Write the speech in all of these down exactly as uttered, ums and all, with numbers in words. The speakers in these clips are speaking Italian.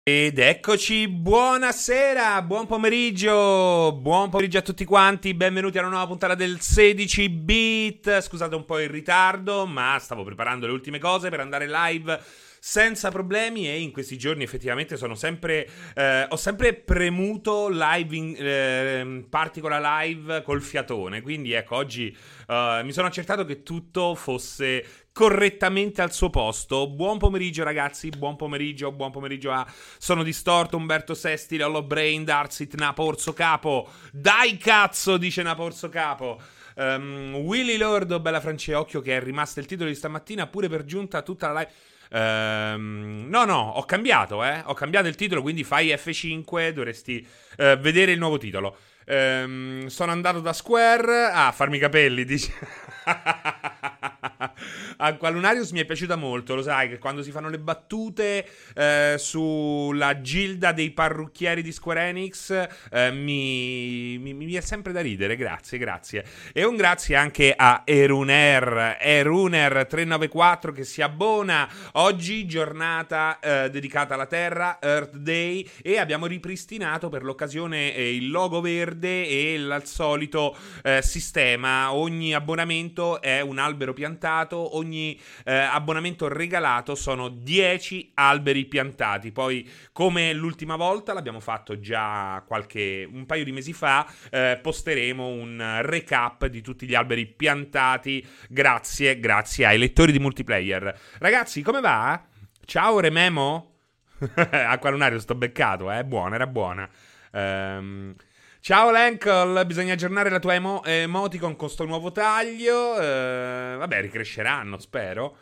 Ed eccoci, buonasera, buon pomeriggio, buon pomeriggio a tutti quanti, benvenuti a una nuova puntata del sedici bit. Scusate un po' il ritardo, ma stavo preparando le ultime cose per andare live senza problemi e in questi giorni effettivamente sono sempre, eh, ho sempre premuto live, in, eh, particolar live col fiatone, quindi ecco oggi eh, mi sono accertato che tutto fosse correttamente al suo posto. Buon pomeriggio ragazzi, buon pomeriggio, buon pomeriggio a Sono Distorto, Umberto Sesti, Lollo Brain, Darsit, Napo Orso Capo. Dai cazzo, dice Napo Orso Capo. um, Willy Lordo, bella Francia, occhio che è rimasto il titolo di stamattina pure per giunta tutta la live. Um, no no, ho cambiato eh Ho cambiato il titolo, quindi fai F cinque, dovresti uh, vedere il nuovo titolo. um, Sono andato da Square a farmi i capelli, dice. Aqualunarius mi è piaciuta molto, lo sai che quando si fanno le battute eh, sulla gilda dei parrucchieri di Square Enix eh, mi, mi, mi è sempre da ridere, grazie, grazie. E un grazie anche a Eruner, Eruner tre nove quattro che si abbona oggi, giornata eh, dedicata alla Terra, Earth Day, e abbiamo ripristinato per l'occasione eh, il logo verde e il, al solito eh, sistema. Ogni abbonamento è un albero piantato, ogni eh, abbonamento regalato sono dieci alberi piantati. Poi, come l'ultima volta l'abbiamo fatto già qualche un paio di mesi fa, eh, posteremo un recap di tutti gli alberi piantati grazie, grazie ai lettori di multiplayer. Ragazzi, come va? Ciao Rememo. Aqualunario, sto beccato, eh, buona, era buona. Ehm Ciao Lankle, bisogna aggiornare la tua emo- emoticon con sto nuovo taglio. Eh, vabbè, ricresceranno, spero.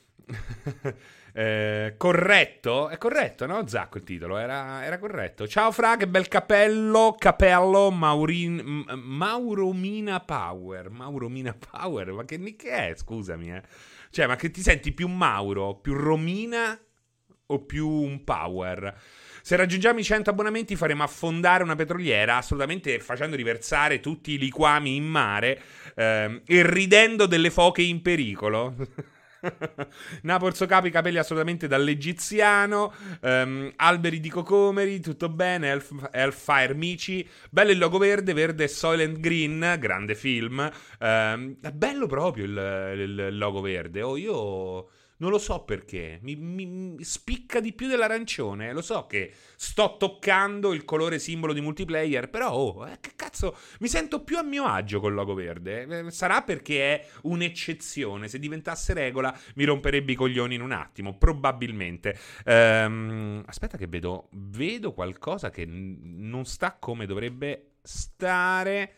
eh, corretto? È corretto, no? Zacco il titolo, era, era corretto. Ciao Fra, che bel capello. Capello Maurin, M- Mauromina Power. Mauromina Power, ma che nick è? Scusami, eh. Cioè, ma che ti senti più Mauro, più Romina o più un Power? Se raggiungiamo i cento abbonamenti faremo affondare una petroliera, assolutamente, facendo riversare tutti i liquami in mare ehm, e ridendo delle foche in pericolo. Napolso Capo, i capelli assolutamente dall'egiziano. um, Alberi di cocomeri, tutto bene. Elf- Elfire Mici, bello il logo verde, verde Soylent Green, grande film. um, È bello proprio il, il logo verde. Oh, io... non lo so perché, mi, mi, mi spicca di più dell'arancione. Lo so che sto toccando il colore simbolo di multiplayer, però, oh, eh, che cazzo, mi sento più a mio agio col logo verde. Eh, sarà perché è un'eccezione. Se diventasse regola mi romperebbe i coglioni in un attimo, probabilmente. Ehm, aspetta che vedo, vedo qualcosa che n- non sta come dovrebbe stare.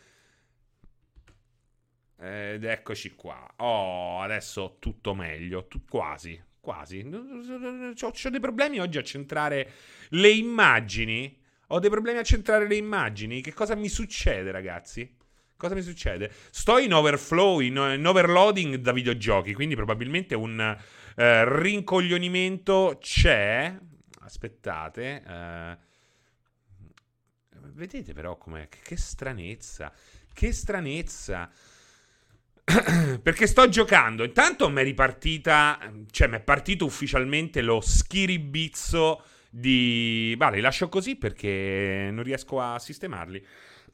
Ed eccoci qua. Oh, adesso tutto meglio. Tu, quasi, quasi. C'ho, c'ho dei problemi oggi a centrare le immagini. Ho dei problemi a centrare le immagini. Che cosa mi succede, ragazzi? Cosa mi succede? Sto in overflow, in, in overloading da videogiochi, quindi probabilmente un eh, rincoglionimento c'è. Aspettate. Eh, vedete però com'è? Che, che stranezza. Che stranezza. Perché sto giocando. Intanto mi è ripartita, cioè mi è partito ufficialmente lo schiribizzo di... Vale, li lascio così perché non riesco a sistemarli.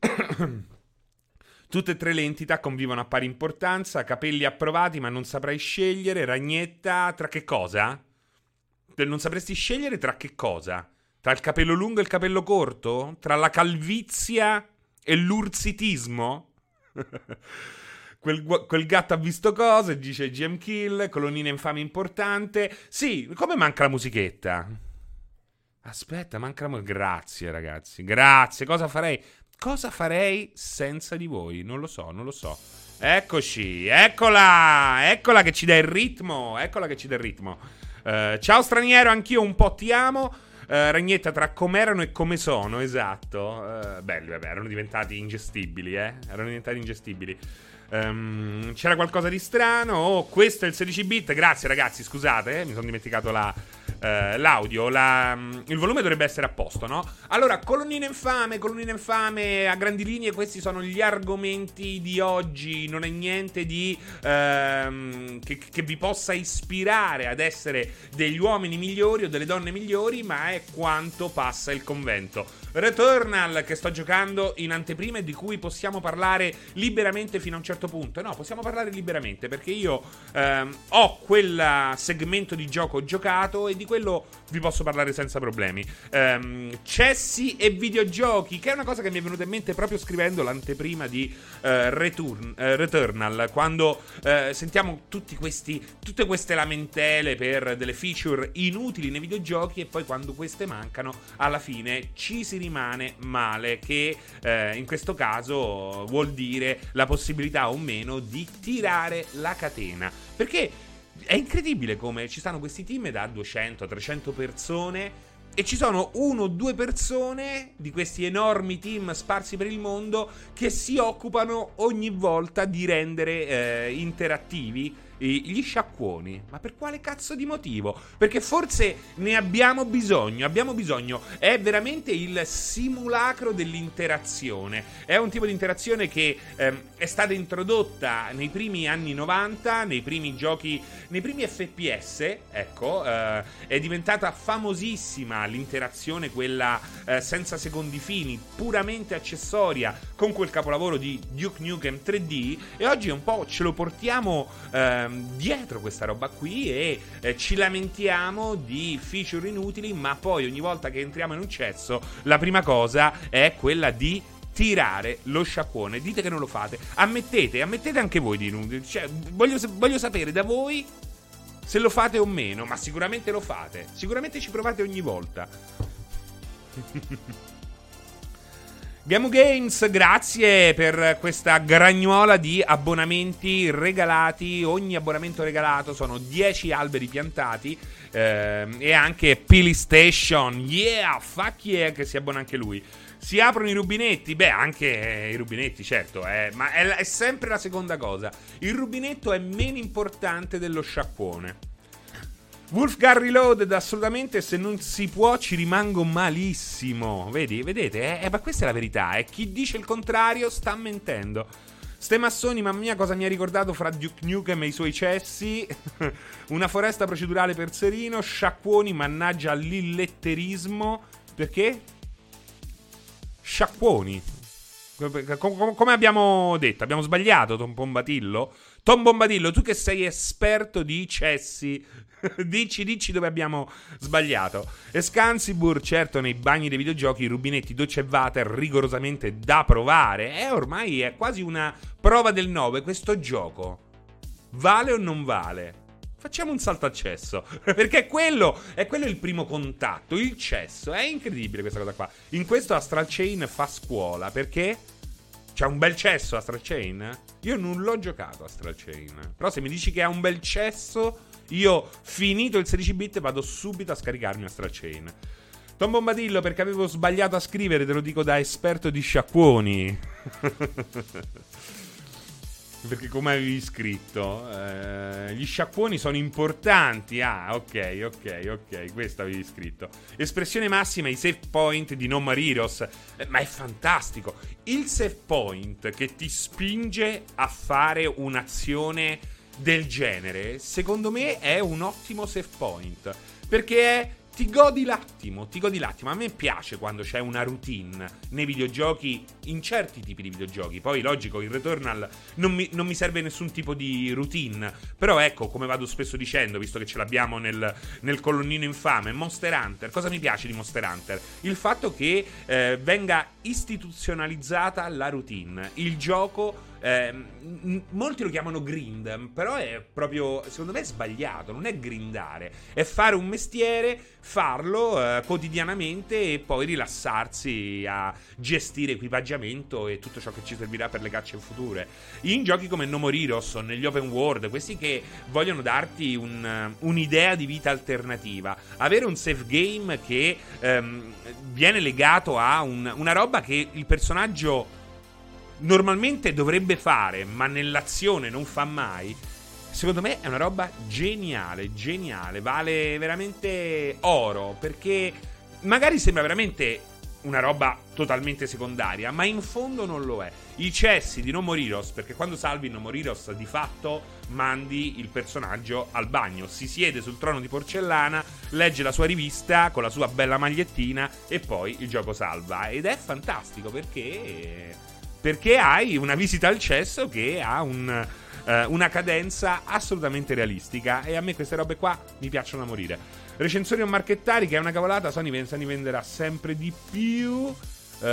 Tutte e tre le entità convivono a pari importanza. Capelli approvati, ma non saprai scegliere. Ragnetta, tra che cosa? Non sapresti scegliere tra che cosa? Tra il capello lungo e il capello corto? Tra la calvizia e l'urzitismo? Quel, quel gatto ha visto cose, dice G M Kill, colonnina infame importante. Sì, come manca la musichetta? Aspetta, manca la musichetta. Grazie ragazzi, grazie. Cosa farei? Cosa farei senza di voi? Non lo so, non lo so. Eccoci, eccola, eccola che ci dà il ritmo, eccola che ci dà il ritmo. Uh, ciao straniero, anch'io un po' ti amo. Uh, Ragnetta, tra com'erano e come sono, esatto. Uh, belli, vabbè, erano diventati ingestibili, eh. Erano diventati ingestibili. Um, c'era qualcosa di strano. Oh, questo è il sedici bit. Grazie ragazzi, scusate, eh, mi sono dimenticato la eh, l'audio, la, il volume dovrebbe essere a posto, no? Allora, colonnina infame, colonnina infame, a grandi linee questi sono gli argomenti di oggi. Non è niente di ehm, che, che vi possa ispirare ad essere degli uomini migliori o delle donne migliori, ma è quanto passa il convento. Returnal, che sto giocando in anteprima e di cui possiamo parlare liberamente fino a un certo punto. No, possiamo parlare liberamente perché io ehm, ho quel segmento di gioco giocato e di quello vi posso parlare senza problemi. ehm, Cessi e videogiochi, che è una cosa che mi è venuta in mente proprio scrivendo l'anteprima di eh, Return, eh, Returnal, quando eh, sentiamo tutti questi, tutte queste lamentele per delle feature inutili nei videogiochi e poi quando queste mancano alla fine ci si rimane male, che eh, in questo caso vuol dire la possibilità o meno di tirare la catena, perché è incredibile come ci stanno questi team da duecento a trecento persone e ci sono uno o due persone di questi enormi team sparsi per il mondo che si occupano ogni volta di rendere eh, interattivi gli sciacquoni. Ma per quale cazzo di motivo? Perché forse ne abbiamo bisogno. Abbiamo bisogno. È veramente il simulacro dell'interazione. È un tipo di interazione che ehm, è stata introdotta nei primi anni novanta, nei primi giochi, nei primi F P S. Ecco, eh, è diventata famosissima l'interazione, quella eh, senza secondi fini, puramente accessoria, con quel capolavoro di Duke Nukem tre D. E oggi un po' ce lo portiamo ehm, dietro questa roba qui e eh, ci lamentiamo di feature inutili, ma poi ogni volta che entriamo in un cesso la prima cosa è quella di tirare lo sciacquone. Dite che non lo fate, ammettete, ammettete anche voi di, cioè, voglio, voglio sapere da voi se lo fate o meno, ma sicuramente lo fate, sicuramente ci provate ogni volta. Gamu Games, grazie per questa gragnuola di abbonamenti regalati. Ogni abbonamento regalato sono dieci alberi piantati. eh, E anche PlayStation, yeah, fuck yeah, che si abbona anche lui. Si aprono i rubinetti, beh, anche eh, i rubinetti, certo, eh, ma è, è sempre la seconda cosa. Il rubinetto è meno importante dello sciacquone. Wolfgar Reloaded, assolutamente, se non si può ci rimango malissimo. Vedi, vedete, eh, ma questa è la verità, eh. Chi dice il contrario sta mentendo. Ste massoni, mamma mia, cosa mi ha ricordato fra Duke Nukem e i suoi cessi. Una foresta procedurale per Serino. Sciacquoni, mannaggia l'illetterismo. Perché? Sciacquoni. Come abbiamo detto, abbiamo sbagliato, Tom Bombadillo. Tom Bombadillo, tu che sei esperto di cessi, dici, dici dove abbiamo sbagliato. Escansibur, certo, nei bagni dei videogiochi i rubinetti doccia e water rigorosamente da provare. E ormai è quasi una prova del nove questo gioco. Vale o non vale? Facciamo un salto al cesso, perché quello è quello il primo contatto, il cesso. È incredibile questa cosa qua. In questo Astral Chain fa scuola, perché c'è un bel cesso Astral Chain. Io non l'ho giocato Astral Chain, però se mi dici che ha un bel cesso, io, finito il sedici bit, vado subito a scaricarmi Astral Chain. Tom Bombadillo, perché avevo sbagliato a scrivere, te lo dico da esperto di sciacquoni. Perché come avevi scritto, eh, gli sciacquoni sono importanti. Ah, ok, ok, ok, questo avevi scritto. Espressione massima, i save point di No More Heroes. eh, Ma è fantastico. Il save point che ti spinge a fare un'azione del genere, secondo me è un ottimo save point, perché è ti godi l'attimo, ti godi l'attimo. A me piace quando c'è una routine nei videogiochi, in certi tipi di videogiochi. Poi, logico, il Returnal non mi, non mi serve nessun tipo di routine. Però ecco, come vado spesso dicendo, visto che ce l'abbiamo nel, nel colonnino infame, Monster Hunter. Cosa mi piace di Monster Hunter? Il fatto che eh, venga istituzionalizzata la routine. Il gioco... Eh, molti lo chiamano grind, però è proprio, secondo me è sbagliato. Non è grindare, è fare un mestiere, farlo eh, quotidianamente e poi rilassarsi a gestire equipaggiamento e tutto ciò che ci servirà per le cacce future. In giochi come No More Heroes, negli open world, questi che vogliono darti un, un'idea di vita alternativa, avere un save game che ehm, viene legato a un, una roba che il personaggio normalmente dovrebbe fare, ma nell'azione non fa mai, secondo me è una roba geniale, geniale, vale veramente oro, perché magari sembra veramente una roba totalmente secondaria, ma in fondo non lo è. I cessi di Nomoriros, perché quando salvi Nomoriros di fatto mandi il personaggio al bagno, si siede sul trono di porcellana, legge la sua rivista con la sua bella magliettina e poi il gioco salva, ed è fantastico perché perché hai una visita al cesso che ha un Uh, una cadenza assolutamente realistica, e a me queste robe qua mi piacciono da morire. Recensioni o marchettari, che è una cavolata, Sony pensa ne venderà sempre di più. uh,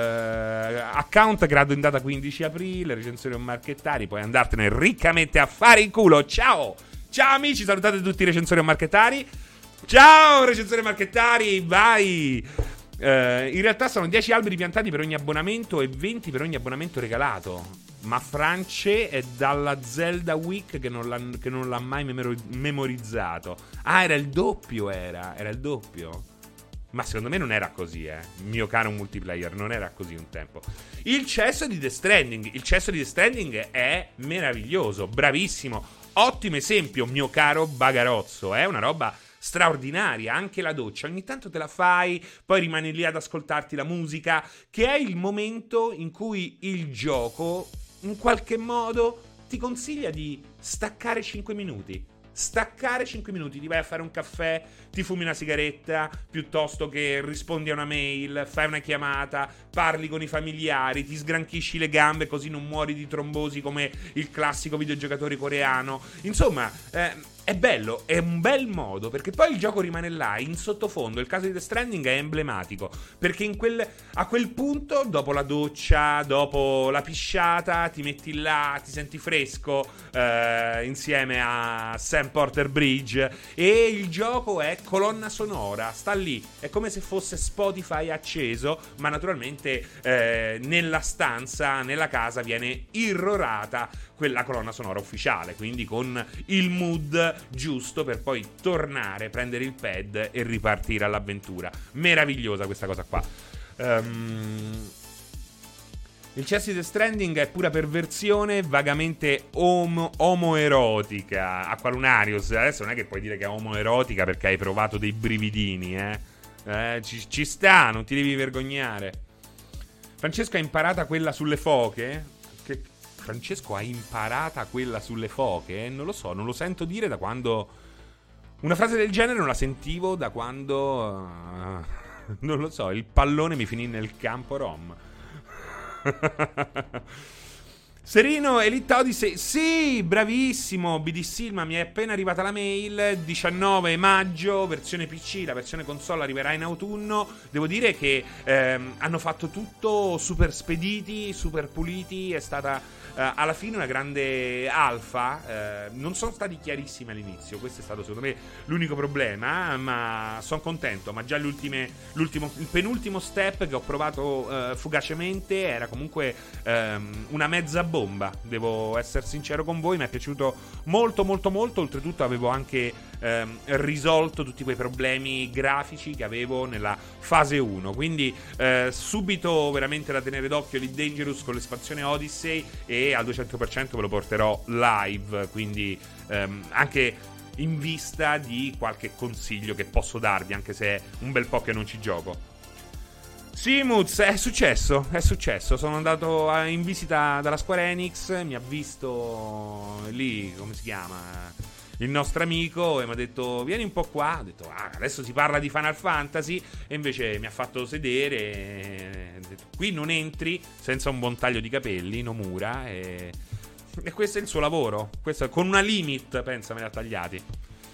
Account creato in data quindici aprile. Recensioni o marchettari, puoi andartene riccamente a fare in culo. Ciao, ciao amici, salutate tutti i recensori o marchettari. Ciao recensori o marchettari, vai. uh, In realtà sono dieci alberi piantati per ogni abbonamento e venti per ogni abbonamento regalato. Ma France è dalla Zelda Week che non l'ha, che non l'ha mai memori- memorizzato. Ah, era il doppio, era. Era il doppio. Ma secondo me non era così, eh. Mio caro multiplayer, non era così un tempo. Il cesso di The Stranding. Il cesso di The Stranding è meraviglioso, bravissimo. Ottimo esempio, mio caro Bagarozzo. È una roba straordinaria, anche la doccia, ogni tanto te la fai, poi rimani lì ad ascoltarti la musica, che è il momento in cui il gioco in qualche modo ti consiglia di staccare cinque minuti. Staccare cinque minuti, ti vai a fare un caffè, ti fumi una sigaretta, piuttosto che rispondi a una mail, fai una chiamata, parli con i familiari, ti sgranchisci le gambe così non muori di trombosi come il classico videogiocatore coreano. Insomma, eh, è bello, è un bel modo, perché poi il gioco rimane là, in sottofondo. Il caso di The Stranding è emblematico, perché in quel, a quel punto, dopo la doccia, dopo la pisciata, ti metti là, ti senti fresco, eh, insieme a Sam Porter Bridge, e il gioco è colonna sonora, sta lì, è come se fosse Spotify acceso, ma naturalmente eh, nella stanza, nella casa viene irrorata quella colonna sonora ufficiale, quindi con il mood giusto per poi tornare, prendere il pad e ripartire all'avventura. Meravigliosa questa cosa qua. um, Il cesso di The Stranding è pura perversione, vagamente om- omoerotica. Aqualunarius, adesso non è che puoi dire che è omoerotica perché hai provato dei brividini, eh, eh ci, ci sta, non ti devi vergognare. Francesco ha imparata quella sulle foche? Che Francesco ha imparata quella sulle foche? Non lo so, non lo sento dire da quando... Una frase del genere non la sentivo da quando... Uh, non lo so, il pallone mi finì nel campo rom. Serino, Elite Odyssey. Sì, bravissimo. B D Silma, mi è appena arrivata la mail. diciannove maggio, versione P C. La versione console arriverà in autunno. Devo dire che ehm, hanno fatto tutto super spediti, super puliti. È stata Uh, alla fine una grande alfa. uh, Non sono stati chiarissimi all'inizio. Questo è stato secondo me l'unico problema. Ma sono contento. Ma già l'ultime, l'ultimo, il penultimo step che ho provato uh, fugacemente era comunque um, una mezza bomba. Devo essere sincero con voi. Mi è piaciuto molto molto molto. Oltretutto avevo anche um, risolto tutti quei problemi grafici che avevo nella fase uno. Quindi uh, subito veramente da tenere d'occhio Elite Dangerous con l'espansione Odyssey. E al duecento per cento ve lo porterò live, quindi ehm, anche in vista di qualche consiglio che posso darvi, anche se è un bel po' che non ci gioco. Simuz, è successo, è successo. Sono andato a, in visita dalla Square Enix, mi ha visto lì, come si chiama, il nostro amico, e mi ha detto vieni un po' qua. Ho detto ah, adesso si parla di Final Fantasy, e invece mi ha fatto sedere e ha detto qui non entri senza un buon taglio di capelli, Nomura, e, e questo è il suo lavoro. Questo, con una limit, pensa, me li ha tagliati.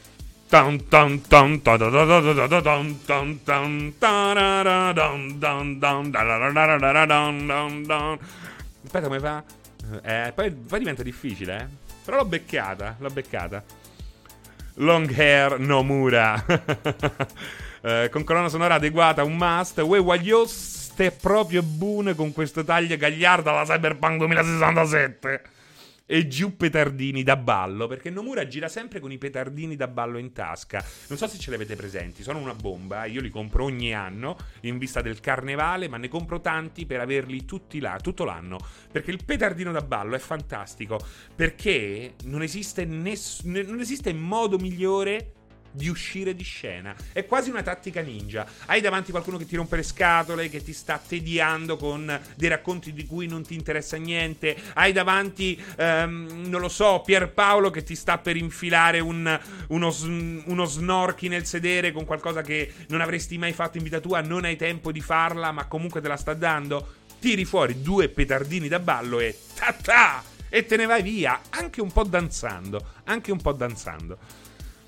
Aspetta, come fa? Eh, poi, poi diventa difficile, eh. Però l'ho beccata, l'ho beccata. Long hair Nomura. eh, con colonna sonora adeguata, un must. Uè, voglio ste proprio buone con questo taglio gagliardo alla Cyberpunk duemilasessantasette. e giù petardini da ballo, perché Nomura gira sempre con i petardini da ballo in tasca. Non so se ce li avete presenti, sono una bomba, io li compro ogni anno in vista del carnevale, ma ne compro tanti per averli tutti là, tutto l'anno, perché il petardino da ballo è fantastico, perché non esiste, ness- non esiste modo migliore di uscire di scena. È quasi una tattica ninja. Hai davanti qualcuno che ti rompe le scatole, che ti sta tediando con dei racconti di cui non ti interessa niente. Hai davanti, um, non lo so, Pierpaolo che ti sta per infilare un, uno, uno snorchi nel sedere con qualcosa che non avresti mai fatto in vita tua. Non hai tempo di farla, ma comunque te la sta dando. Tiri fuori due petardini da ballo e ta ta! E te ne vai via. Anche un po' danzando. Anche un po' danzando.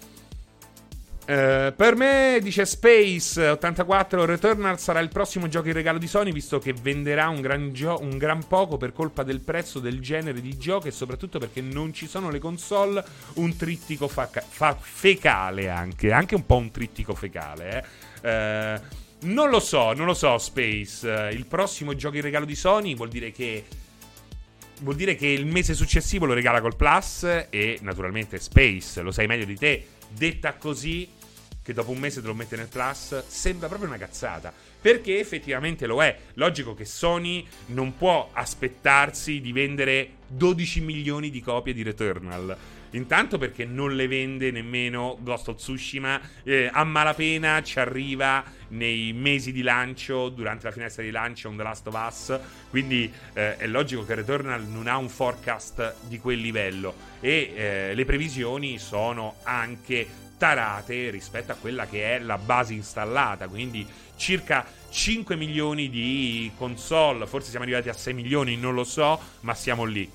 Uh, per me, dice Space ottantaquattro, Returnal sarà il prossimo gioco in regalo di Sony, visto che venderà un gran, gio- un gran poco per colpa del prezzo del genere di gioco e soprattutto perché non ci sono le console. Un trittico fa- fa- fecale anche, anche un po' un trittico fecale. Eh. Uh, non lo so, non lo so Space. Uh, il prossimo gioco in regalo di Sony vuol dire che vuol dire che il mese successivo lo regala col Plus e naturalmente Space, lo sai meglio di te, detta così, che dopo un mese te lo mette nel Plus, sembra proprio una cazzata, perché effettivamente lo è. Logico che Sony non può aspettarsi di vendere dodici milioni di copie di Returnal, intanto perché non le vende nemmeno Ghost of Tsushima, eh, a malapena ci arriva nei mesi di lancio, durante la finestra di lancio on The Last of Us, quindi eh, è logico che Returnal non ha un forecast di quel livello e eh, le previsioni sono anche tarate rispetto a quella che è la base installata, quindi circa cinque milioni di console, forse siamo arrivati a sei milioni, non lo so, ma siamo lì.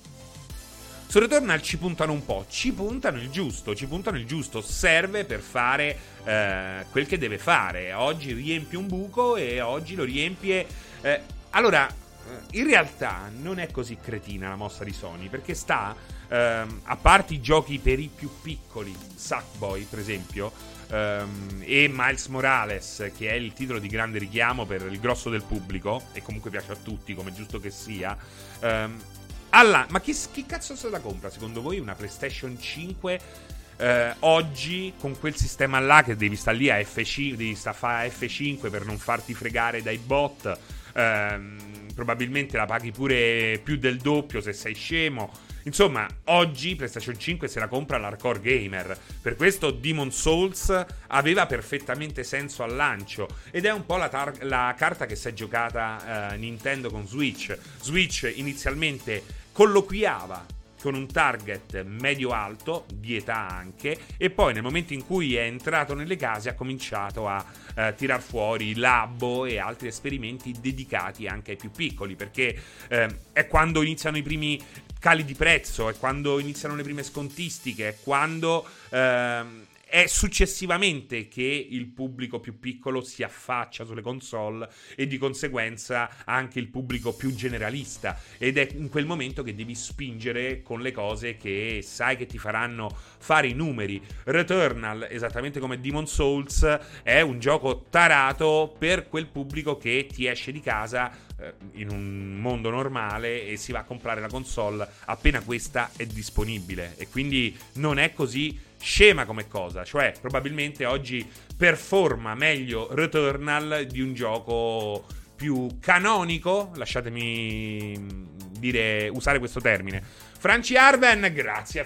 Su Returnal ci puntano un po', ci puntano il giusto, ci puntano il giusto, serve per fare eh, quel che deve fare. Oggi riempie un buco e oggi lo riempie... Eh, allora, in realtà non è così cretina la mossa di Sony, perché sta, ehm, a parte i giochi per i più piccoli, Sackboy per esempio, ehm, e Miles Morales, che è il titolo di grande richiamo per il grosso del pubblico, e comunque piace a tutti, come è giusto che sia, ehm, alla, ma chi, chi cazzo se la compra secondo voi una PlayStation cinque eh, oggi con quel sistema là che devi stare lì a F cinque, devi stare a fare F cinque per non farti fregare dai bot, ehm, probabilmente la paghi pure più del doppio se sei scemo. Insomma, oggi PlayStation cinque se la compra l'hardcore gamer. Per questo Demon's Souls aveva perfettamente senso al lancio ed è un po' la, tar- la carta che si è giocata eh, Nintendo con Switch. Switch inizialmente colloquiava con un target medio-alto, di età anche, e poi nel momento in cui è entrato nelle case ha cominciato a eh, tirar fuori Labbo e altri esperimenti dedicati anche ai più piccoli, perché eh, è quando iniziano i primi cali di prezzo, è quando iniziano le prime scontistiche, è quando ehm, è successivamente che il pubblico più piccolo si affaccia sulle console e di conseguenza anche il pubblico più generalista, ed è in quel momento che devi spingere con le cose che sai che ti faranno fare i numeri. Returnal, esattamente come Demon's Souls, è un gioco tarato per quel pubblico che ti esce di casa eh, in un mondo normale e si va a comprare la console appena questa è disponibile, e quindi non è così scema come cosa. Cioè probabilmente oggi performa meglio Returnal di un gioco più canonico, lasciatemi dire, usare questo termine. Franci Arven, grazie a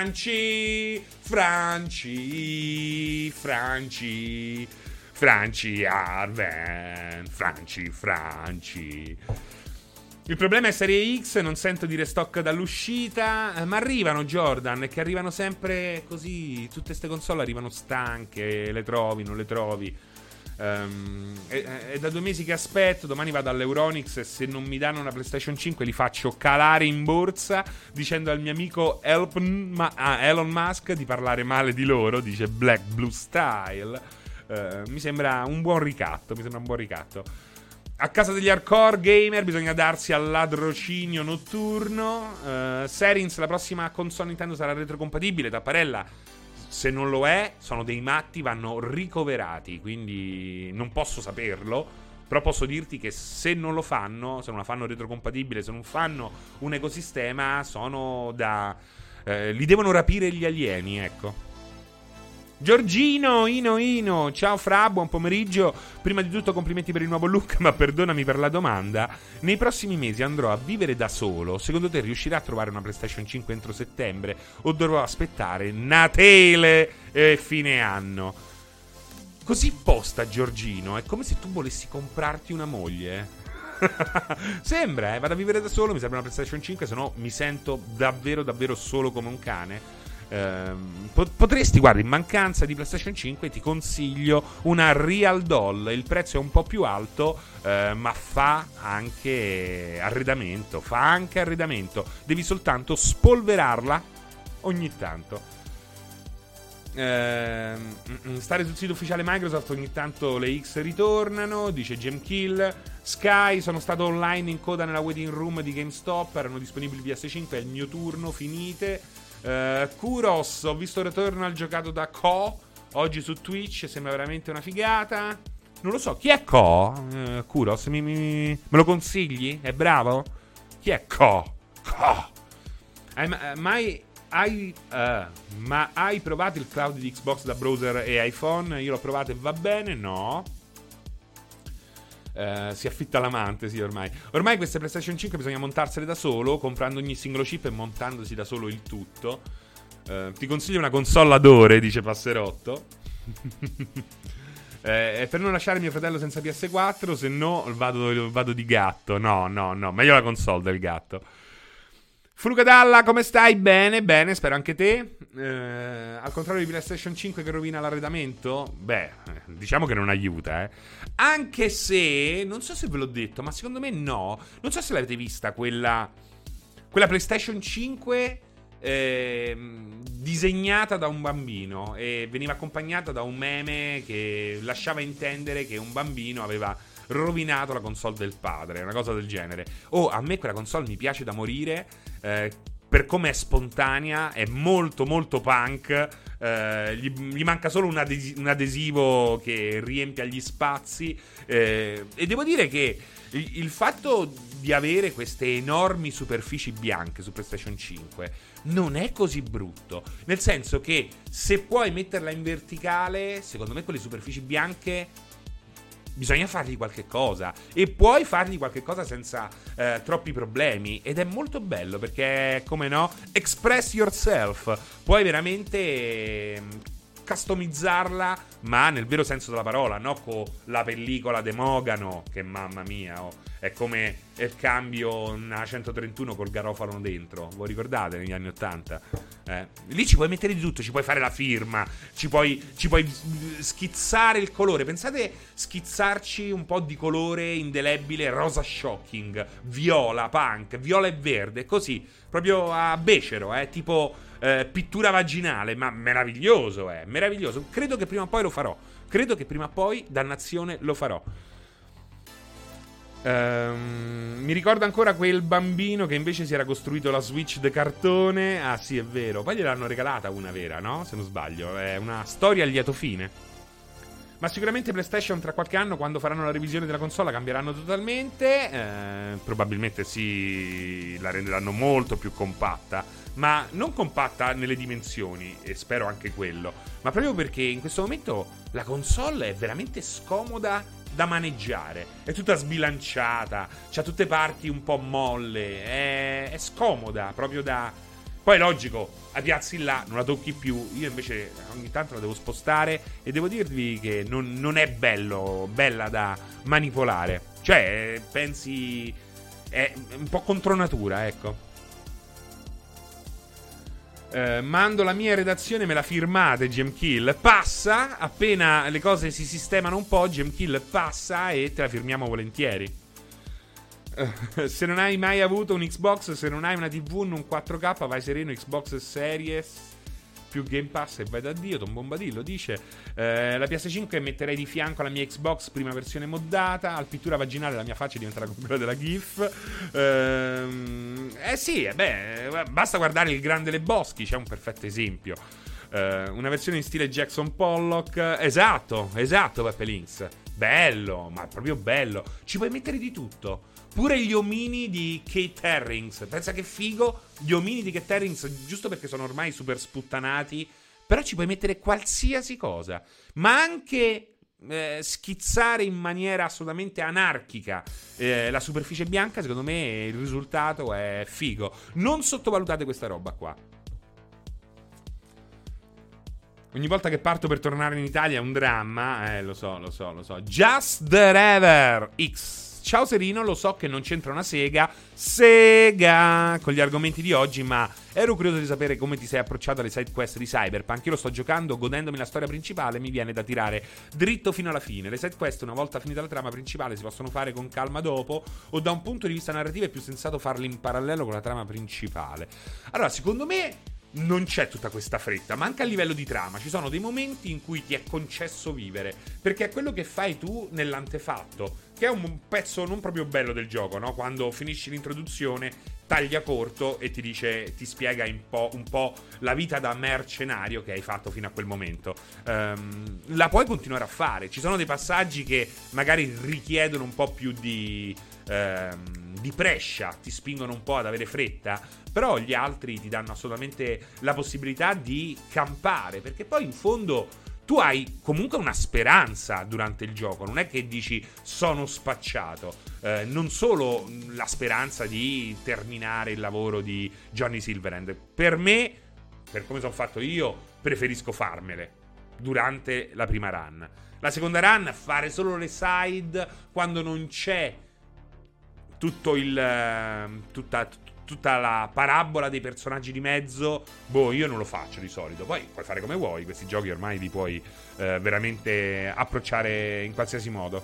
Franci Franci Franci Franci Arven Franci Franci Il problema è Serie X, non sento dire stock dall'uscita, eh, ma arrivano, Jordan, che arrivano sempre così, tutte queste console arrivano stanche, le trovi, non le trovi. Um, è, è da due mesi che aspetto, domani vado all'Euronix e se non mi danno una PlayStation cinque li faccio calare in borsa dicendo al mio amico Elon, ma, ah, Elon Musk di parlare male di loro, dice Black Blue Style. Uh, mi sembra un buon ricatto, mi sembra un buon ricatto. A casa degli hardcore gamer bisogna darsi al ladrocinio notturno. uh, Serins, la prossima console Nintendo sarà retrocompatibile? Tapparella, se non lo è sono dei matti, vanno ricoverati, quindi non posso saperlo. Però posso dirti che se non lo fanno, se non la fanno retrocompatibile, se non fanno un ecosistema, sono da... Eh, li devono rapire gli alieni, ecco. Giorgino, Ino Ino, ciao Fra, buon pomeriggio. Prima di tutto complimenti per il nuovo look, ma perdonami per la domanda. Nei prossimi mesi andrò a vivere da solo. Secondo te riuscirà a trovare una PlayStation cinque entro settembre o dovrò aspettare Natale e fine anno? Così posta, Giorgino, è come se tu volessi comprarti una moglie. Sembra, eh, vado a vivere da solo, mi serve una PlayStation cinque, se no mi sento davvero davvero solo come un cane. Uh, potresti, guarda, in mancanza di PlayStation cinque ti consiglio una Real Doll. Il prezzo è un po' più alto, uh, ma fa anche arredamento. Fa anche arredamento. Devi soltanto spolverarla ogni tanto. Uh, stare sul sito ufficiale Microsoft, ogni tanto le X ritornano, dice Gemkill. Sky, sono stato online in coda nella waiting room di GameStop, erano disponibili P S cinque, è il mio turno, finite. Uh, Kuros, ho visto Returnal giocato da Ko oggi su Twitch, sembra veramente una figata. Non lo so, chi è Ko? Uh, Kuros, mi, mi, me lo consigli? È bravo? Chi è Ko? Ko. Hai, mai, hai, uh, ma hai provato il cloud di Xbox da browser e iPhone? Io l'ho provato e va bene? No. Uh, si affitta l'amante, sì, ormai. Ormai queste PlayStation cinque bisogna montarsele da solo, comprando ogni singolo chip e montandosi da solo il tutto. Uh, ti consiglio una console ad ore, dice Passerotto. eh, per non lasciare mio fratello senza P S quattro, se no vado, vado di gatto. No, no, no, meglio la console del gatto. Frugadalla, come stai? Bene, bene, spero anche te. Eh, al contrario di PlayStation cinque che rovina l'arredamento, beh, diciamo che non aiuta, eh. Anche se, non so se ve l'ho detto, ma secondo me no. Non so se l'avete vista quella, quella PlayStation cinque eh, disegnata da un bambino e veniva accompagnata da un meme che lasciava intendere che un bambino aveva rovinato la console del padre, una cosa del genere. Oh, a me quella console mi piace da morire, eh, per come è spontanea, è molto molto punk, eh, gli, gli manca solo un, adesi- un adesivo che riempia gli spazi, eh, e devo dire che il, il fatto di avere queste enormi superfici bianche su PlayStation cinque non è così brutto, nel senso che se puoi metterla in verticale, secondo me quelle superfici bianche bisogna fargli qualche cosa, e puoi fargli qualche cosa senza eh, troppi problemi, ed è molto bello perché, come no, express yourself, puoi veramente eh, customizzarla, ma nel vero senso della parola, no con la pellicola de Mogano, che mamma mia, oh, è come il cambio una centotrentuno col garofano dentro, voi ricordate negli anni ottanta? Eh? Lì ci puoi mettere di tutto, ci puoi fare la firma, ci puoi, ci puoi schizzare il colore. Pensate schizzarci un po' di colore indelebile, rosa shocking, viola, punk, viola e verde, così, proprio a becero, eh? Tipo eh, pittura vaginale, ma meraviglioso, eh? Meraviglioso. Credo che prima o poi lo farò, credo che prima o poi, dannazione, lo farò. Um, mi ricordo ancora quel bambino che invece si era costruito la Switch de cartone. Ah sì, è vero. Poi gliel'hanno regalata una vera, no? Se non sbaglio. È una storia a lieto fine. Ma sicuramente PlayStation tra qualche anno, quando faranno la revisione della console, la cambieranno totalmente. eh, Probabilmente sì, la renderanno molto più compatta, ma non compatta nelle dimensioni, e spero anche quello, ma proprio perché in questo momento la console è veramente scomoda da maneggiare, è tutta sbilanciata, c'ha tutte parti un po' molle, è, è scomoda proprio da... Poi logico, la piazzi là, non la tocchi più. Io invece ogni tanto la devo spostare, e devo dirvi che non, non è bello, bella da manipolare. Cioè, pensi, è un po' contro natura, ecco. Uh, mando la mia redazione, me la firmate, Gemkill. Passa, appena le cose si sistemano un po', Gemkill passa e te la firmiamo volentieri. Uh, se non hai mai avuto un Xbox, se non hai una tivù, un quattro K, vai sereno, Xbox Series più Game Pass e vai da Dio. Tom Bombadillo dice uh, la P S cinque metterei di fianco alla mia Xbox prima versione moddata. Al pittura vaginale la mia faccia diventerà come quella della GIF. uh, Eh sì, beh, basta guardare Il Grande Lebowski, c'è un perfetto esempio. Uh, una versione in stile Jackson Pollock. Esatto, esatto, Peppe Links. Bello, ma proprio bello. Ci puoi mettere di tutto. Pure gli omini di Kate Herrings. Pensa che figo. Gli omini di Kate Herrings, giusto perché sono ormai super sputtanati. Però ci puoi mettere qualsiasi cosa. Ma anche eh, schizzare in maniera assolutamente anarchica eh, la superficie bianca. Secondo me il risultato è figo. Non sottovalutate questa roba qua. Ogni volta che parto per tornare in Italia è un dramma. Eh, lo so, lo so, lo so. Just the Rever X. Ciao Serino, lo so che non c'entra una sega. Sega con gli argomenti di oggi, ma ero curioso di sapere come ti sei approcciato alle side quest di Cyberpunk. Io lo sto giocando, godendomi la storia principale. Mi viene da tirare dritto fino alla fine. Le side quest, una volta finita la trama principale, si possono fare con calma dopo, o da un punto di vista narrativo è più sensato farle in parallelo con la trama principale? Allora, secondo me non c'è tutta questa fretta, ma anche a livello di trama ci sono dei momenti in cui ti è concesso vivere, perché è quello che fai tu nell'antefatto, che è un pezzo non proprio bello del gioco, no? Quando finisci l'introduzione taglia corto e ti dice, ti spiega un po', un po' la vita da mercenario che hai fatto fino a quel momento. Um, la puoi continuare a fare. Ci sono dei passaggi che magari richiedono un po' più di um, di prescia, ti spingono un po' ad avere fretta, però gli altri ti danno assolutamente la possibilità di campare, perché poi in fondo tu hai comunque una speranza durante il gioco, non è che dici sono spacciato, eh, non solo la speranza di terminare il lavoro di Johnny Silverhand. Per me, per come sono fatto io, preferisco farmele durante la prima run. La seconda run, fare solo le side quando non c'è tutto il tutta, tutta la parabola dei personaggi di mezzo, boh, io non lo faccio di solito. Poi puoi fare come vuoi, questi giochi ormai li puoi eh, veramente approcciare in qualsiasi modo.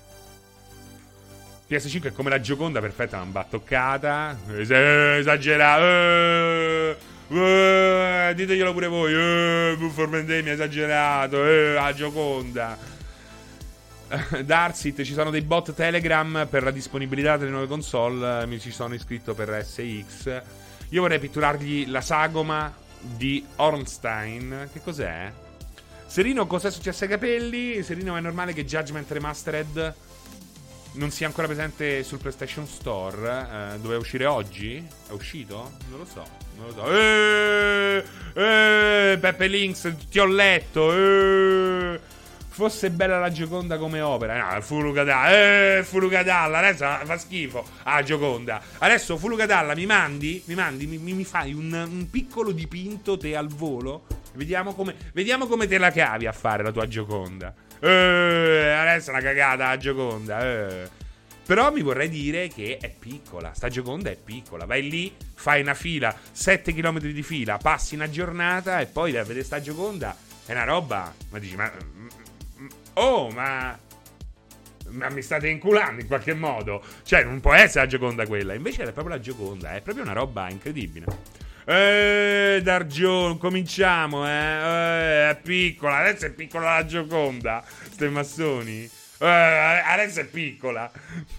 P S cinque è come la Gioconda, perfetta, non va toccata. Eh, esagerato. Eh, eh, diteglielo pure voi. Eh, Bufformendemia, esagerato. Eh, la Gioconda. Darsit, ci sono dei bot Telegram per la disponibilità delle nuove console. Mi ci sono iscritto per S X. Io vorrei pitturargli la sagoma di Ornstein. Che cos'è? Serino, cos'è successo ai capelli? Serino, è normale che Judgment Remastered non sia ancora presente sul PlayStation Store? Eh, doveva uscire oggi? È uscito? Non lo so. Non lo so. Eh, eh, Peppe Links, ti ho letto. Eh. Fosse bella la Gioconda come opera. No, Fulugadalla. Eh, Fulugadalla. Adesso fa schifo. Ah, Gioconda. Adesso Fulugadalla mi mandi? Mi mandi? Mi, mi fai un, un piccolo dipinto te al volo? Vediamo come, vediamo come te la cavi a fare la tua Gioconda. Eh, adesso è una cagata la Gioconda. Eh. Però mi vorrei dire che è piccola. Sta Gioconda è piccola. Vai lì, fai una fila, sette chilometri di fila, passi una giornata e poi da vedere sta Gioconda. È una roba. Ma dici, ma. Oh, ma. Ma mi state inculando in qualche modo. Cioè, non può essere la Gioconda quella. Invece è proprio la Gioconda. È proprio una roba incredibile. Eh, Dargion, cominciamo, eh. eh. È piccola. Adesso è piccola la Gioconda. Ste massoni. Eh, adesso è piccola.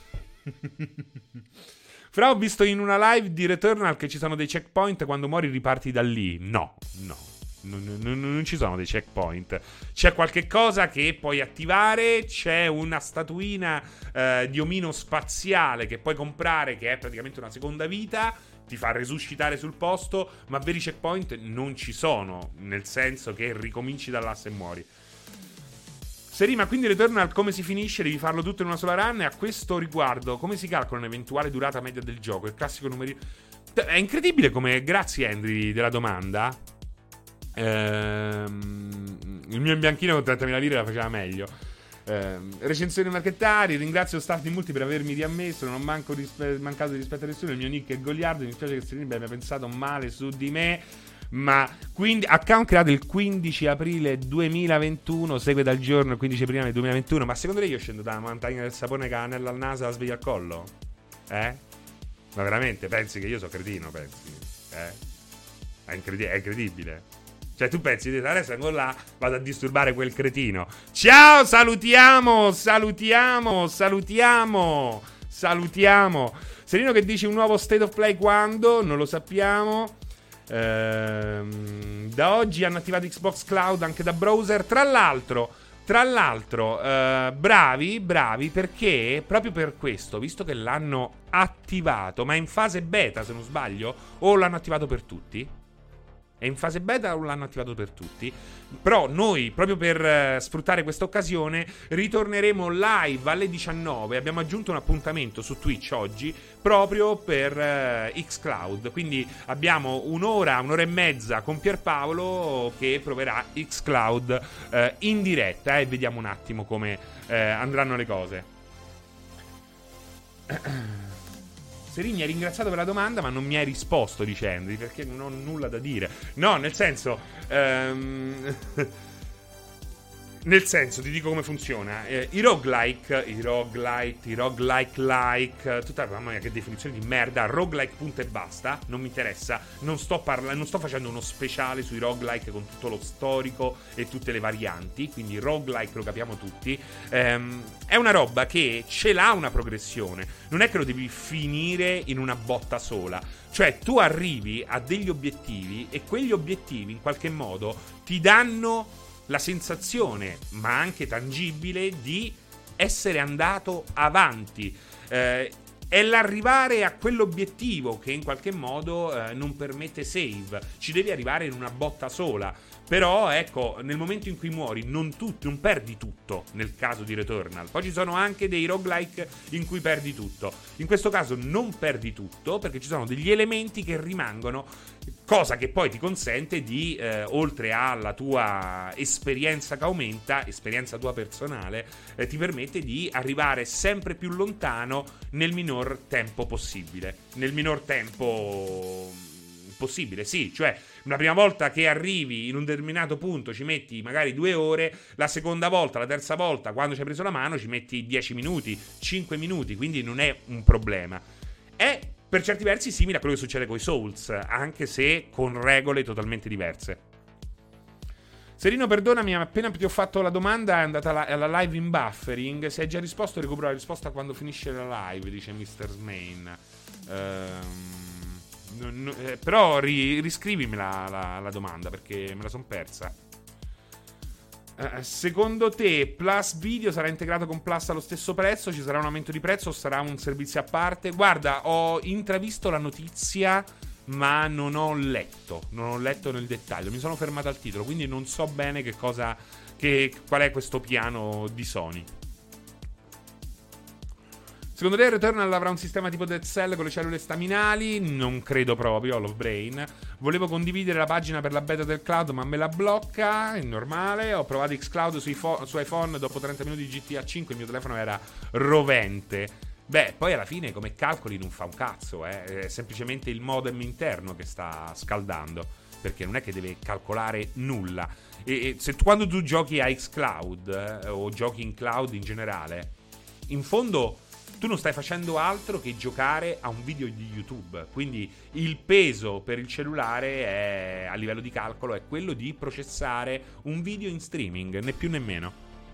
Fra, ho visto in una live di Returnal che ci sono dei checkpoint. Quando muori riparti da lì. No, no. Non, non, non ci sono dei checkpoint. C'è qualche cosa che puoi attivare. C'è una statuina eh, di omino spaziale che puoi comprare, che è praticamente una seconda vita. Ti fa resuscitare sul posto. Ma veri checkpoint non ci sono, nel senso che ricominci dall'asse e muori. Serima, quindi Returnal come si finisce? Devi farlo tutto in una sola run. E a questo riguardo, come si calcola un'eventuale durata media del gioco? Il classico numerino. È incredibile come, grazie Henry della domanda. Ehm, il mio bianchino con trentamila lire la faceva meglio. Ehm, recensioni marchettari. Ringrazio lo staff di Multi per avermi riammesso. Non ho manco rispe- mancato di rispetto a nessuno. Il mio nick è Goliardo. Mi spiace che Serenibbe abbia pensato male su di me. Ma quindi account creato il quindici aprile duemilaventuno. Segue dal giorno il quindici aprile duemilaventuno. Ma secondo lei io scendo dalla montagna del sapone che ha l'anello al naso e la sveglia al collo? Eh? Ma veramente pensi che io so cretino? Pensi? Eh? È, incredi- è incredibile. Cioè tu pensi, adesso vengo là, vado a disturbare quel cretino. Ciao, salutiamo, salutiamo, salutiamo, salutiamo. Serino che dici un nuovo State of Play quando? Non lo sappiamo. Ehm, da oggi hanno attivato Xbox Cloud anche da browser. Tra l'altro, Tra l'altro, eh, bravi, bravi, perché proprio per questo, visto che l'hanno attivato, ma è in fase beta se non sbaglio, o l'hanno attivato per tutti? È in fase beta o l'hanno attivato per tutti? Però noi, proprio per eh, sfruttare questa occasione, ritorneremo live alle diciannove. Abbiamo aggiunto un appuntamento su Twitch oggi proprio per eh, xCloud. Quindi abbiamo un'ora, un'ora e mezza con Pierpaolo che proverà xCloud eh, in diretta eh, e vediamo un attimo come eh, andranno le cose. Serini mi hai ringraziato per la domanda, ma non mi hai risposto dicendo perché non ho nulla da dire. No, nel senso, ehm, nel senso, ti dico come funziona. Eh, I roguelike, i roguelite, i roguelike like, tutta mamma mia che definizione di merda. Roguelike punto e basta. Non mi interessa. Non sto parlando, non sto facendo uno speciale sui roguelike con tutto lo storico e tutte le varianti. Quindi roguelike lo capiamo tutti. Ehm, è una roba che ce l'ha una progressione. Non è che lo devi finire in una botta sola. Cioè tu arrivi a degli obiettivi e quegli obiettivi in qualche modo ti danno la sensazione, ma anche tangibile, di essere andato avanti. Eh, è l'arrivare a quell'obiettivo che in qualche modo eh, non permette save. Ci devi arrivare in una botta sola. Però, ecco, nel momento in cui muori non, tu, non perdi tutto, nel caso di Returnal. Poi ci sono anche dei roguelike in cui perdi tutto. In questo caso non perdi tutto, perché ci sono degli elementi che rimangono, cosa che poi ti consente di, eh, oltre alla tua esperienza che aumenta, esperienza tua personale, eh, ti permette di arrivare sempre più lontano nel minor tempo possibile. Nel minor tempo possibile, sì, cioè una prima volta che arrivi in un determinato punto ci metti magari due ore, la seconda volta, la terza volta, quando ci hai preso la mano ci metti dieci minuti, cinque minuti, quindi non è un problema. È per certi versi simile a quello che succede con i Souls, anche se con regole totalmente diverse. Serino, perdonami, appena ti ho fatto la domanda è andata la, alla live in buffering. Se hai già risposto, recupero la risposta quando finisce la live, dice mister Smain. Ehm... No, no, eh, però ri, riscrivimi la, la, la domanda perché me la son persa. eh, Secondo te Plus Video sarà integrato con Plus allo stesso prezzo? Ci sarà un aumento di prezzo o sarà un servizio a parte? Guarda, ho intravisto la notizia ma non ho letto Non ho letto nel dettaglio. Mi sono fermato al titolo, quindi non so bene che cosa che, qual è questo piano di Sony. Secondo te Returnal avrà un sistema tipo Dead Cell con le cellule staminali? Non credo proprio, Hollow Brain. Volevo condividere la pagina per la beta del cloud ma me la blocca, è normale. Ho provato xCloud su, fo- su iPhone, dopo trenta minuti di G T A cinque il mio telefono era rovente. Beh, poi alla fine come calcoli non fa un cazzo, eh. È semplicemente il modem interno che sta scaldando, perché non è che deve calcolare nulla. E, e se tu, quando tu giochi a xCloud eh, o giochi in cloud in generale, in fondo tu non stai facendo altro che giocare a un video di YouTube. Quindi il peso per il cellulare è, a livello di calcolo, è quello di processare un video in streaming, né più né meno.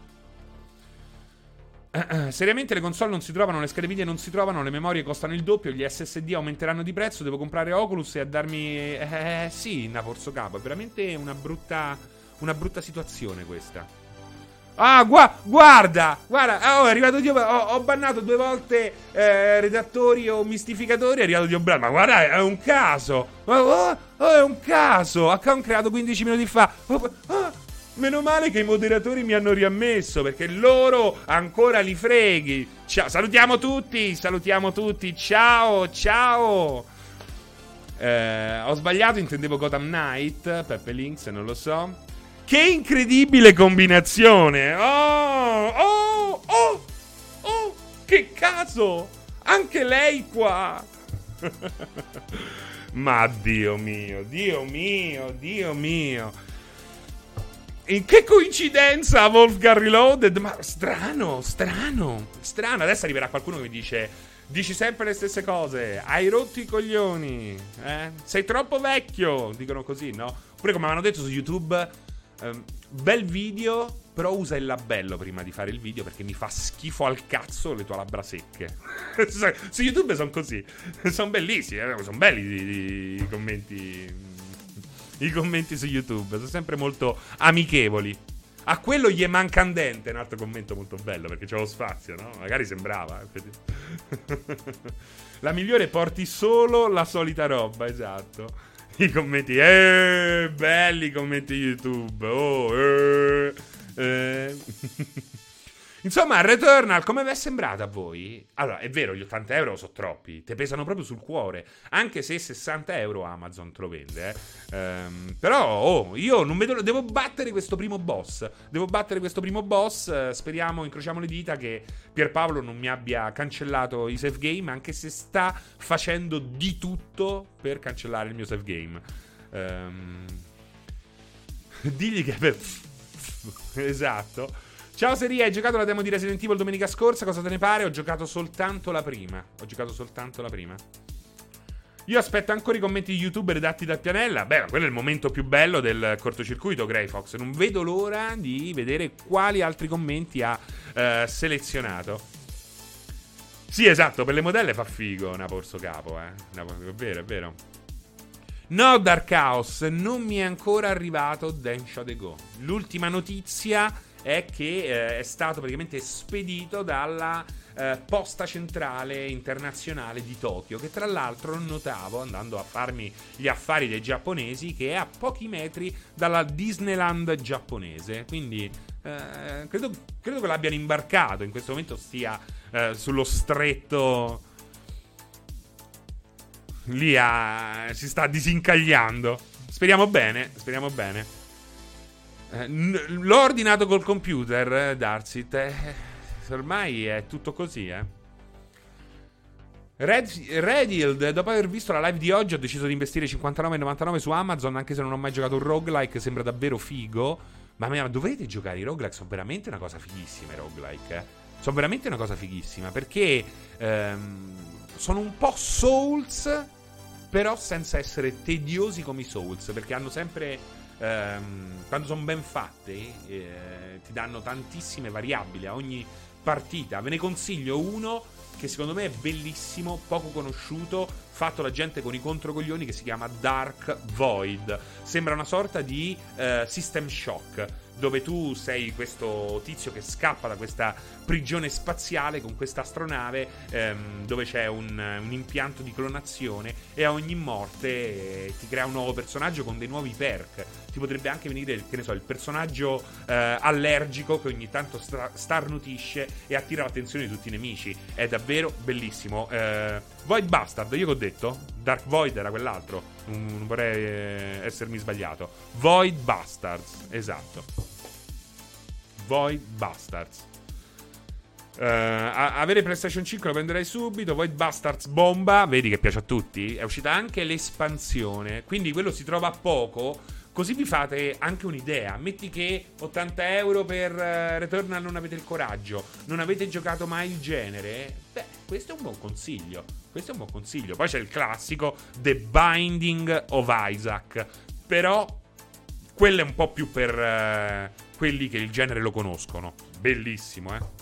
Uh, seriamente le console non si trovano, le schede video non si trovano, le memorie costano il doppio, gli S S D aumenteranno di prezzo, devo comprare Oculus e a darmi... Eh sì, Naforzo Capo, è veramente una brutta, una brutta situazione questa. Ah, gua- guarda, guarda, oh, è arrivato Dio, ho, ho bannato due volte eh, redattori o mistificatori, è arrivato Dio Brand, ma guarda, è un caso, oh, oh, è un caso, account creato quindici minuti fa, oh, oh, meno male che i moderatori mi hanno riammesso, perché loro ancora li freghi. Ciao, salutiamo tutti, salutiamo tutti, ciao, ciao. Eh, ho sbagliato, intendevo Gotham Knight, Peppe Links, non lo so. Che incredibile combinazione! Oh, oh, oh, oh, che caso! Anche lei qua! Ma Dio mio, Dio mio, Dio mio! In che coincidenza Wolfgang Reloaded? Ma strano, strano, strano. Adesso arriverà qualcuno che mi dice: dici sempre le stesse cose, hai rotto i coglioni, eh? Sei troppo vecchio, dicono così, no? Oppure come avevano detto su YouTube... Um, bel video, però usa il labello prima di fare il video perché mi fa schifo al cazzo le tue labbra secche. Su YouTube sono così, sono bellissimi, eh? Sono belli i, i commenti. I commenti su YouTube sono sempre molto amichevoli. A quello gli manca un dente. Un altro commento molto bello, perché c'è lo spazio, no? Magari sembrava. La migliore, porti solo la solita roba, esatto. I commenti, eh, belli i commenti YouTube. Oh, eh, eh. Insomma, Returnal, come vi è sembrato a voi? Allora, è vero, gli ottanta euro sono troppi, te pesano proprio sul cuore, anche se sessanta euro Amazon te lo vende, eh. Ehm, però, oh, io non vedo, devo battere questo primo boss, devo battere questo primo boss, eh, speriamo, incrociamo le dita che Pierpaolo non mi abbia cancellato i save game, anche se sta facendo di tutto per cancellare il mio save game. Ehm, digli che... per... esatto. Ciao Seria, hai giocato la demo di Resident Evil domenica scorsa? Cosa te ne pare? Ho giocato soltanto la prima. Ho giocato soltanto la prima. Io aspetto ancora i commenti di YouTube redatti da Pianella. Beh, ma quello è il momento più bello del cortocircuito, Greyfox. Non vedo l'ora di vedere quali altri commenti ha eh, selezionato. Sì, esatto, per le modelle fa figo Naporso Capo, eh. È vero, è vero. No, Dark Chaos, non mi è ancora arrivato Densho de Go. L'ultima notizia è che eh, è stato praticamente spedito dalla eh, posta centrale internazionale di Tokyo, che tra l'altro notavo andando a farmi gli affari dei giapponesi che è a pochi metri dalla Disneyland giapponese, quindi eh, credo, credo che l'abbiano imbarcato, in questo momento stia eh, sullo stretto lì a, si sta disincagliando. Speriamo bene, speriamo bene. Eh, n- l'ho ordinato col computer, eh, Darsit. Eh, ormai è tutto così, eh. Red, Redild, dopo aver visto la live di oggi, ho deciso di investire cinquantanove virgola novantanove su Amazon, anche se non ho mai giocato un roguelike, sembra davvero figo. Ma, ma dovete giocare i roguelike, sono veramente una cosa fighissima i roguelike, eh. Sono veramente una cosa fighissima, perché ehm, sono un po' Souls, però senza essere tediosi come i Souls, perché hanno sempre... Um, quando sono ben fatte eh, ti danno tantissime variabili a ogni partita. Ve ne consiglio uno che secondo me è bellissimo, poco conosciuto, fatto da gente con i controcoglioni, che si chiama Dark Void. Sembra una sorta di uh, System Shock, dove tu sei questo tizio che scappa da questa prigione spaziale con questa astronave ehm, dove c'è un, un impianto di clonazione, e a ogni morte eh, ti crea un nuovo personaggio con dei nuovi perk. Ti potrebbe anche venire, che ne so, il personaggio eh, allergico che ogni tanto stra- starnutisce e attira l'attenzione di tutti i nemici. È davvero bellissimo. eh, Void Bastard, io che ho detto? Dark Void era quell'altro, non, non vorrei eh, essermi sbagliato. Void Bastards, esatto. Void Bastards. Uh, a- avere PlayStation cinque lo prenderei subito. Void Bastards bomba. Vedi che piace a tutti? È uscita anche l'espansione, quindi quello si trova a poco, così vi fate anche un'idea. Metti che ottanta euro per uh, Returnal non avete il coraggio, non avete giocato mai il genere. Beh, questo è un buon consiglio. Questo è un buon consiglio. Poi c'è il classico The Binding of Isaac, però quello è un po' più per uh, quelli che il genere lo conoscono. Bellissimo, eh.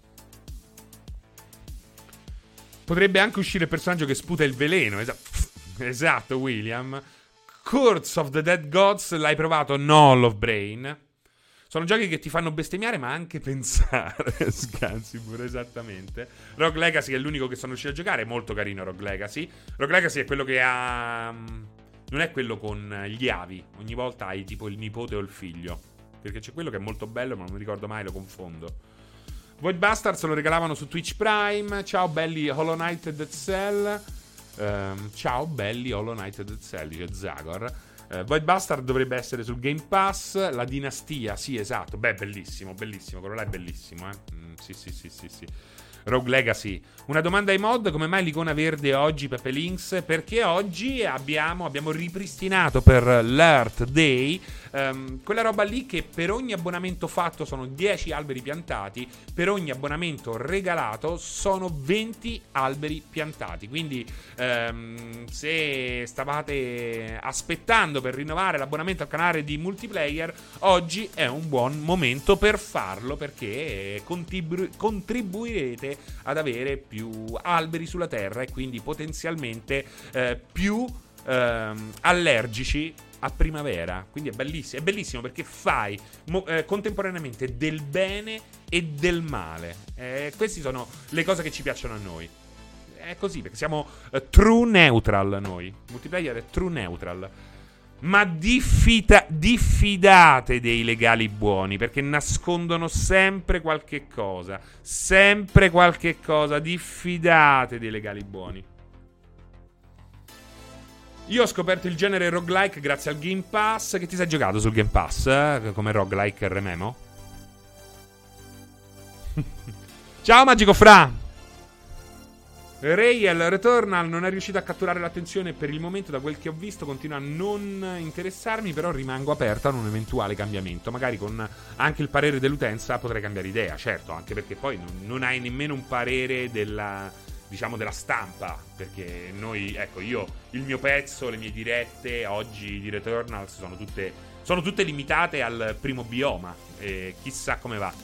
Potrebbe anche uscire il personaggio che sputa il veleno. Esatto, esatto, William. Curse of the Dead Gods, l'hai provato? No, Love Brain. Sono giochi che ti fanno bestemmiare ma anche pensare. Scansi pure, esattamente. Rogue Legacy è l'unico che sono riuscito a giocare. È molto carino Rogue Legacy. Rogue Legacy è quello che ha... non è quello con gli avi. Ogni volta hai tipo il nipote o il figlio, perché c'è quello che è molto bello ma non mi ricordo mai, lo confondo. Void Bastards lo regalavano su Twitch Prime. Ciao belli Hollow Knight e Dead Cell. um, Ciao belli Hollow Knight e Dead Cell, dice Zagor. uh, Void Bastard dovrebbe essere sul Game Pass. La dinastia, sì esatto. Beh, bellissimo, bellissimo. Quello là è bellissimo, eh. mm, Sì sì sì sì sì. Rogue Legacy. Una domanda ai mod: come mai l'icona verde oggi, Pepe Links? Perché oggi abbiamo, abbiamo ripristinato per l'Earth Day um, quella roba lì che per ogni abbonamento fatto sono dieci alberi piantati, per ogni abbonamento regalato sono venti alberi piantati. Quindi um, se stavate aspettando per rinnovare l'abbonamento al canale di multiplayer, oggi è un buon momento per farlo, perché contribu- contribuirete ad avere più alberi sulla terra e quindi potenzialmente eh, più ehm, allergici a primavera. Quindi è bellissimo, è bellissimo perché fai mo- eh, contemporaneamente del bene e del male. Eh, queste sono le cose che ci piacciono a noi. È così, perché siamo eh, true neutral noi. Multiplayer è true neutral. Ma diffida- diffidate dei legali buoni, perché nascondono sempre qualche cosa. Sempre qualche cosa. Diffidate dei legali buoni. Io ho scoperto il genere roguelike grazie al Game Pass. Che ti sei giocato sul Game Pass? Eh? Come roguelike Rememo? Ciao Magico Fra! Rayel Returnal non è riuscito a catturare l'attenzione per il momento. Da quel che ho visto continua a non interessarmi, però rimango aperto ad un eventuale cambiamento. Magari con anche il parere dell'utenza potrei cambiare idea, certo, anche perché poi non, non hai nemmeno un parere della, diciamo, della stampa, perché noi, ecco, io, il mio pezzo, le mie dirette oggi di Returnal sono tutte, sono tutte limitate al primo bioma, e chissà come va.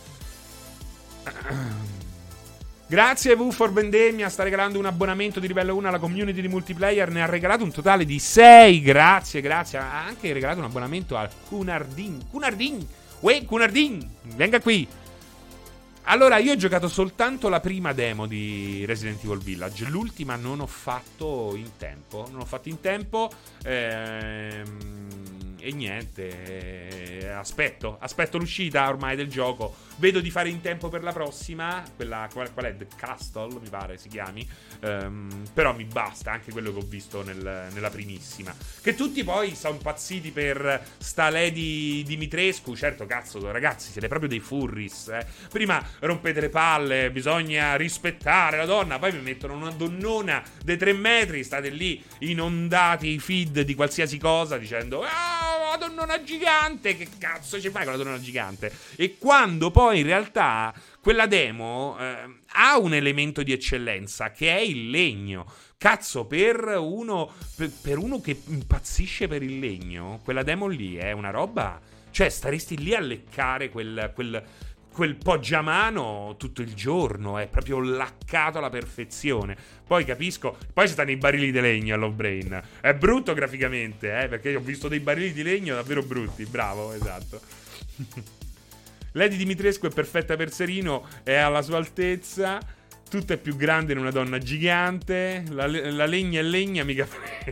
Grazie V for Vendemmia, sta regalando un abbonamento di livello uno alla community di multiplayer. Ne ha regalato un totale di sei. Grazie, grazie. Ha anche regalato un abbonamento al Cunardin. Cunardin, uè, Cunardin, venga qui. Allora, io ho giocato soltanto la prima demo di Resident Evil Village. L'ultima non ho fatto in tempo. Non ho fatto in tempo. Ehm... E niente, eh, aspetto, aspetto l'uscita ormai del gioco. Vedo di fare in tempo per la prossima. Quella, qual, qual è? The Castle, mi pare si chiami. um, Però mi basta anche quello che ho visto nel, nella primissima. Che tutti poi sono impazziti per sta Lady Dimitrescu. Certo, cazzo, ragazzi, siete proprio dei furris, eh. Prima rompete le palle, bisogna rispettare la donna. Poi mi mettono una donnona dei tre metri. State lì inondati i feed di qualsiasi cosa dicendo ah, la donnona gigante, che cazzo ci fai con la donnona gigante? E quando poi in realtà quella demo eh, ha un elemento di eccellenza che è il legno. Cazzo, per uno per, per uno che impazzisce per il legno, quella demo lì è una roba. Cioè, staresti lì a leccare quel, quel, quel poggiamano tutto il giorno. È proprio laccato alla perfezione. Poi capisco. Poi ci stanno i barili di legno a Love Brain. È brutto graficamente, eh, perché io ho visto dei barili di legno davvero brutti. Bravo, esatto. Lady Dimitrescu è perfetta per Serino, è alla sua altezza. Tutto è più grande in una donna gigante. La, la legna è legna, mica.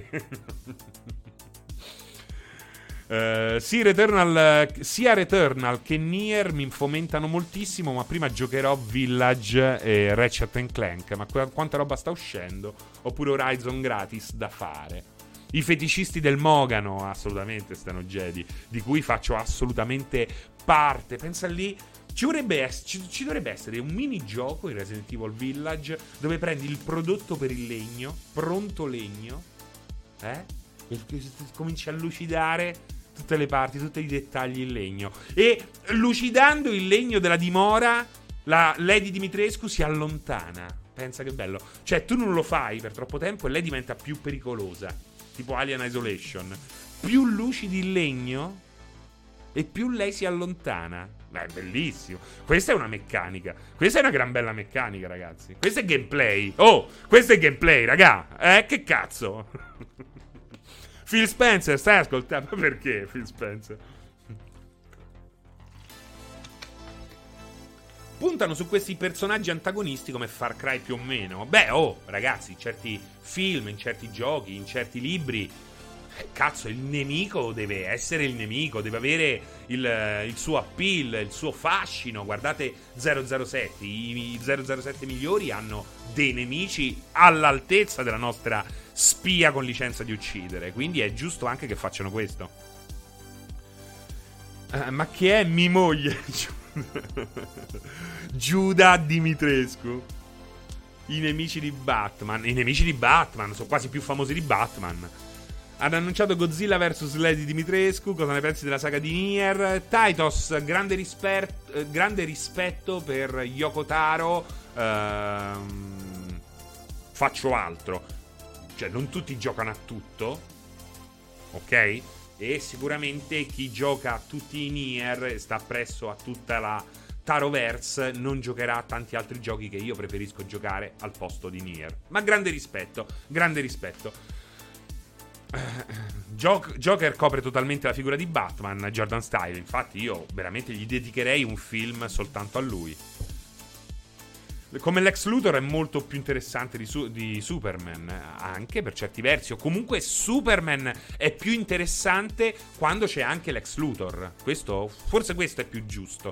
Uh, sì, Returnal, sia Returnal che Nier mi fomentano moltissimo, ma prima giocherò Village e Ratchet and Clank. Ma qu- quanta roba sta uscendo? Oppure Horizon gratis da fare. I feticisti del Mogano, assolutamente stanno Jedi, di cui faccio assolutamente parte. Pensa lì, ci dovrebbe, ess- ci, ci dovrebbe essere un minigioco in Resident Evil Village dove prendi il prodotto per il legno, pronto legno, eh? E cominci a lucidare tutte le parti, tutti i dettagli in legno. E lucidando il legno della dimora, la Lady Dimitrescu si allontana. Pensa che bello. Cioè, tu non lo fai per troppo tempo e lei diventa più pericolosa, tipo Alien Isolation. Più lucidi il legno e più lei si allontana. Beh, è bellissimo. Questa è una meccanica. Questa è una gran bella meccanica, ragazzi. Questo è gameplay. Oh, questo è gameplay, raga. Eh, che cazzo? Phil Spencer, stai ascoltando? Perché Phil Spencer? Puntano su questi personaggi antagonisti come Far Cry più o meno. Beh, oh, ragazzi, in certi film, in certi giochi, in certi libri, eh, cazzo, il nemico deve essere il nemico, deve avere il, il suo appeal, il suo fascino. Guardate zero zero sette, i, i zero zero sette migliori hanno dei nemici all'altezza della nostra spia con licenza di uccidere. Quindi è giusto anche che facciano questo. Uh, ma che è mi moglie? Giuda Dimitrescu. I nemici di Batman. I nemici di Batman sono quasi più famosi di Batman. Hanno annunciato Godzilla vs Lady Dimitrescu. Cosa ne pensi della saga di Nier? Titos, grande, risper- eh, grande rispetto per Yoko Taro. Ehm, faccio altro. Cioè, non tutti giocano a tutto, ok? E sicuramente chi gioca a tutti i Nier e sta presso a tutta la Taroverse non giocherà a tanti altri giochi che io preferisco giocare al posto di Nier. Ma grande rispetto, grande rispetto. Joker copre totalmente la figura di Batman, Jordan Style. Infatti io veramente gli dedicherei un film soltanto a lui. Come Lex Luthor è molto più interessante di, su- di Superman, anche per certi versi. O comunque Superman è più interessante quando c'è anche Lex Luthor. Questo, forse questo è più giusto.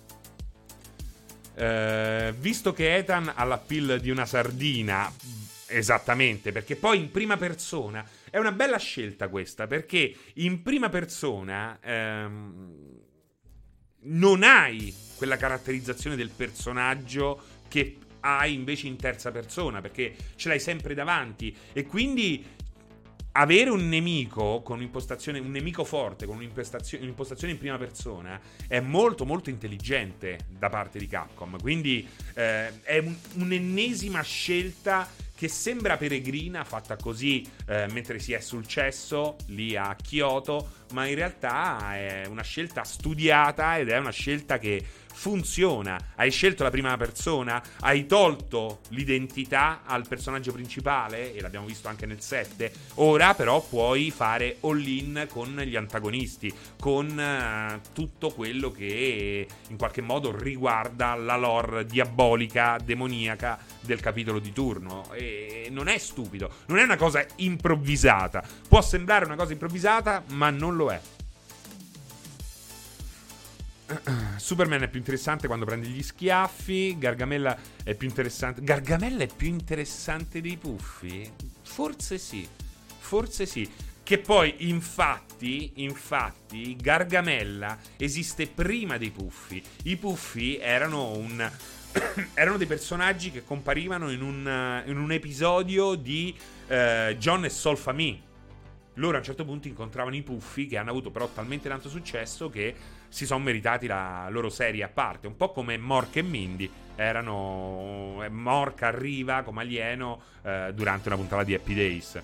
Uh, visto che Ethan ha l'appeal di una sardina, esattamente, perché poi in prima persona è una bella scelta questa, perché in prima persona ehm, non hai quella caratterizzazione del personaggio che hai invece in terza persona, perché ce l'hai sempre davanti, e quindi avere un nemico con un'impostazione, un nemico forte con un'impostazione, un'impostazione in prima persona è molto molto intelligente da parte di Capcom. Quindi eh, è un, un'ennesima scelta che sembra peregrina, fatta così eh, mentre si è sul cesso lì a Kyoto, ma in realtà è una scelta studiata ed è una scelta che funziona. Hai scelto la prima persona, hai tolto l'identità al personaggio principale, e l'abbiamo visto anche nel sette. Ora però puoi fare all-in con gli antagonisti, con uh, tutto quello che in qualche modo riguarda la lore diabolica, demoniaca del capitolo di turno. E non è stupido, non è una cosa improvvisata. Può sembrare una cosa improvvisata, ma non lo è. Superman è più interessante quando prende gli schiaffi. Gargamella è più interessante. Gargamella è più interessante dei Puffi? Forse sì. Forse sì. Che poi, infatti, infatti, Gargamella esiste prima dei Puffi. I Puffi erano un erano dei personaggi che comparivano in un, in un episodio di uh, John e Solfami. Loro a un certo punto incontravano i Puffi, che hanno avuto però talmente tanto successo che si sono meritati la loro serie a parte. Un po' come Mork e Mindy erano. Mork arriva come alieno eh, durante una puntata di Happy Days.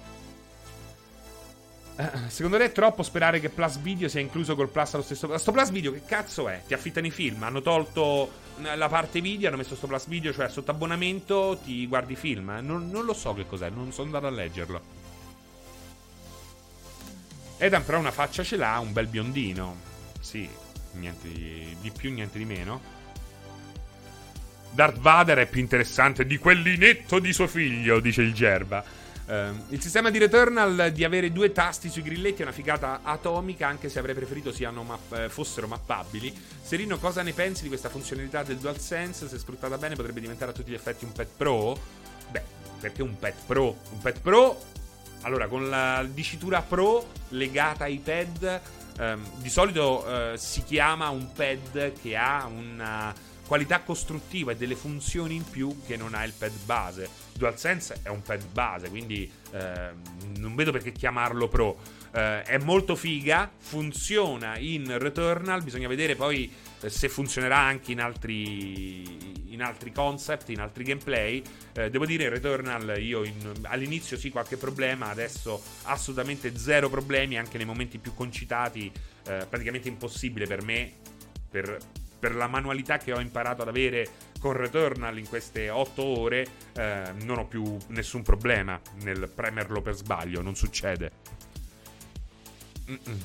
Eh, secondo te è troppo sperare che Plus Video sia incluso col Plus allo stesso. Sto Plus Video che cazzo è? Ti affittano i film, hanno tolto la parte video, hanno messo sto Plus Video, cioè sotto abbonamento ti guardi i film. Non, non lo so che cos'è, non sono andato a leggerlo. Ethan però una faccia ce l'ha, un bel biondino. Sì, niente di, di più, niente di meno. Darth Vader è più interessante di quell'inetto di suo figlio, dice il Gerba. Uh, il sistema di Returnal di avere due tasti sui grilletti è una figata atomica, anche se avrei preferito siano map- eh, fossero mappabili. Serino, cosa ne pensi di questa funzionalità del DualSense? Se sfruttata bene potrebbe diventare a tutti gli effetti un Pad Pro? Beh, perché un Pad Pro? Un Pad Pro... Allora, con la dicitura Pro legata ai pad, ehm, di solito eh, si chiama un pad che ha una qualità costruttiva e delle funzioni in più che non ha il pad base. DualSense è un pad base, quindi ehm, non vedo perché chiamarlo Pro. Eh, è molto figa, funziona in Returnal, bisogna vedere poi eh, se funzionerà anche in altri, in altri concept, in altri gameplay. Eh, devo dire, Returnal io in, all'inizio sì qualche problema, adesso assolutamente zero problemi, anche nei momenti più concitati, eh, praticamente impossibile per me, per, per la manualità che ho imparato ad avere con Returnal in queste otto ore, eh, non ho più nessun problema nel premerlo per sbaglio, non succede. Mm-mm.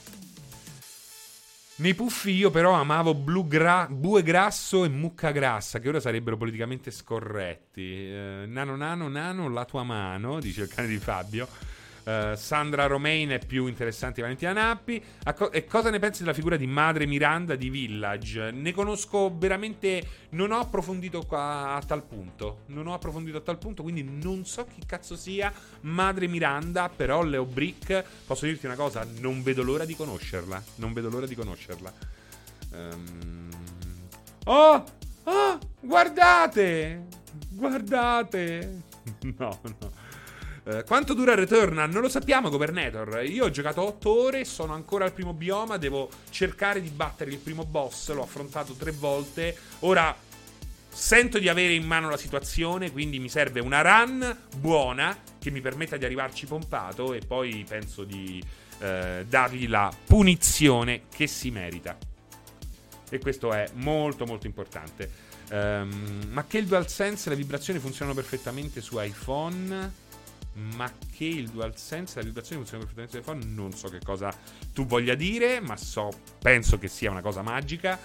Nei Puffi io però amavo Blu Gra- Bue Grasso e Mucca Grassa, che ora sarebbero politicamente scorretti. eh, Nano Nano Nano la tua mano, dice il cane di Fabio. Uh, Sandra Romain è più interessante di Valentina Nappi. Co- e cosa ne pensi della figura di Madre Miranda di Village? Ne conosco veramente. Non ho approfondito qua a tal punto. Non ho approfondito a tal punto, quindi non so chi cazzo sia Madre Miranda. Però Leo Brick, posso dirti una cosa: non vedo l'ora di conoscerla. Non vedo l'ora di conoscerla. Um... Oh! Oh! Guardate! Guardate! No, no. Uh, quanto dura Returnal? Non lo sappiamo, Governator. Io ho giocato otto ore, sono ancora al primo bioma, devo cercare di battere il primo boss, l'ho affrontato tre volte. Ora sento di avere in mano la situazione, quindi mi serve una run buona che mi permetta di arrivarci pompato, e poi penso di uh, dargli la punizione che si merita. E questo è molto molto importante. Um, ma che il DualSense e le vibrazioni funzionano perfettamente su iPhone? ma che il DualSense e la vibrazione funzionano perfettamente sui iPhone. Non so che cosa tu voglia dire, ma so, penso che sia una cosa magica.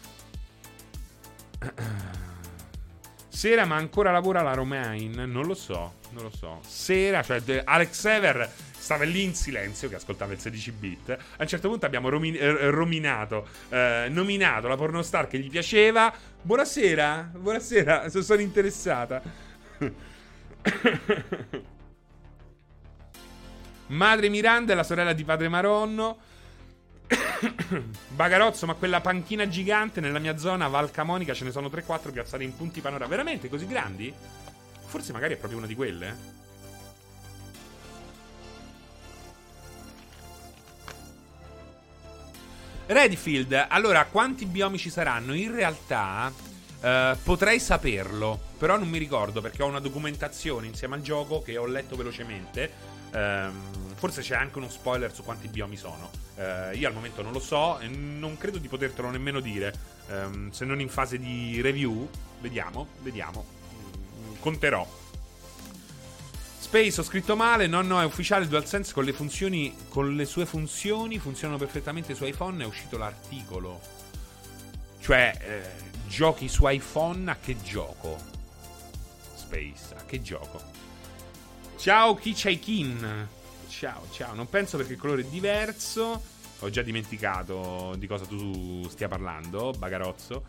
Sera, ma ancora lavora la Romain? Non lo so, non lo so. Sera, cioè Alex Ever stava lì in silenzio che ascoltava il sedici bit. A un certo punto abbiamo romin- eh, rominato, eh, nominato la pornostar che gli piaceva. Buonasera, buonasera, sono interessata. Madre Miranda è la sorella di padre Maronno. Bagarozzo, ma quella panchina gigante nella mia zona Val Camonica ce ne sono tre quattro piazzate in punti panorama. Veramente così grandi? Forse magari è proprio una di quelle. Redfield, allora quanti biomi ci saranno? In realtà eh, potrei saperlo, però non mi ricordo perché ho una documentazione insieme al gioco che ho letto velocemente. Um, forse c'è anche uno spoiler su quanti biomi sono. Uh, io al momento non lo so e non credo di potertelo nemmeno dire. Um, se non in fase di review. Vediamo, vediamo. Mm, conterò. Space, ho scritto male. No, no, è ufficiale. Il DualSense con le funzioni, con le sue funzioni funzionano perfettamente su iPhone. È uscito l'articolo. Cioè, eh, giochi su iPhone a che gioco? Space, a che gioco? Ciao Kichaikin. Ciao, ciao. Non penso perché il colore è diverso. Ho già dimenticato di cosa tu stia parlando, Bagarozzo.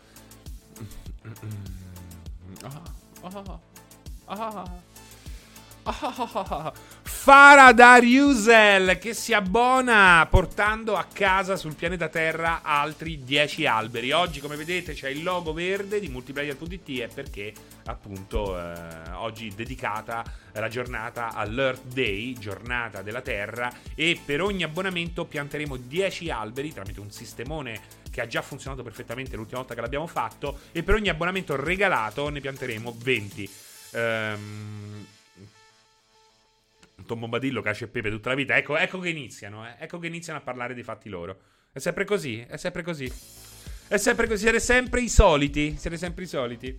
Oh, oh, oh. Oh, Faradar Yusel che si abbona portando a casa sul pianeta Terra altri dieci alberi. Oggi, come vedete, c'è il logo verde di multiplayer punto it e perché appunto eh, oggi dedicata la giornata all'Earth Day, giornata della Terra, e per ogni abbonamento pianteremo dieci alberi tramite un sistemone che ha già funzionato perfettamente l'ultima volta che l'abbiamo fatto, e per ogni abbonamento regalato ne pianteremo venti. Ehm Tom Bombadillo, cacio e pepe tutta la vita. Ecco, ecco che iniziano, eh. Ecco che iniziano a parlare dei fatti loro. È sempre così, è sempre così. È sempre così, siete sempre i soliti. Siete sempre i soliti.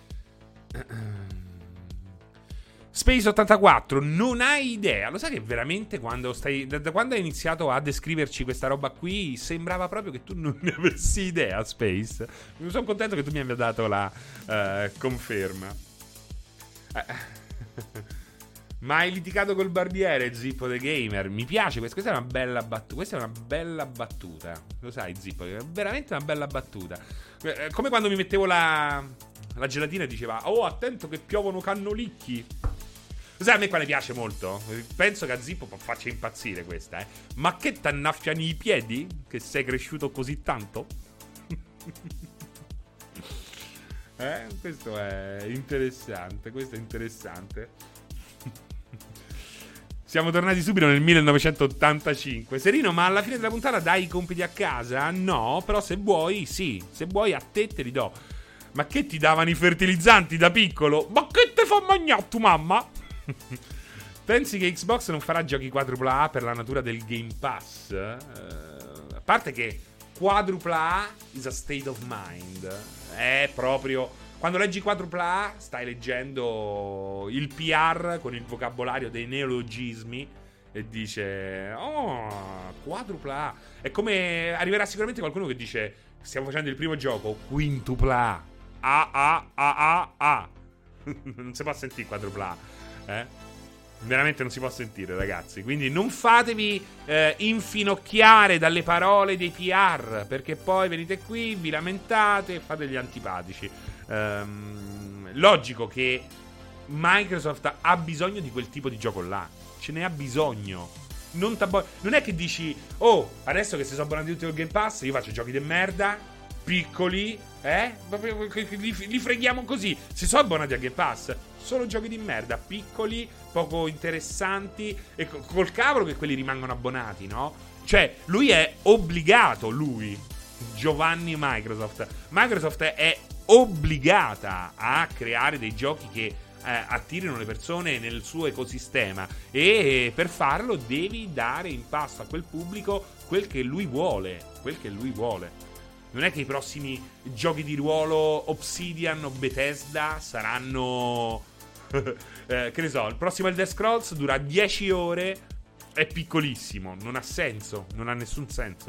Space ottantaquattro, non hai idea. Lo sai che veramente quando stai da, da quando hai iniziato a descriverci questa roba qui sembrava proprio che tu non ne avessi idea, Space. Mi sono contento che tu mi abbia dato la uh, conferma. Uh. Ma hai litigato col barbiere, Zippo the Gamer? Mi piace, questa è una bella battuta. Questa è una bella battuta. Lo sai, Zippo, è veramente una bella battuta. Come quando mi mettevo la, la gelatina e diceva: oh, attento che piovono cannolicchi. Lo sai, a me qua ne piace molto. Penso che a Zippo faccia impazzire questa, eh. Ma che t'annaffiano i piedi? Che sei cresciuto così tanto? Eh, questo è interessante. Questo è interessante. Siamo tornati subito nel millenovecentottantacinque. Serino, ma alla fine della puntata dai i compiti a casa? No, però se vuoi, sì. Se vuoi a te te li do. Ma che ti davano i fertilizzanti da piccolo? Ma che te fa mangiare tu, mamma? Pensi che Xbox non farà giochi quadrupla A per la natura del Game Pass? Uh, a parte che quadrupla A is a state of mind. È proprio... Quando leggi quadrupla A stai leggendo il P R con il vocabolario dei neologismi e dice: oh, quadrupla A. È come arriverà sicuramente qualcuno che dice: stiamo facendo il primo gioco quintupla A. A A A A A. Non si può sentire quadrupla A, eh? Veramente non si può sentire, ragazzi. Quindi non fatevi eh, infinocchiare dalle parole dei P R, perché poi venite qui, vi lamentate e fate gli antipatici. Um, logico che Microsoft ha bisogno di quel tipo di gioco là. Ce ne ha bisogno. Non, non è che dici: oh, adesso che si sono abbonati tutti al Game Pass, io faccio giochi di merda, piccoli, eh? Li, li freghiamo così. Si sono abbonati al Game Pass, solo giochi di merda, piccoli, poco interessanti, e col cavolo che quelli rimangono abbonati, no? Cioè, lui è obbligato, lui, Giovanni Microsoft. Microsoft è obbligata a creare dei giochi che eh, attirino le persone nel suo ecosistema, e per farlo devi dare in pasto a quel pubblico quel che lui vuole, quel che lui vuole. Non è che i prossimi giochi di ruolo Obsidian o Bethesda saranno eh, che ne so, il prossimo Elder Scrolls dura dieci ore, è piccolissimo, non ha senso, non ha nessun senso.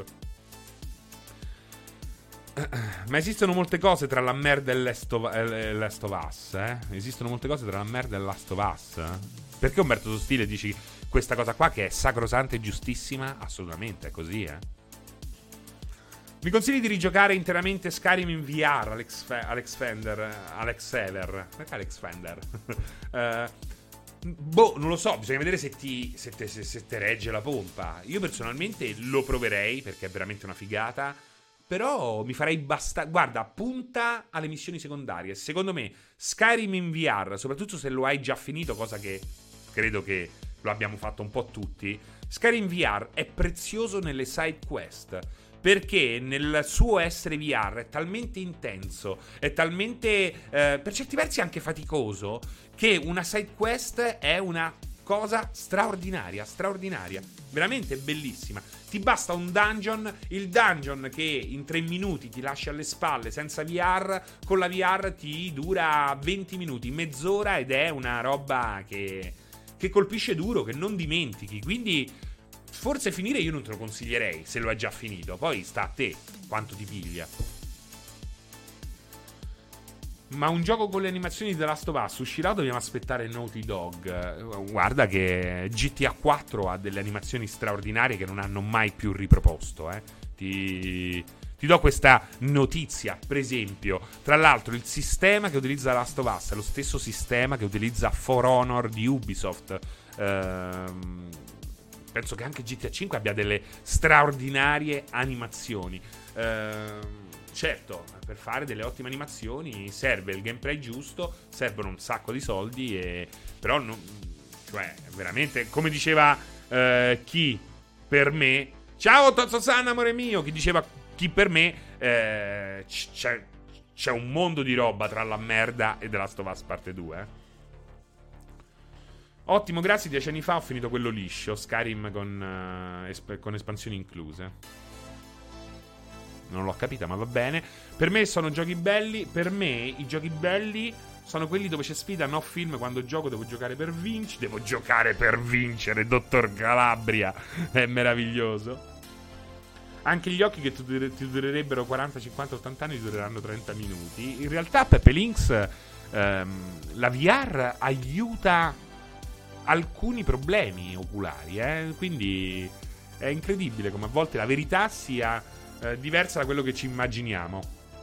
Ma esistono molte cose tra la merda e Last of, eh, Last of Us, eh? Esistono molte cose tra la merda e Last of Us. Perché Umberto Sostile dici questa cosa qua che è sacrosanta e giustissima? Assolutamente, è così, eh. Mi consigli di rigiocare interamente Skyrim in V R, Alex, Fe- Alex Fender, Alex Feller. Perché Alex Fender? uh, boh, non lo so, bisogna vedere se ti se te, se, se te regge la pompa. Io personalmente lo proverei perché è veramente una figata. Però mi farei bastare. Guarda, punta alle missioni secondarie. Secondo me Skyrim in V R, soprattutto se lo hai già finito, cosa che credo che lo abbiamo fatto un po' tutti, Skyrim V R è prezioso nelle side quest, perché nel suo essere V R è talmente intenso, è talmente eh, per certi versi anche faticoso, che una side quest è una cosa straordinaria, straordinaria, veramente bellissima. Ti basta un dungeon, il dungeon che in tre minuti ti lascia alle spalle senza V R, con la V R ti dura venti minuti, mezz'ora, ed è una roba che, che colpisce duro, che non dimentichi. Quindi forse finire io non te lo consiglierei se lo hai già finito, poi sta a te quanto ti piglia. Ma un gioco con le animazioni di The Last of Us uscirà o dobbiamo aspettare Naughty Dog? Guarda che G T A quattro ha delle animazioni straordinarie che non hanno mai più riproposto, eh. Ti, ti do questa notizia, per esempio. Tra l'altro il sistema che utilizza The Last of Us è lo stesso sistema che utilizza For Honor di Ubisoft. Ehm, penso che anche G T A cinque abbia delle straordinarie animazioni. Ehm Certo, per fare delle ottime animazioni serve il gameplay giusto, servono un sacco di soldi, e però non, cioè veramente, come diceva eh, chi per me, ciao Tozzo-san amore mio, chi diceva chi per me, eh, c'è, c'è un mondo di roba tra la merda e The Last of Us parte due. Eh. Ottimo, grazie, dieci anni fa ho finito quello liscio, Skyrim con, uh, esp- con espansioni incluse. Non l'ho capita, ma va bene. Per me sono giochi belli. Per me i giochi belli sono quelli dove c'è sfida, no film. Quando gioco devo giocare per vincere. Devo giocare per vincere, Dottor Calabria. È meraviglioso. Anche gli occhi che ti durerebbero quaranta, cinquanta, ottanta anni dureranno trenta minuti. In realtà Pepe Links, ehm, la V R aiuta alcuni problemi oculari, eh? Quindi è incredibile come a volte la verità sia Eh, diversa da quello che ci immaginiamo.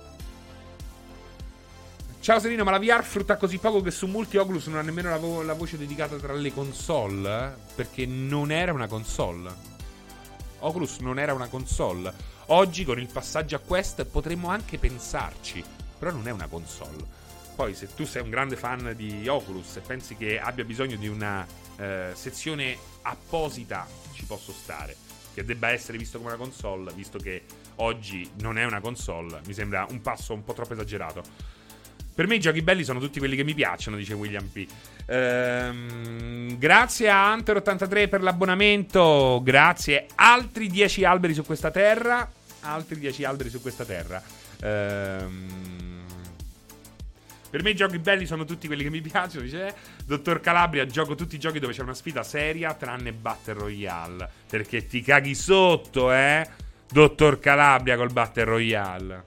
Ciao Serino, ma la V R frutta così poco che su molti Oculus non ha nemmeno la, vo- la voce dedicata tra le console? Perché non era una console. Oculus non era una console. Oggi con il passaggio a Quest potremmo anche pensarci, però non è una console. Poi se tu sei un grande fan di Oculus e pensi che abbia bisogno di una eh, sezione apposita, ci posso stare. Che debba essere visto come una console, visto che oggi non è una console, mi sembra un passo un po' troppo esagerato. Per me i giochi belli sono tutti quelli che mi piacciono, dice William P. Ehm, grazie a Hunter ottantatré per l'abbonamento. Grazie. Altri dieci alberi su questa terra. Altri dieci alberi su questa terra. Ehm... Per me i giochi belli sono tutti quelli che mi piacciono, dice Dottor Calabria. Gioco tutti i giochi dove c'è una sfida seria, tranne Battle Royale, perché ti caghi sotto, eh Dottor Calabria col Battle Royale.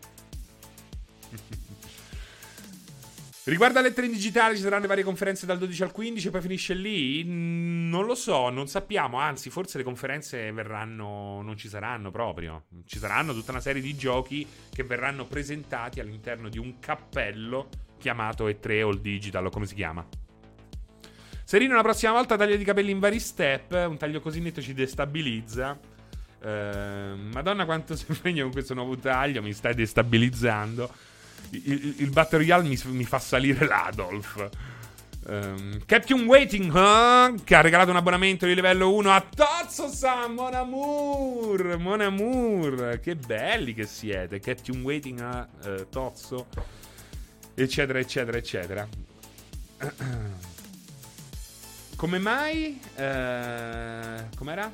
Riguardo alle lettere digitali, ci saranno varie conferenze dal dodici al quindici e poi finisce lì? Non lo so, non sappiamo. Anzi, forse le conferenze verranno, non ci saranno proprio. Ci saranno tutta una serie di giochi che verranno presentati all'interno di un cappello chiamato E tre All Digital, o come si chiama. Serino, la prossima volta taglio di capelli in vari step. Un taglio così netto ci destabilizza. eh, Madonna quanto si impegna con questo nuovo taglio. Mi stai destabilizzando. Il, il, il Battle Royale mi, mi fa salire l'Adolf. um, Captain Waiting, huh? Che ha regalato un abbonamento di livello uno a Tozzo-san. Mon amour, mon amour. Che belli che siete. Captain Waiting a uh, Tozzo, eccetera eccetera eccetera. Come mai eh, com'era?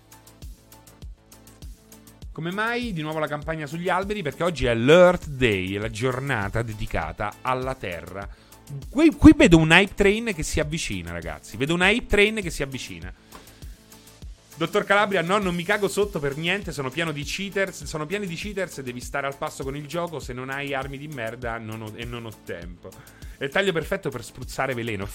Come mai di nuovo la campagna sugli alberi? Perché oggi è l'Earth Day, la giornata dedicata alla terra. Qui, qui vedo un hype train che si avvicina, ragazzi. Vedo un hype train che si avvicina. Dottor Calabria, no, non mi cago sotto per niente. Sono pieno di cheaters. Sono pieni di cheaters e devi stare al passo con il gioco. Se non hai armi di merda non ho, e non ho tempo. È il taglio perfetto per spruzzare veleno.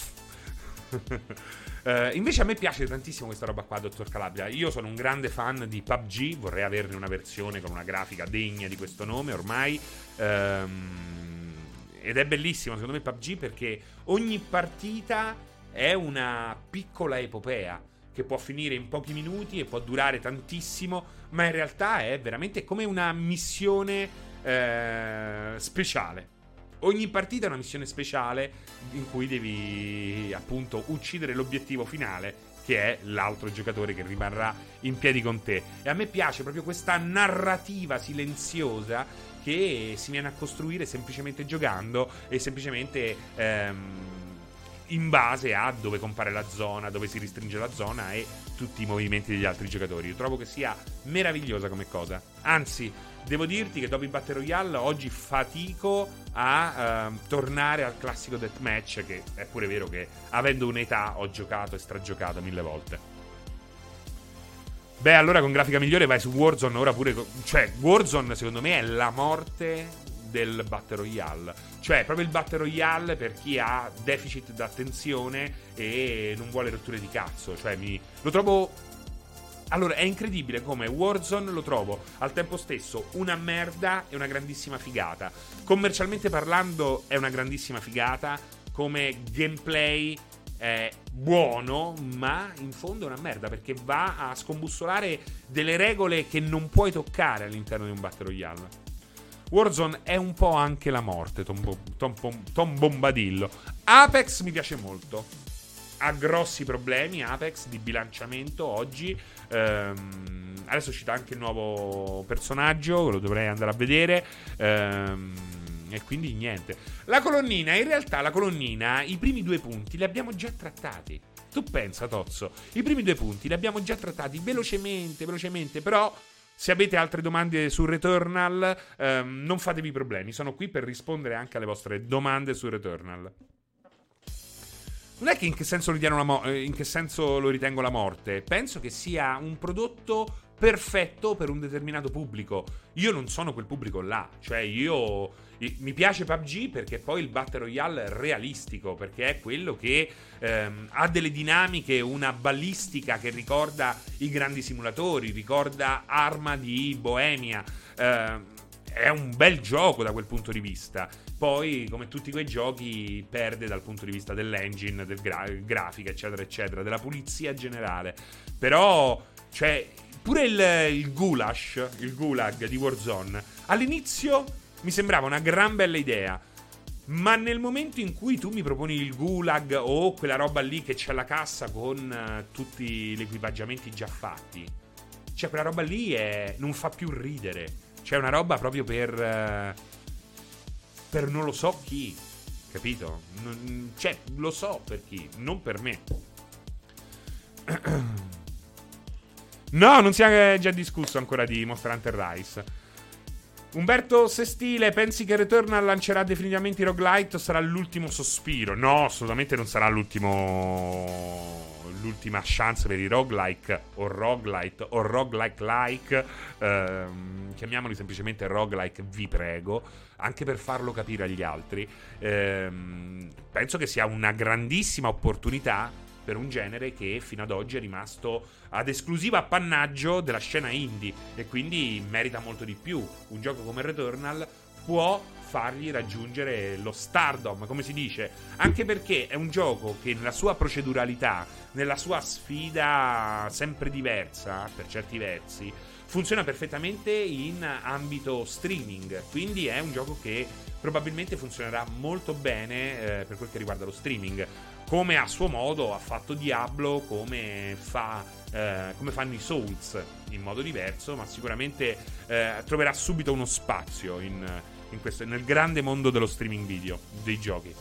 Uh, invece a me piace tantissimo questa roba qua, Dottor Calabria. Io sono un grande fan di P U B G. Vorrei averne una versione con una grafica degna di questo nome ormai. um, Ed è bellissimo secondo me P U B G, perché ogni partita è una piccola epopea che può finire in pochi minuti e può durare tantissimo, ma in realtà è veramente come una missione eh, speciale. Ogni partita è una missione speciale in cui devi appunto uccidere l'obiettivo finale, che è l'altro giocatore che rimarrà in piedi con te. E a me piace proprio questa narrativa silenziosa che si viene a costruire semplicemente giocando e semplicemente ehm, in base a dove compare la zona, dove si restringe la zona e tutti i movimenti degli altri giocatori. Io trovo che sia meravigliosa come cosa. Anzi, devo dirti che dopo il Battle Royale oggi fatico a uh, tornare al classico deathmatch, che è pure vero che avendo un'età ho giocato e stragiocato mille volte. Beh, allora con grafica migliore vai su Warzone ora pure. Cioè, Warzone secondo me è la morte del Battle Royale. Cioè, proprio il Battle Royale per chi ha deficit d'attenzione e non vuole rotture di cazzo. Cioè, mi lo trovo. Allora, è incredibile come Warzone lo trovo al tempo stesso una merda e una grandissima figata. Commercialmente parlando è una grandissima figata, come gameplay è buono, ma in fondo è una merda, perché va a scombussolare delle regole che non puoi toccare all'interno di un Battle Royale. Warzone è un po' anche la morte, Tom, Bo- Tom, Tom, Tom Bombadillo. Apex mi piace molto. Ha grossi problemi Apex di bilanciamento oggi. Ehm, adesso è uscito anche il nuovo personaggio, lo dovrei andare a vedere. Ehm, e quindi niente. La colonnina, in realtà la colonnina, i primi due punti li abbiamo già trattati. Tu pensa, Tozzo, i primi due punti li abbiamo già trattati velocemente, velocemente, però se avete altre domande su Returnal, ehm, non fatevi problemi, sono qui per rispondere anche alle vostre domande su Returnal. Non è che in che senso, lo, mo- in che senso lo ritengo la morte. Penso che sia un prodotto perfetto per un determinato pubblico. Io non sono quel pubblico là. Cioè io mi piace P U B G perché poi il Battle Royale è realistico, perché è quello che ehm, ha delle dinamiche, una ballistica che ricorda i grandi simulatori, ricorda Arma di Bohemia. Ehm, è un bel gioco da quel punto di vista. Poi, come tutti quei giochi, perde dal punto di vista dell'engine, del gra- grafica, eccetera, eccetera, della pulizia generale. Però, cioè, pure il, il Gulash, il Gulag di Warzone, all'inizio mi sembrava una gran bella idea. Ma nel momento in cui tu mi proponi il Gulag o quella roba lì che c'è la cassa con uh, tutti gli equipaggiamenti già fatti, cioè quella roba lì è, non fa più ridere. C'è una roba proprio per uh, per non lo so chi, capito? Non, cioè, lo so per chi, non per me. No, non si è già discusso ancora di Monster Hunter Rise. Umberto Sestile, pensi che Returnal lancerà definitivamente i roguelite o sarà l'ultimo sospiro? No, assolutamente non sarà l'ultimo l'ultima chance per i roguelike o roguelite o roguelike-like. Ehm, chiamiamoli semplicemente roguelike, vi prego, anche per farlo capire agli altri. Ehm, penso che sia una grandissima opportunità per un genere che fino ad oggi è rimasto ad esclusivo appannaggio della scena indie e quindi merita molto di più. Un gioco come Returnal può fargli raggiungere lo stardom, come si dice, anche perché è un gioco che nella sua proceduralità, nella sua sfida sempre diversa per certi versi, funziona perfettamente in ambito streaming, quindi è un gioco che probabilmente funzionerà molto bene eh, per quel che riguarda lo streaming, come a suo modo ha fatto Diablo, come fa eh, come fanno i Souls, in modo diverso, ma sicuramente eh, troverà subito uno spazio in, in questo, nel grande mondo dello streaming video, dei giochi.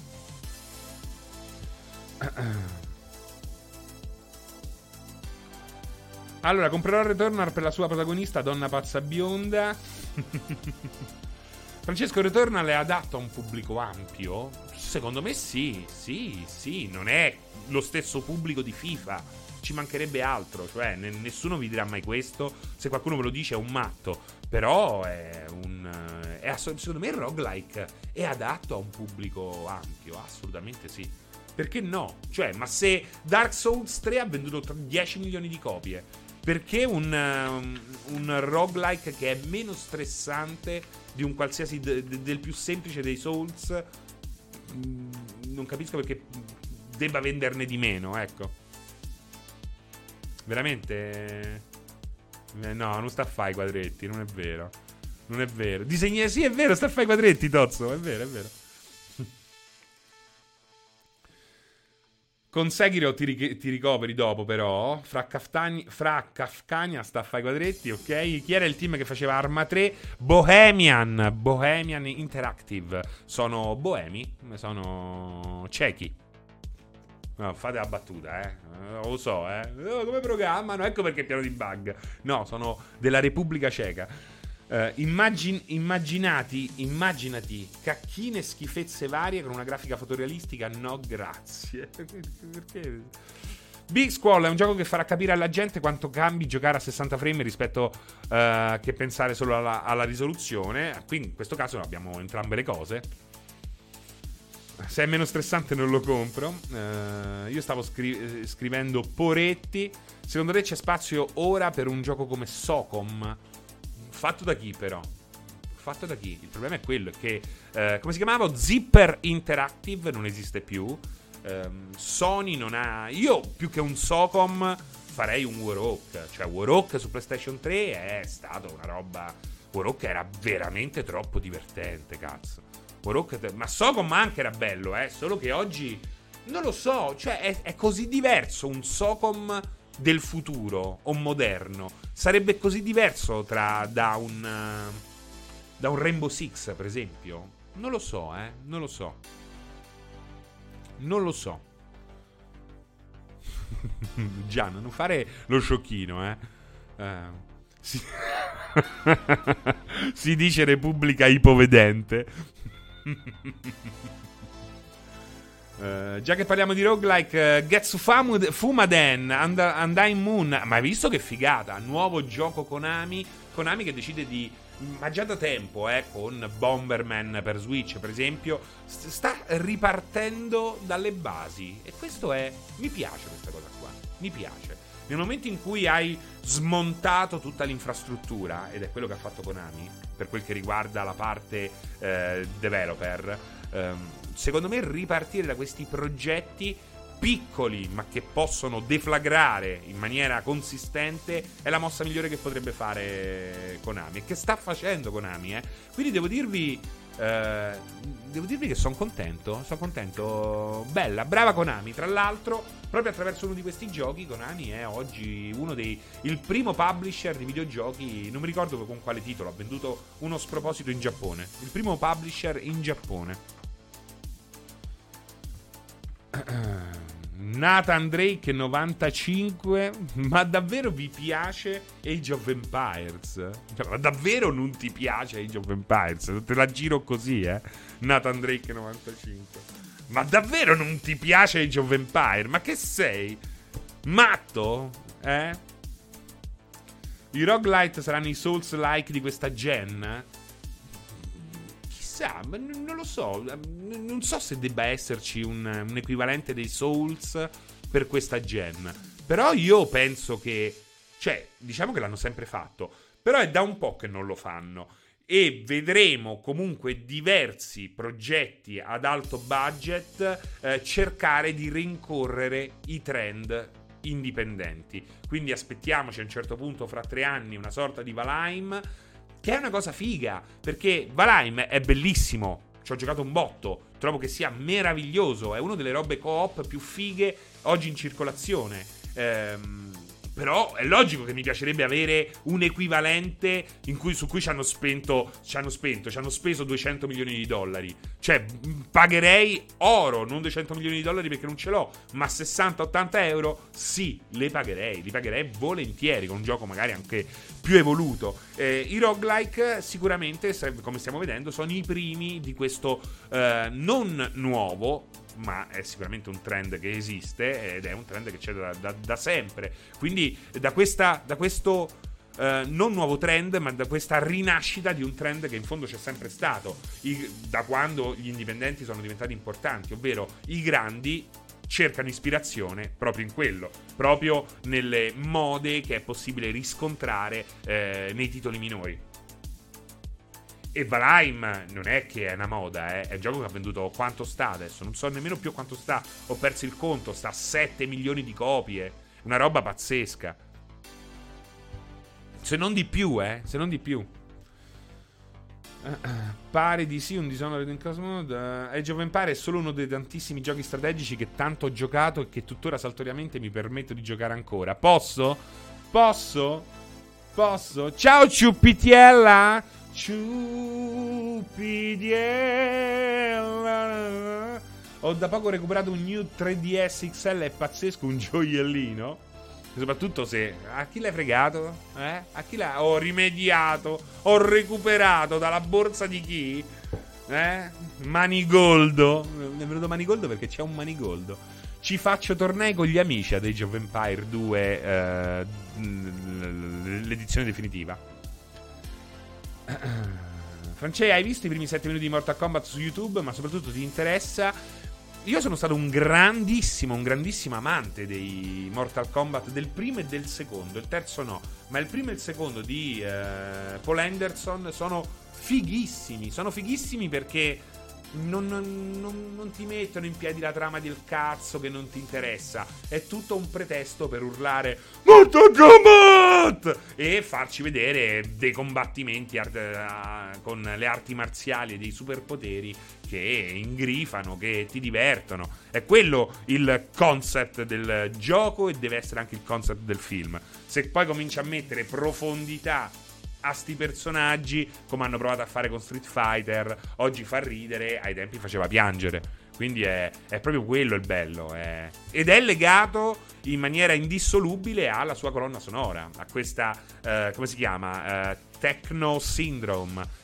Allora, comprerò Returnal per la sua protagonista, donna pazza bionda. Francesco, Returnal è adatto a un pubblico ampio? Secondo me sì, sì, sì. Non è lo stesso pubblico di FIFA, ci mancherebbe altro. Cioè, ne- nessuno vi dirà mai questo. Se qualcuno ve lo dice è un matto. Però è un... È ass- secondo me il roguelike è adatto a un pubblico ampio, assolutamente sì. Perché no? Cioè, ma se Dark Souls tre ha venduto dieci milioni di copie, perché un, um, un roguelike che è meno stressante di un qualsiasi de- de- del più semplice dei Souls, mh, non capisco perché debba venderne di meno, ecco. Veramente? Eh, no, non sta a fare i quadretti, non è vero. Non è vero. Disegni... Sì, è vero, sta a fare i quadretti, Tozzo, è vero, è vero. Con Sekiro ti, ri- ti ricoveri dopo, però. Fra, Caftani- fra Kafkania sta a fare i quadretti, ok? Chi era il team che faceva Arma tre? Bohemian. Bohemian Interactive. Sono boemi, sono cechi. No, fate la battuta, eh. Non lo so, eh. Oh, come programmano? Ecco perché è pieno di bug. No, sono della Repubblica Ceca. Uh, immagin- immaginati, immaginati cacchine e schifezze varie con una grafica fotorealistica. No, grazie. Perché? Big Squall è un gioco che farà capire alla gente quanto cambi giocare a sessanta frame rispetto uh, che pensare solo alla, alla risoluzione. Quindi in questo caso abbiamo entrambe le cose. Se è meno stressante non lo compro. uh, Io stavo scri- scrivendo Poretti. Secondo te c'è spazio ora per un gioco come Socom? Fatto da chi però? Fatto da chi? Il problema è quello che eh, come si chiamava? Zipper Interactive non esiste più. ehm, Sony non ha... Io più che un Socom farei un Warhawk. Cioè Warhawk su PlayStation tre è stato una roba... Warhawk era veramente troppo divertente, cazzo. Warhawk... Ma Socom anche era bello, eh. Solo che oggi non lo so. Cioè è, è così diverso un Socom del futuro o moderno. Sarebbe così diverso tra da un uh, da un Rainbow Six, per esempio. Non lo so, eh, non lo so. Non lo so. Gian, non fare lo sciocchino, eh. Uh, si... si dice Repubblica ipovedente. Uh, già che parliamo di roguelike, uh, Getsu Famud- Fumaden And- Undying Moon. Ma hai visto che figata? Nuovo gioco Konami. Konami che decide di... Ma già da tempo, eh, con Bomberman per Switch, per esempio, st- sta ripartendo dalle basi. E questo è... Mi piace questa cosa qua. Mi piace. Nel momento in cui hai smontato tutta l'infrastruttura, ed è quello che ha fatto Konami, per quel che riguarda la parte eh, developer, ehm, secondo me ripartire da questi progetti piccoli ma che possono deflagrare in maniera consistente è la mossa migliore che potrebbe fare Konami e che sta facendo Konami, eh. Quindi devo dirvi eh, devo dirvi che sono contento, sono contento. Bella, brava Konami. Tra l'altro, proprio attraverso uno di questi giochi Konami è oggi uno dei il primo publisher di videogiochi, non mi ricordo con quale titolo, ha venduto uno sproposito in Giappone. Il primo publisher in Giappone. Nathan Drake novantacinque. Ma davvero vi piace Age of Empires? Ma davvero non ti piace Age of Empires? Te la giro così, eh. Nathan Drake novantacinque. Ma davvero non ti piace Age of Empires? Ma che sei? Matto? Eh? I roguelite saranno i Souls-like di questa gen? Ma non lo so. Non so se debba esserci un, un equivalente dei Souls per questa gen. Però io penso che, cioè, diciamo che l'hanno sempre fatto, però è da un po' che non lo fanno. E vedremo comunque diversi progetti ad alto budget eh, cercare di rincorrere i trend indipendenti. Quindi aspettiamoci a un certo punto, fra tre anni, una sorta di Valheim, che è una cosa figa, perché Valheim è bellissimo, ci ho giocato un botto, trovo che sia meraviglioso, è una delle robe co-op più fighe oggi in circolazione. Ehm, Però è logico che mi piacerebbe avere un equivalente in cui, su cui ci hanno spento, ci hanno spento, ci hanno speso duecento milioni di dollari. Cioè, pagherei oro, non duecento milioni di dollari perché non ce l'ho, ma sessanta ottanta euro, sì, le pagherei, li pagherei volentieri, con un gioco magari anche più evoluto. Eh, I roguelike sicuramente, come stiamo vedendo, sono i primi di questo eh, non nuovo, ma è sicuramente un trend che esiste ed è un trend che c'è da, da, da sempre. Quindi da, questa, da questo uh, non nuovo trend, ma da questa rinascita di un trend che in fondo c'è sempre stato, I, da quando gli indipendenti sono diventati importanti, ovvero i grandi cercano ispirazione proprio in quello, proprio nelle mode che è possibile riscontrare eh, nei titoli minori. E Valheim non è che è una moda, eh. È un gioco che ha venduto quanto sta adesso, non so nemmeno più quanto sta, ho perso il conto, sta a sette milioni di copie, una roba pazzesca. Se non di più, eh, se non di più. Pare di sì, un Dishonored in Cosmode. uh, Age of Empire è solo uno dei tantissimi giochi strategici che tanto ho giocato e che tuttora saltuariamente mi permetto di giocare ancora. Posso? Posso? Posso? Ciao Ciupitiella! Ciupitiella. Ho da poco recuperato un New tre D S X L, è pazzesco, un gioiellino. E soprattutto se... A chi l'hai fregato? Eh? A chi l'ha... Ho rimediato, ho recuperato dalla borsa di chi? Eh? Manigoldo. Mi è venuto Manigoldo perché c'è un Manigoldo. Ci faccio tornei con gli amici ad Age of Empire due, eh, l'edizione definitiva. Francesca, hai visto i primi sette minuti di Mortal Kombat su YouTube? Ma soprattutto ti interessa? Io sono stato un grandissimo, un grandissimo amante dei Mortal Kombat, del primo e del secondo. Il terzo no, ma il primo e il secondo di uh, Paul Anderson sono fighissimi. Sono fighissimi perché non, non, non, non ti mettono in piedi la trama del cazzo che non ti interessa. È tutto un pretesto per urlare Mortal Kombat! E farci vedere dei combattimenti art- uh, con le arti marziali e dei superpoteri che ingrifano, che ti divertono. È quello il concept del gioco e deve essere anche il concept del film. Se poi cominci a mettere profondità a sti personaggi, come hanno provato a fare con Street Fighter, oggi fa ridere, ai tempi faceva piangere. Quindi è, è proprio quello il bello, è... ed è legato in maniera indissolubile alla sua colonna sonora, a questa uh, come si chiama? Uh, Techno Syndrome.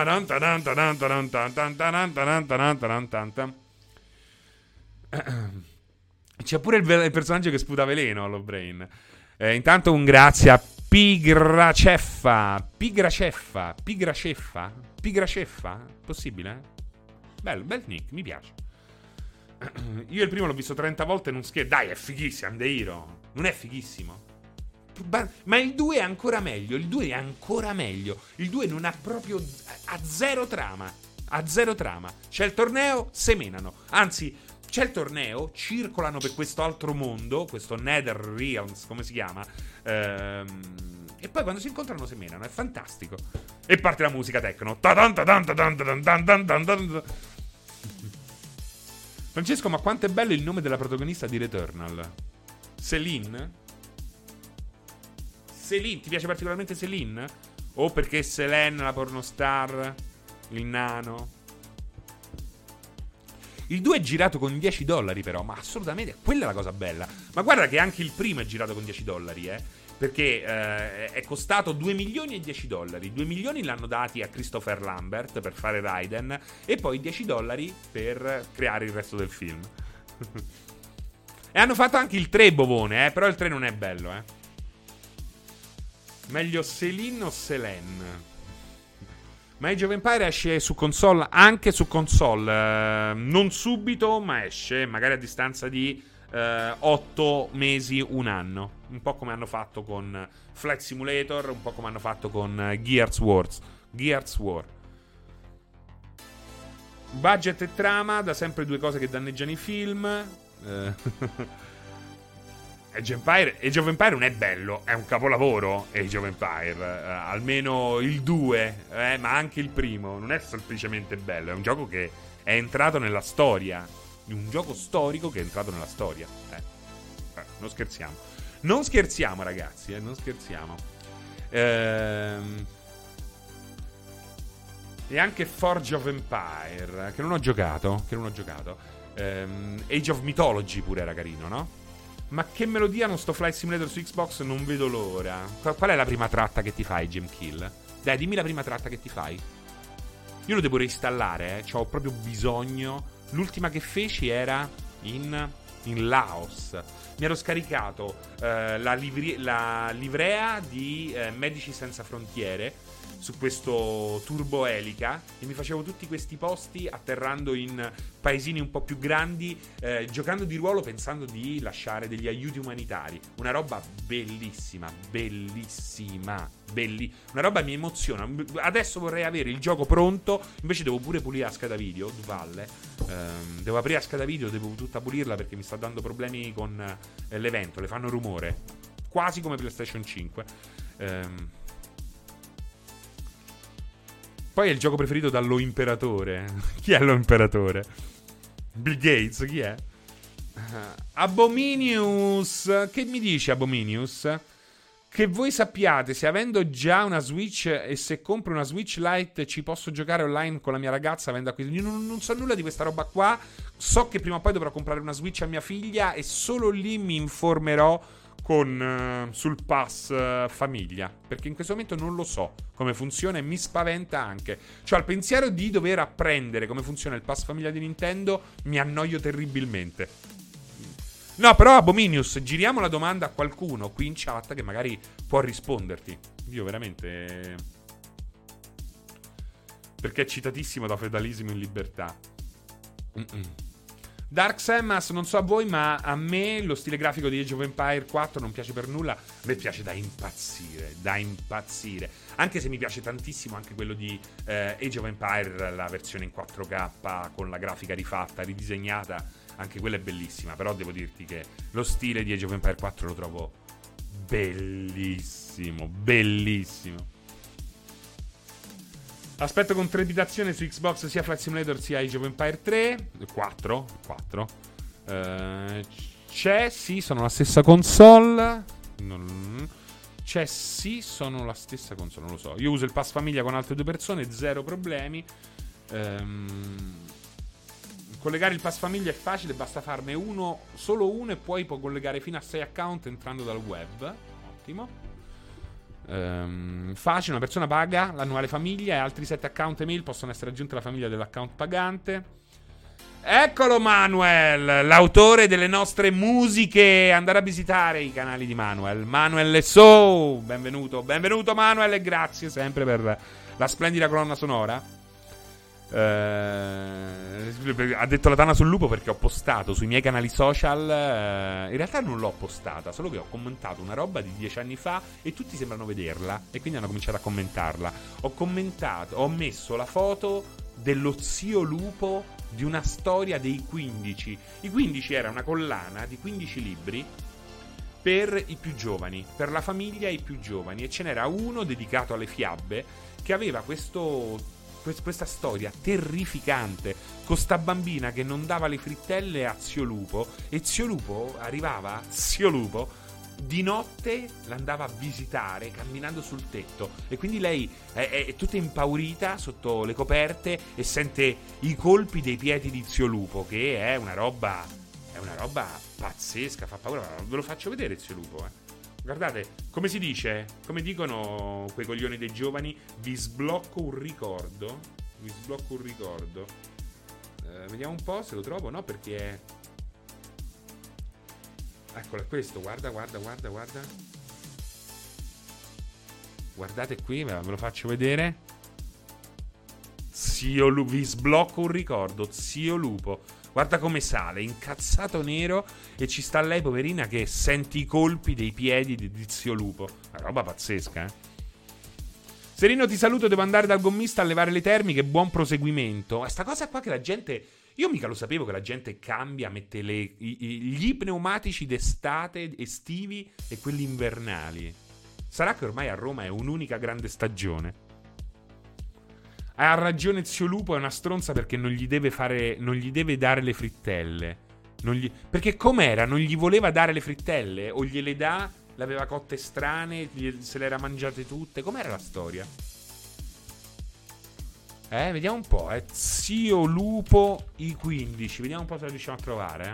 C'è pure il, il personaggio che sputa veleno allo Brain. Eh, intanto un grazie a Pigraceffa. Pigraceffa. Pigraceffa. Pigraceffa. Possibile? Bello, bel nick, mi piace. Io il primo l'ho visto trenta volte in un schermo. Dai, è fighissimo, I'm the Hero. Non è fighissimo? Ma il due è ancora meglio. Il due è ancora meglio. Il due non ha proprio... ha zero trama. Ha zero trama. C'è il torneo, semenano. Anzi, c'è il torneo, circolano per questo altro mondo, questo Nether Realms, come si chiama? Ehm, e poi quando si incontrano semenano. È fantastico. E parte la musica techno. Francesco, ma quanto è bello il nome della protagonista di Returnal? Celine? Celine, ti piace particolarmente Celine? O perché Selene, la pornostar, il nano? Il due è girato con dieci dollari però, ma assolutamente, quella è la cosa bella. Ma guarda che anche il primo è girato con dieci dollari, eh. Perché eh, è costato due milioni e dieci dollari. due milioni l'hanno dati a Christopher Lambert per fare Raiden e poi dieci dollari per creare il resto del film. E hanno fatto anche il tre, bovone, eh, però il tre non è bello, eh. Meglio Celine o Selene? Ma Age of Empire esce su console, anche su console, eh, non subito, ma esce, magari a distanza di eh, otto mesi, un anno. Un po' come hanno fatto con Flight Simulator, un po' come hanno fatto con uh, Gears Wars. Gears War. Budget e trama, da sempre due cose che danneggiano i film. Eh. Age of Empire, Age of Empire non è bello, è un capolavoro Age of Empire, eh, almeno il due, eh, ma anche il primo non è semplicemente bello, è un gioco che è entrato nella storia, un gioco storico che è entrato nella storia, eh, eh non scherziamo. Non scherziamo, ragazzi, eh, non scherziamo. Ehm... E anche Forge of Empire, che non ho giocato, che non ho giocato. Ehm, Age of Mythology pure era carino, no? Ma che melodia non sto Flight Simulator su Xbox, non vedo l'ora. Qual è la prima tratta che ti fai, Gem Kill? Dai, dimmi la prima tratta che ti fai. Io lo devo reinstallare, eh. C'ho proprio bisogno. L'ultima che feci era in, in Laos. Mi ero scaricato eh, la, livri- la livrea di eh, Medici Senza Frontiere su questo turbo elica e mi facevo tutti questi posti atterrando in paesini un po' più grandi, eh, giocando di ruolo pensando di lasciare degli aiuti umanitari. Una roba bellissima, bellissima, belli. Una roba mi emoziona. Adesso vorrei avere il gioco pronto, invece devo pure pulire la scheda video, Duvalle. Ehm, devo aprire la scheda video, devo tutta pulirla perché mi sta dando problemi con eh, l'evento, le fanno rumore. Quasi come PlayStation cinque. Ehm... Poi è il gioco preferito dallo imperatore. Chi è lo imperatore? Bill Gates, chi è? Uh, Abominius. Che mi dice Abominius? Che voi sappiate, se avendo già una Switch e se compro una Switch Lite ci posso giocare online con la mia ragazza avendo acquisito. Io non, non so nulla di questa roba qua. So che prima o poi dovrò comprare una Switch a mia figlia e solo lì mi informerò con uh, sul pass uh, famiglia, perché in questo momento non lo so come funziona e mi spaventa anche. Cioè al pensiero di dover apprendere come funziona il pass famiglia di Nintendo mi annoio terribilmente. No, però Abominius, giriamo la domanda a qualcuno qui in chat che magari può risponderti. Io veramente, perché è citatissimo da Feudalismo in Libertà. Mm-mm. Dark Samas, non so a voi, ma a me lo stile grafico di Age of Empire quattro non piace per nulla. A me piace da impazzire, da impazzire. Anche se mi piace tantissimo anche quello di eh, Age of Empire, la versione in quattro K, con la grafica rifatta, ridisegnata. Anche quella è bellissima, però devo dirti che lo stile di Age of Empire quattro lo trovo bellissimo, bellissimo. Aspetto con trepidazione su Xbox sia Flight Simulator sia Age of Empire tre. quattro. quattro. Uh, c'è, sì, sono la stessa console. Non... C'è, sì, sono la stessa console, non lo so. Io uso il pass famiglia con altre due persone, zero problemi. Um, collegare il pass famiglia è facile, basta farne uno, solo uno, e poi può collegare fino a sei account entrando dal web. Ottimo. Um, facile, una persona paga l'annuale famiglia e altri sette account email possono essere aggiunti alla famiglia dell'account pagante. Eccolo Manuel, l'autore delle nostre musiche. Andare a visitare i canali di Manuel, Manuel So. Benvenuto, benvenuto Manuel, e grazie sempre per la splendida colonna sonora. Uh, ha detto la Tana sul lupo perché ho postato sui miei canali social, uh, in realtà non l'ho postata, solo che ho commentato una roba di dieci anni fa e tutti sembrano vederla e quindi hanno cominciato a commentarla. Ho commentato, ho messo la foto dello zio lupo di una storia dei quindici. I quindici era una collana di quindici libri per i più giovani, per la famiglia e i più giovani, e ce n'era uno dedicato alle fiabe che aveva questo questa storia terrificante con sta bambina che non dava le frittelle a zio lupo e zio lupo arrivava, zio lupo di notte l'andava a visitare camminando sul tetto e quindi lei è, è, è tutta impaurita sotto le coperte e sente i colpi dei piedi di zio lupo, che è una roba è una roba pazzesca, fa paura. Ve lo faccio vedere zio lupo, eh. Guardate, come si dice? Come dicono quei coglioni dei giovani? Vi sblocco un ricordo. Vi sblocco un ricordo. Eh, vediamo un po' se lo trovo, no? Perché è... Eccolo, è questo. Guarda, guarda, guarda, guarda. Guardate qui, ve lo faccio vedere. Zio Lupo. Vi sblocco un ricordo. Zio Lupo. Guarda come sale, incazzato nero, e ci sta lei, poverina, che sente i colpi dei piedi di, di zio lupo. Una roba pazzesca, eh. Serino, ti saluto, devo andare dal gommista a levare le termiche, buon proseguimento. Sta cosa qua che la gente... Io mica lo sapevo che la gente cambia, mette le, i, i, gli pneumatici d'estate, estivi, e quelli invernali. Sarà che ormai a Roma è un'unica grande stagione. Ha ragione zio lupo, è una stronza perché non gli deve fare, non gli deve dare le frittelle. Non gli... Perché com'era? Non gli voleva dare le frittelle? O gliele dà? L'aveva cotte strane? Se le era mangiate tutte? Com'era la storia? Eh, vediamo un po', eh. Zio Lupo i quindici. Vediamo un po' se la riusciamo a trovare,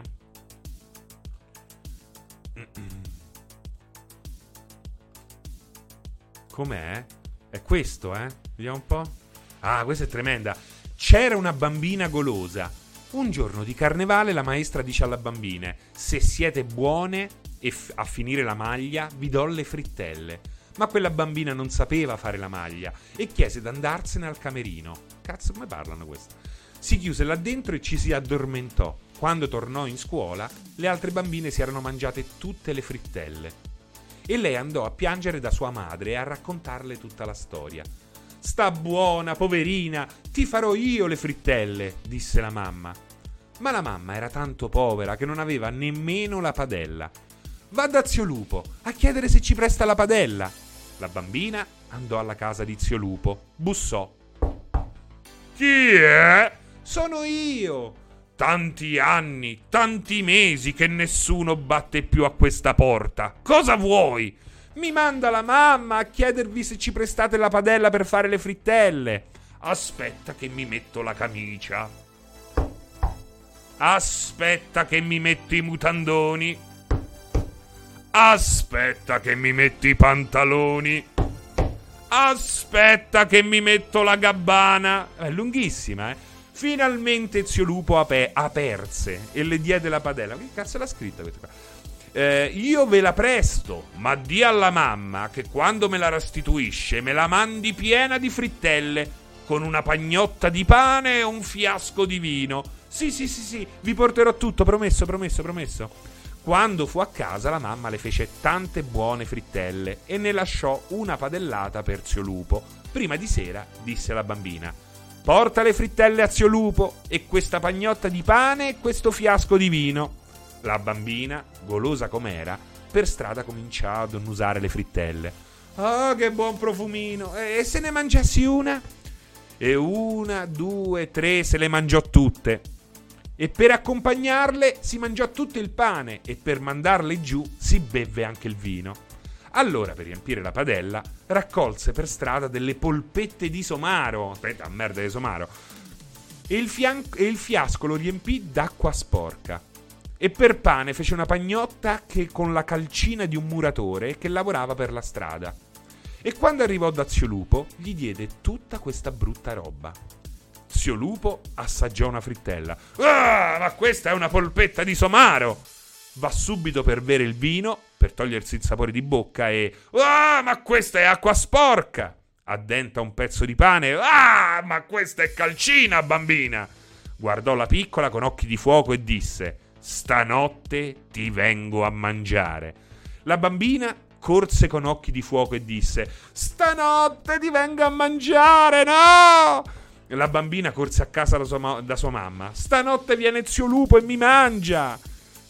eh. Com'è? È questo, eh? Vediamo un po'. Ah, questa è tremenda. C'era una bambina golosa. Un giorno di carnevale la maestra dice alla bambina: se siete buone e f- a finire la maglia vi do le frittelle. Ma quella bambina non sapeva fare la maglia e chiese d'andarsene al camerino. Cazzo, come parlano questi? Si chiuse là dentro e ci si addormentò. Quando tornò in scuola, le altre bambine si erano mangiate tutte le frittelle. E lei andò a piangere da sua madre e a raccontarle tutta la storia. Sta buona, poverina, ti farò io le frittelle, disse la mamma. Ma la mamma era tanto povera che non aveva nemmeno la padella. Va da zio Lupo a chiedere se ci presta la padella. La bambina andò alla casa di zio Lupo, bussò. Chi è? Sono io. Tanti anni, tanti mesi che nessuno batte più a questa porta. Cosa vuoi? Mi manda la mamma a chiedervi se ci prestate la padella per fare le frittelle. Aspetta che mi metto la camicia. Aspetta che mi metto i mutandoni. Aspetta che mi metto i pantaloni. Aspetta che mi metto la gabbana. È lunghissima, eh. Finalmente zio Lupo ape- aperse e le diede la padella. Che cazzo l'ha scritta questa qua? Eh, io ve la presto, ma di alla mamma che quando me la restituisce me la mandi piena di frittelle, con una pagnotta di pane e un fiasco di vino. Sì, sì, sì, sì, vi porterò tutto, promesso, promesso, promesso. Quando fu a casa la mamma le fece tante buone frittelle e ne lasciò una padellata per zio Lupo. Prima di sera disse alla bambina: porta le frittelle a zio Lupo e questa pagnotta di pane e questo fiasco di vino. La bambina, golosa com'era, per strada cominciò ad annusare le frittelle. Ah, oh, che buon profumino! E se ne mangiassi una? E una, due, tre, se le mangiò tutte. E per accompagnarle si mangiò tutto il pane e per mandarle giù si bevve anche il vino. Allora, per riempire la padella, raccolse per strada delle polpette di somaro. Aspetta, merda di somaro. E il, fian- e il fiasco lo riempì d'acqua sporca. E per pane fece una pagnotta che con la calcina di un muratore che lavorava per la strada. E quando arrivò da zio Lupo, gli diede tutta questa brutta roba. Zio Lupo assaggiò una frittella. Ah, ma questa è una polpetta di somaro! Va subito per bere il vino, per togliersi il sapore di bocca e... Ah, ma questa è acqua sporca! Addenta un pezzo di pane. Ah, ma questa è calcina, bambina! Guardò la piccola con occhi di fuoco e disse: stanotte ti vengo a mangiare. La bambina corse con occhi di fuoco e disse: stanotte ti vengo a mangiare, no! La bambina corse a casa da sua, da sua mamma. Stanotte viene zio Lupo e mi mangia.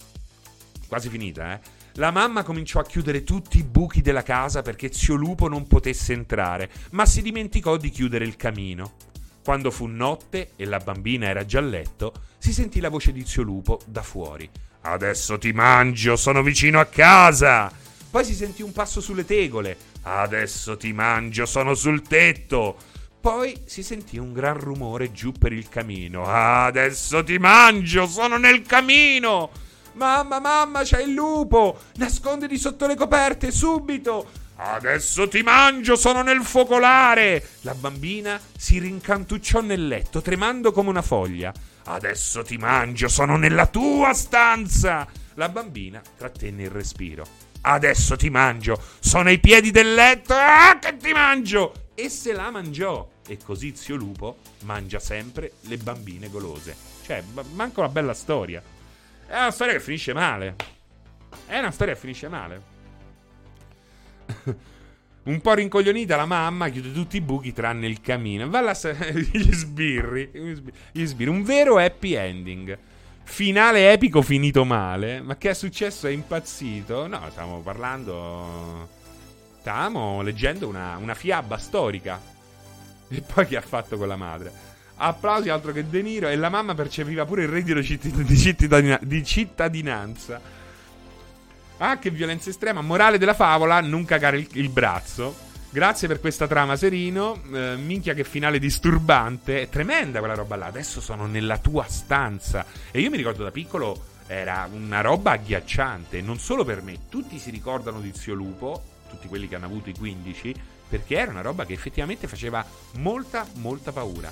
Quasi finita, eh? La mamma cominciò a chiudere tutti i buchi della casa perché zio Lupo non potesse entrare, ma si dimenticò di chiudere il camino. Quando fu notte e la bambina era già a letto, si sentì la voce di zio Lupo da fuori. Adesso ti mangio, sono vicino a casa. Poi si sentì un passo sulle tegole. Adesso ti mangio, sono sul tetto. Poi si sentì un gran rumore giù per il camino. Adesso ti mangio, sono nel camino. Mamma, mamma, c'è il lupo. Nasconditi sotto le coperte, subito. Adesso ti mangio, sono nel focolare. La bambina si rincantucciò nel letto, tremando come una foglia. Adesso ti mangio, sono nella tua stanza. La bambina trattenne il respiro. Adesso ti mangio, sono ai piedi del letto. Ah, che ti mangio! E se la mangiò. E così zio Lupo mangia sempre le bambine golose. Cioè, manca una bella storia. È una storia che finisce male. È una storia che finisce male. Un po' rincoglionita la mamma chiude tutti i buchi tranne il camino. Va là, gli sbirri, gli sbirri. Un vero happy ending. Finale epico finito male. Ma che è successo? È impazzito? No, stavamo parlando... Stavamo leggendo una, una fiaba storica. E poi che ha fatto con la madre? Applausi, altro che De Niro. E la mamma percepiva pure il reddito cittad- di, cittadina- di cittadinanza. Ah, che violenza estrema. Morale della favola: non cagare il, il braccio. Grazie per questa trama, Serino. Eh, minchia, che finale disturbante. È tremenda quella roba là. Adesso sono nella tua stanza. E io mi ricordo da piccolo era una roba agghiacciante. Non solo per me. Tutti si ricordano di Zio Lupo, tutti quelli che hanno avuto i quindici, perché era una roba che effettivamente faceva molta, molta paura.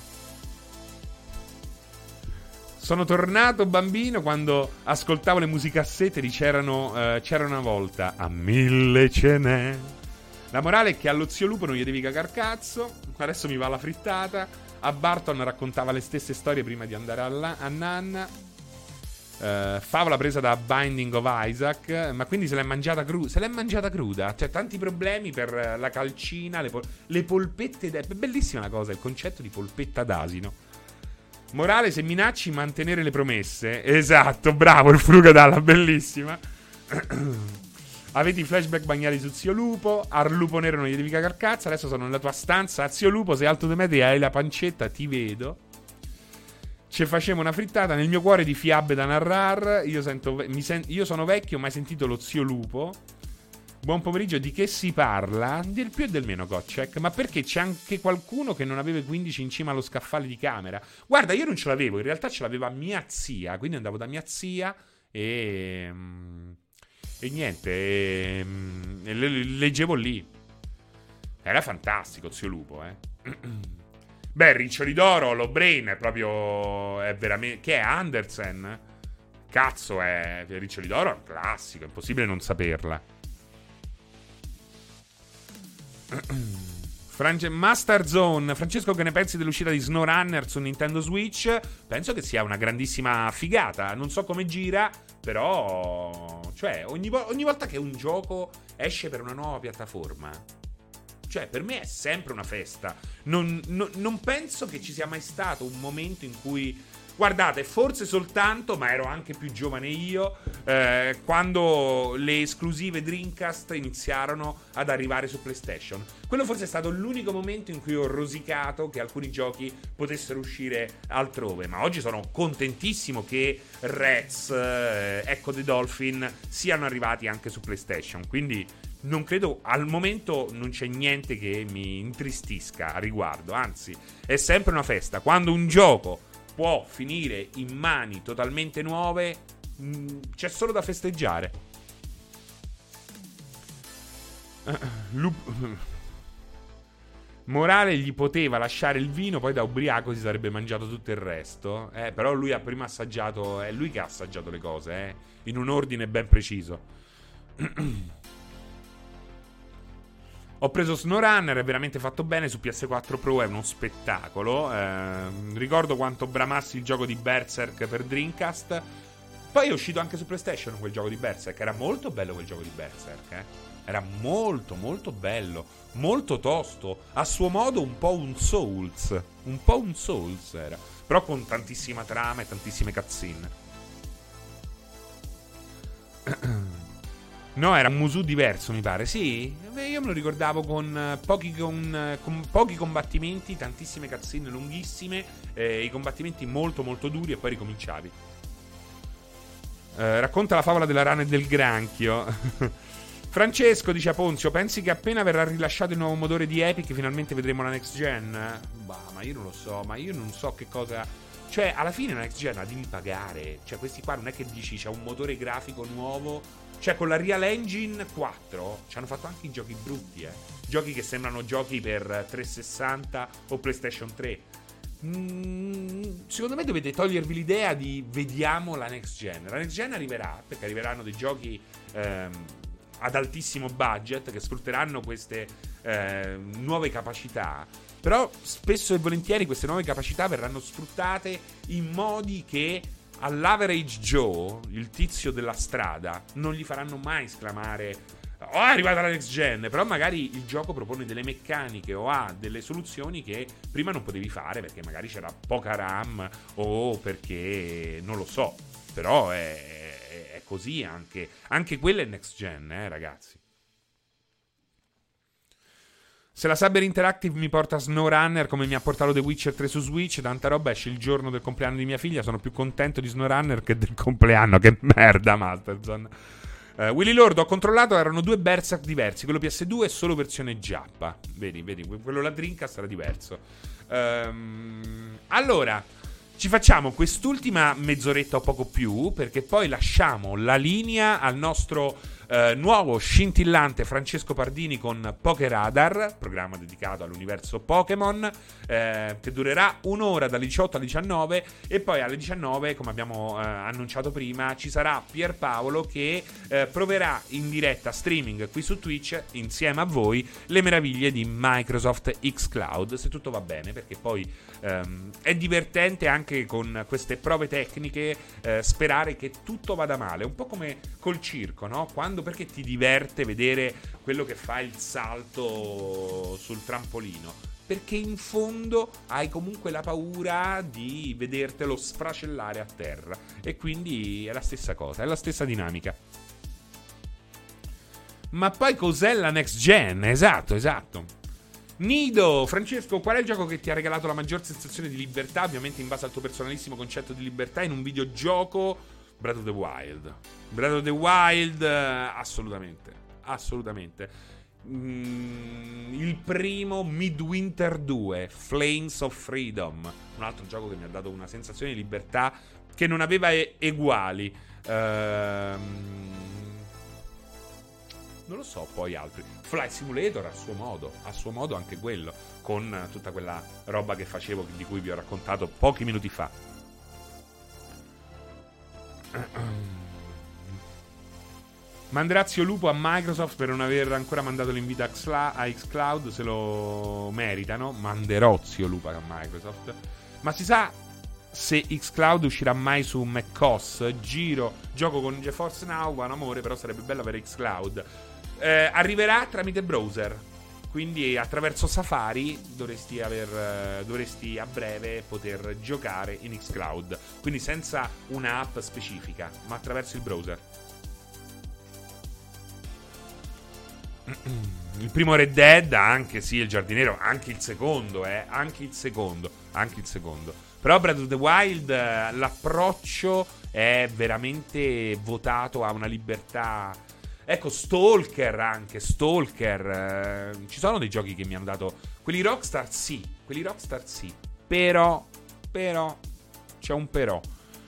Sono tornato bambino quando ascoltavo le musicassette di C'erano, eh, c'era una volta. A mille ce n'è. La morale è che allo Zio Lupo non gli devi cagar cazzo. Adesso mi va la frittata. A Barton raccontava le stesse storie prima di andare alla, a Nanna. Uh, favola presa da Binding of Isaac. Ma quindi se l'è mangiata cruda. Se l'è mangiata cruda. Cioè tanti problemi per la calcina. Le, pol- le polpette. È bellissima la cosa. Il concetto di polpetta d'asino. Morale: se minacci mantenere le promesse. Esatto, bravo il Frugadalla, bellissima. Avete i flashback bagnati su Zio Lupo. Al lupo nero non gli devi cagar cazzo. Adesso sono nella tua stanza. Zio Lupo, sei alto di me e hai la pancetta, ti vedo. Ci facciamo una frittata. Nel mio cuore di fiabe da narrar. Io, sento, mi sen- io sono vecchio, ho mai sentito lo Zio Lupo. Buon pomeriggio. Di che si parla? Del più e del meno, Gotcheck. Ma perché c'è anche qualcuno che non aveva i quindici in cima allo scaffale di camera? Guarda, io non ce l'avevo. In realtà ce l'aveva mia zia. Quindi andavo da mia zia e... E niente, e, e le, le, leggevo lì. Era fantastico, Zio Lupo, eh. Beh, Riccioli d'Oro, lo Brain è proprio... È veramente... Che è Andersen? Cazzo, è... Riccioli d'Oro è un classico, è impossibile non saperla. Frange- Master Zone. Francesco, che ne pensi dell'uscita di SnowRunner su Nintendo Switch? Penso che sia una grandissima figata. Non so come gira, però... Cioè, ogni, vo- ogni volta che un gioco esce per una nuova piattaforma, cioè, per me è sempre una festa. Non, non, non penso che ci sia mai stato un momento in cui... Guardate, forse soltanto, ma ero anche più giovane io, eh, quando le esclusive Dreamcast iniziarono ad arrivare su PlayStation. Quello forse è stato l'unico momento in cui ho rosicato che alcuni giochi potessero uscire altrove. Ma oggi sono contentissimo che Rez, eh, Echo the Dolphin siano arrivati anche su PlayStation. Quindi non credo, al momento non c'è niente che mi intristisca a riguardo. Anzi, è sempre una festa. Quando un gioco può finire in mani totalmente nuove, mh, c'è solo da festeggiare. Lup- Morale: gli poteva lasciare il vino, poi da ubriaco si sarebbe mangiato tutto il resto. Eh, però lui ha prima assaggiato, è lui che ha assaggiato le cose, eh, in un ordine ben preciso. Ho preso SnowRunner, è veramente fatto bene. Su P S quattro Pro è uno spettacolo. eh, Ricordo quanto bramassi il gioco di Berserk per Dreamcast. Poi è uscito anche su PlayStation quel gioco di Berserk. Era molto bello quel gioco di Berserk, eh. Era molto molto bello, molto tosto. A suo modo un po' un Souls. Un po' un Souls era, però con tantissima trama e tantissime cutscene. No, era un Musou diverso, mi pare. Sì, beh, io me lo ricordavo con, eh, pochi, con, eh, con pochi combattimenti, tantissime cutscene lunghissime, eh, i combattimenti molto molto duri e poi ricominciavi. Eh, racconta la favola della rana e del granchio. Francesco, dice a Ponzio: pensi che appena verrà rilasciato il nuovo motore di Epic finalmente vedremo la next gen? Bah, ma io non lo so, ma io non so che cosa... Cioè, alla fine la next gen la devi pagare. Cioè, questi qua non è che dici c'è un motore grafico nuovo. Cioè, con la Real Engine quattro ci hanno fatto anche i giochi brutti, eh. Giochi che sembrano giochi per trecentosessanta o PlayStation tre. Mm, secondo me dovete togliervi l'idea di vediamo la next gen. La next gen arriverà, perché arriveranno dei giochi ehm, ad altissimo budget che sfrutteranno queste eh, nuove capacità. Però spesso e volentieri queste nuove capacità verranno sfruttate in modi che all'average Joe, il tizio della strada, non gli faranno mai esclamare: oh, è arrivata la next gen. Però magari il gioco propone delle meccaniche o ha delle soluzioni che prima non potevi fare perché magari c'era poca RAM o perché non lo so. Però è, è così anche. Anche quella è next gen, eh, ragazzi. Se la Saber Interactive mi porta SnowRunner come mi ha portato The Witcher tre su Switch, tanta roba, esce il giorno del compleanno di mia figlia, sono più contento di SnowRunner che del compleanno. Che merda, Masterzone. Uh, Willy Lord, ho controllato, erano due Berserk diversi. Quello P S due è solo versione giappa. Vedi, vedi, quello la Dreamcast era diverso. Um, allora, ci facciamo quest'ultima mezz'oretta o poco più, perché poi lasciamo la linea al nostro Uh, nuovo scintillante Francesco Pardini con Pokeradar, programma dedicato all'universo Pokémon, eh, che durerà un'ora dalle diciotto alle diciannove, e poi alle diciannove, come abbiamo eh, annunciato prima, ci sarà Pierpaolo che eh, proverà in diretta streaming qui su Twitch insieme a voi le meraviglie di Microsoft xCloud, se tutto va bene, perché poi ehm, è divertente anche con queste prove tecniche eh, sperare che tutto vada male, un po' come col circo, no? Quando perché ti diverte vedere quello che fa il salto sul trampolino? Perché in fondo hai comunque la paura di vedertelo sfracellare a terra, e quindi è la stessa cosa, è la stessa dinamica. Ma poi cos'è la next gen? Esatto, esatto. Nido, Francesco, qual è il gioco che ti ha regalato la maggior sensazione di libertà, ovviamente in base al tuo personalissimo concetto di libertà, in un videogioco? Breath of the Wild. Breath of the Wild, assolutamente, assolutamente. Mm, il primo Midwinter due, Flames of Freedom, un altro gioco che mi ha dato una sensazione di libertà che non aveva e- eguali. Ehm, non lo so, poi altri. Flight Simulator a suo modo, a suo modo anche quello, con tutta quella roba che facevo, di cui vi ho raccontato pochi minuti fa. Mandrazio lupo a Microsoft per non aver ancora mandato l'invito a xCloud, se lo meritano. Manderozio lupo a Microsoft. Ma si sa se xCloud uscirà mai su macOS? Giro, gioco con GeForce Now, buon amore, però sarebbe bello avere xCloud. eh, Arriverà tramite browser, quindi attraverso Safari dovresti, aver, dovresti a breve poter giocare in xCloud, quindi senza un'app specifica, ma attraverso il browser. Il primo Red Dead, anche sì, il giardiniero, anche il secondo, eh, anche il secondo, anche il secondo. Però Breath of the Wild, l'approccio è veramente votato a una libertà. Ecco, Stalker anche, Stalker, eh, ci sono dei giochi che mi hanno dato. Quelli Rockstar sì, quelli Rockstar sì. Però, però, c'è un però.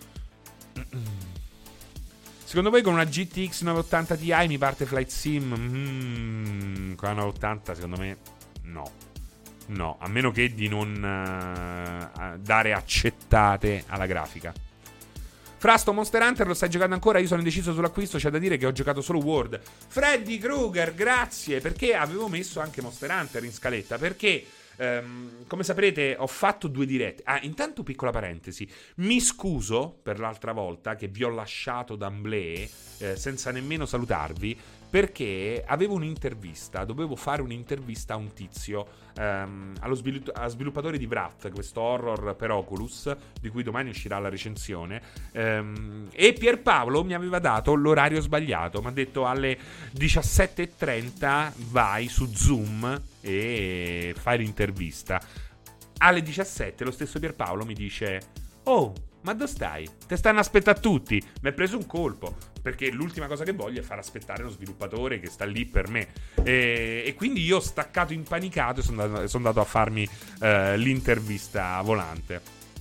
Secondo voi con una G T X novecentottanta Ti mi parte Flight Sim? Mm, con la novecentottanta secondo me no. No, a meno che di non uh, dare accettate alla grafica. Frasto, Monster Hunter lo stai giocando ancora? Io sono indeciso sull'acquisto, c'è da dire che ho giocato solo World. Freddy Krueger, grazie, perché avevo messo anche Monster Hunter in scaletta, perché Um, come saprete ho fatto due dirette. Ah, intanto piccola parentesi, mi scuso per l'altra volta che vi ho lasciato d'amblè eh, senza nemmeno salutarvi, perché avevo un'intervista, dovevo fare un'intervista a un tizio, um, allo svilu- a sviluppatore di Wrath, questo horror per Oculus di cui domani uscirà la recensione, um, e Pierpaolo mi aveva dato l'orario sbagliato, mi ha detto alle diciassette e trenta vai su Zoom e fai l'intervista. Alle diciassette lo stesso Pierpaolo mi dice: oh, ma dove stai? Te stanno aspettando tutti. Mi è preso un colpo, perché l'ultima cosa che voglio è far aspettare uno sviluppatore che sta lì per me, e, e quindi io staccato impanicato sono andato, sono andato a farmi eh, l'intervista volante.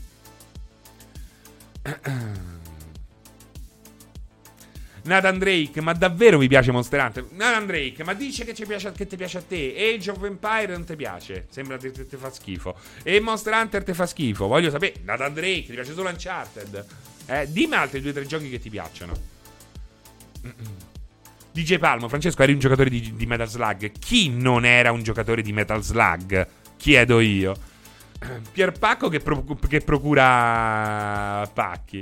Nathan Drake, ma davvero vi piace Monster Hunter? Nathan Drake, ma dice che, ci piace, che ti piace a te. Age of Empire non ti piace, sembra che ti fa schifo. E Monster Hunter ti fa schifo. Voglio sapere, Nathan Drake, ti piace solo Uncharted? Eh, dimmi altri due o tre giochi che ti piacciono. D J Palmo, Francesco, eri un giocatore di, di Metal Slug. Chi non era un giocatore di Metal Slug? Chiedo io. Pierpacco che, pro, che procura pacchi.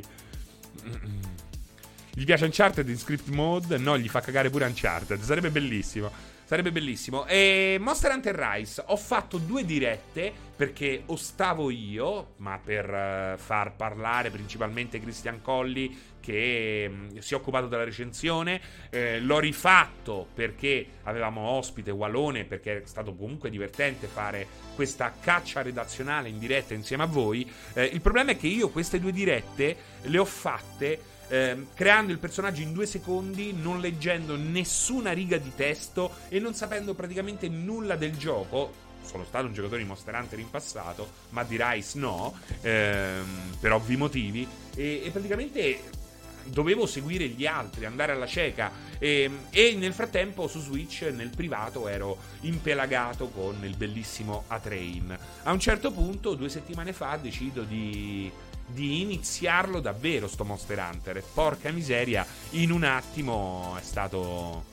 Gli piace Uncharted in script mode? No, gli fa cagare pure Uncharted. Sarebbe bellissimo. Sarebbe bellissimo. E Monster Hunter Rise, ho fatto due dirette perché o stavo io, ma per uh, far parlare principalmente Christian Colli, che mh, si è occupato della recensione. Eh, l'ho rifatto perché avevamo ospite Walone, perché è stato comunque divertente fare questa caccia redazionale in diretta insieme a voi. Eh, il problema è che io queste due dirette le ho fatte Eh, creando il personaggio in due secondi, non leggendo nessuna riga di testo e non sapendo praticamente nulla del gioco. Sono stato un giocatore di Monster Hunter in passato, ma di Rise no, ehm, per ovvi motivi, e, e praticamente dovevo seguire gli altri, andare alla cieca, e, e nel frattempo su Switch nel privato ero impelagato con il bellissimo A-Train. A un certo punto, due settimane fa, decido di di iniziarlo davvero sto Monster Hunter, e porca miseria, in un attimo è stato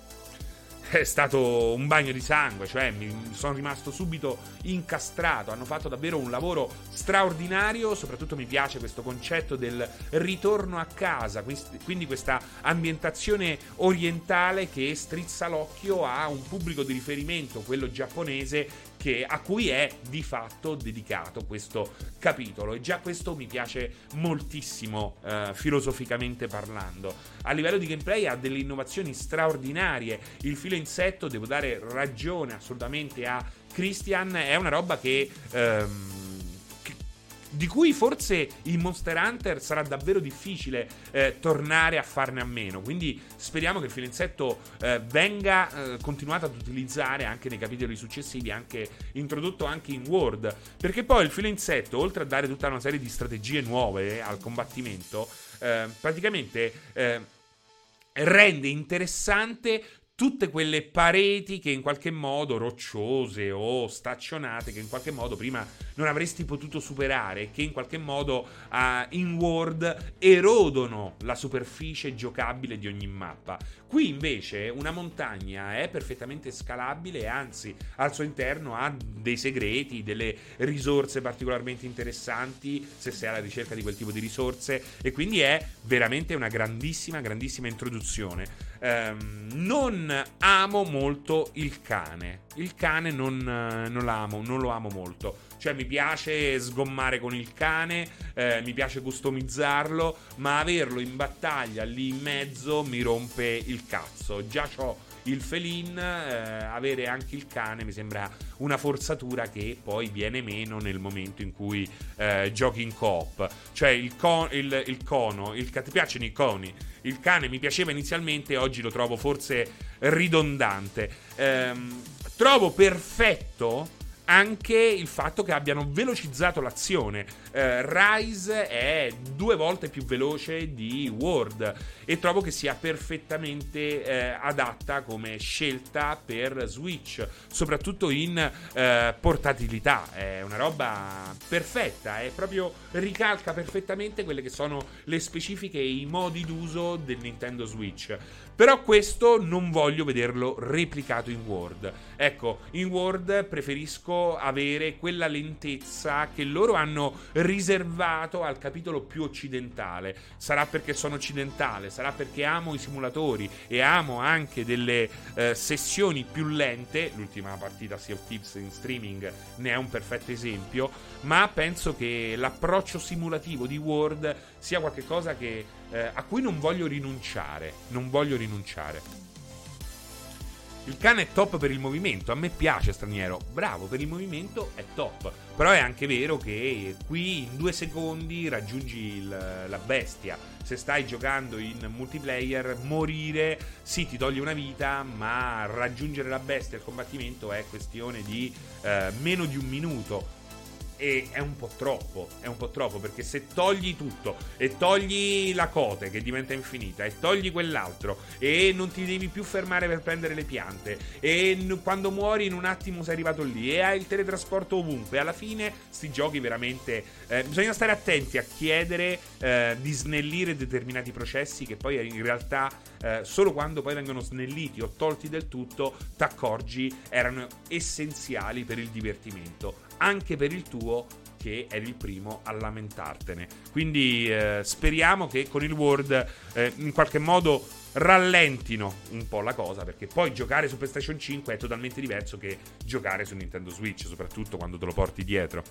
è stato un bagno di sangue, cioè mi sono rimasto subito incastrato. Hanno fatto davvero un lavoro straordinario, soprattutto mi piace questo concetto del ritorno a casa, quindi questa ambientazione orientale che strizza l'occhio a un pubblico di riferimento, quello giapponese, che, a cui è di fatto dedicato questo capitolo, e già questo mi piace moltissimo, eh, filosoficamente parlando. A livello di gameplay ha delle innovazioni straordinarie. Il filo insetto, devo dare ragione assolutamente a Christian, è una roba che, ehm, che di cui forse in Monster Hunter sarà davvero difficile eh, tornare a farne a meno, quindi speriamo che il filo insetto eh, venga eh, continuato ad utilizzare anche nei capitoli successivi, anche introdotto anche in World, perché poi il filo insetto, oltre a dare tutta una serie di strategie nuove eh, al combattimento, eh, praticamente eh, rende interessante tutte quelle pareti che in qualche modo, rocciose o staccionate, che in qualche modo prima non avresti potuto superare, che in qualche modo uh, in World erodono la superficie giocabile di ogni mappa. Qui invece una montagna è perfettamente scalabile, e anzi al suo interno ha dei segreti, delle risorse particolarmente interessanti se sei alla ricerca di quel tipo di risorse, e quindi è veramente una grandissima, grandissima introduzione. Um, non amo molto il cane. Il cane non, non l'amo, non lo amo molto. Cioè mi piace sgommare con il cane, eh, mi piace customizzarlo, ma averlo in battaglia lì in mezzo mi rompe il cazzo. Già c'ho il felin, eh, avere anche il cane mi sembra una forzatura che poi viene meno nel momento in cui eh, giochi in coop. Cioè il, con- il, il cono, il, ti piacciono i coni? Il cane mi piaceva inizialmente, oggi lo trovo forse ridondante. Ehm, trovo perfetto anche il fatto che abbiano velocizzato l'azione. eh, Rise è due volte più veloce di World, e trovo che sia perfettamente eh, adatta come scelta per Switch, soprattutto in eh, portatilità. È una roba perfetta, è proprio, ricalca perfettamente quelle che sono le specifiche e i modi d'uso del Nintendo Switch. Però questo non voglio vederlo replicato in World. Ecco, in World preferisco avere quella lentezza che loro hanno riservato al capitolo più occidentale. Sarà perché sono occidentale, sarà perché amo i simulatori e amo anche delle eh, sessioni più lente. L'ultima partita Sea of Thieves in streaming ne è un perfetto esempio, ma penso che l'approccio simulativo di World sia qualcosa che eh, a cui non voglio rinunciare. Non voglio rinunciare. Il cane è top per il movimento. A me piace Straniero. Bravo, per il movimento è top. Però è anche vero che qui in due secondi raggiungi il, la bestia. Se stai giocando in multiplayer, morire sì ti toglie una vita, ma raggiungere la bestia al combattimento è questione di eh, meno di un minuto. E è un po' troppo, è un po' troppo, perché se togli tutto e togli la cote che diventa infinita e togli quell'altro e non ti devi più fermare per prendere le piante e n- quando muori in un attimo sei arrivato lì e hai il teletrasporto ovunque, alla fine sti giochi veramente eh, bisogna stare attenti a chiedere eh, di snellire determinati processi che poi in realtà eh, solo quando poi vengono snelliti o tolti del tutto t'accorgi erano essenziali per il divertimento, anche per il tuo che eri il primo a lamentartene. Quindi eh, speriamo che con il World eh, in qualche modo rallentino un po' la cosa, perché poi giocare su PlayStation cinque è totalmente diverso che giocare su Nintendo Switch, soprattutto quando te lo porti dietro.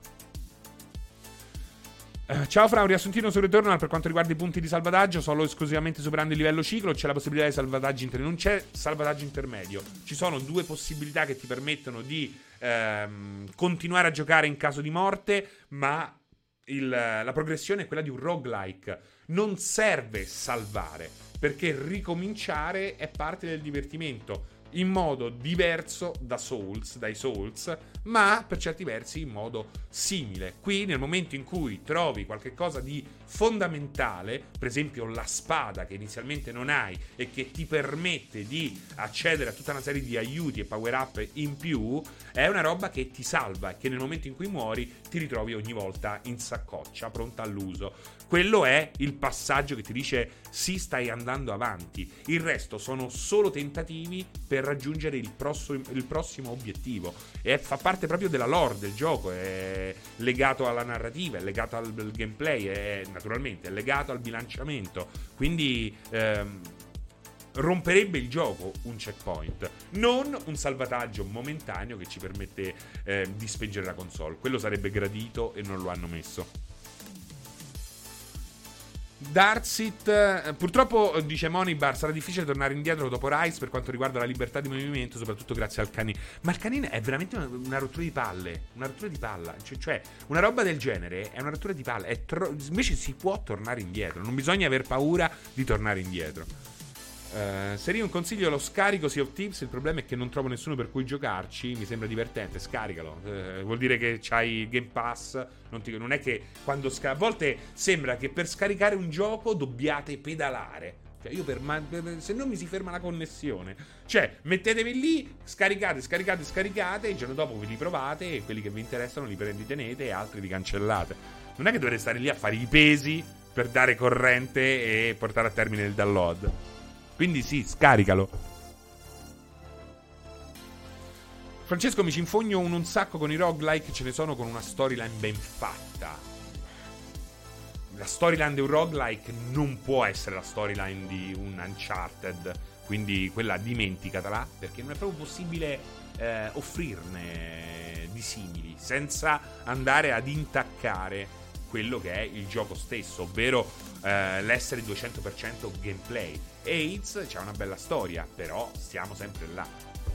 Uh, ciao Fra, un riassuntino sul Returnal per quanto riguarda i punti di salvataggio, solo esclusivamente superando il livello ciclo, c'è la possibilità di salvataggio intermedio? Non c'è salvataggio intermedio, ci sono due possibilità che ti permettono di ehm, continuare a giocare in caso di morte, ma il, la progressione è quella di un roguelike. Non serve salvare, perché ricominciare è parte del divertimento, in modo diverso da Souls, dai Souls, ma per certi versi in modo simile. Qui, nel momento in cui trovi qualche cosa di fondamentale, per esempio la spada che inizialmente non hai e che ti permette di accedere a tutta una serie di aiuti e power up in più, è una roba che ti salva e che nel momento in cui muori ti ritrovi ogni volta in saccoccia, pronta all'uso. Quello è il passaggio che ti dice sì, stai andando avanti. Il resto sono solo tentativi per raggiungere il prossimo, il prossimo obiettivo, e fa parte proprio della lore del gioco, è legato alla narrativa, è legato al, al gameplay, è naturalmente è legato al bilanciamento, quindi ehm, romperebbe il gioco un checkpoint, non un salvataggio momentaneo che ci permette eh, di spengere la console. Quello sarebbe gradito e non lo hanno messo. Darkseid, eh, purtroppo dice Monibar, sarà difficile tornare indietro dopo Rise per quanto riguarda la libertà di movimento, soprattutto grazie al canino. Ma il canino è veramente una, una rottura di palle, una rottura di palla, cioè, cioè una roba del genere è una rottura di palle, è tro- invece si può tornare indietro, non bisogna aver paura di tornare indietro. Uh, se io un consiglio lo scarico Sea of Thieves, il problema è che non trovo nessuno per cui giocarci, mi sembra divertente, scaricalo, uh, vuol dire che c'hai il Game Pass, non, ti, non è che quando sca- a volte sembra che per scaricare un gioco dobbiate pedalare, cioè io per, ma- per se non mi si ferma la connessione, cioè mettetevi lì, scaricate, scaricate, scaricate, il giorno dopo vi li provate e quelli che vi interessano li prendi, tenete, e altri li cancellate. Non è che dovrete stare lì a fare i pesi per dare corrente e portare a termine il download. Quindi sì, scaricalo. Francesco, mi ci infogno un, un sacco con i roguelike, ce ne sono con una storyline ben fatta. La storyline di un roguelike non può essere la storyline di un Uncharted, quindi quella dimenticatela, perché non è proprio possibile eh, offrirne di simili senza andare ad intaccare quello che è il gioco stesso, ovvero eh, l'essere duecento per cento gameplay. Hades c'ha una bella storia, però stiamo sempre là.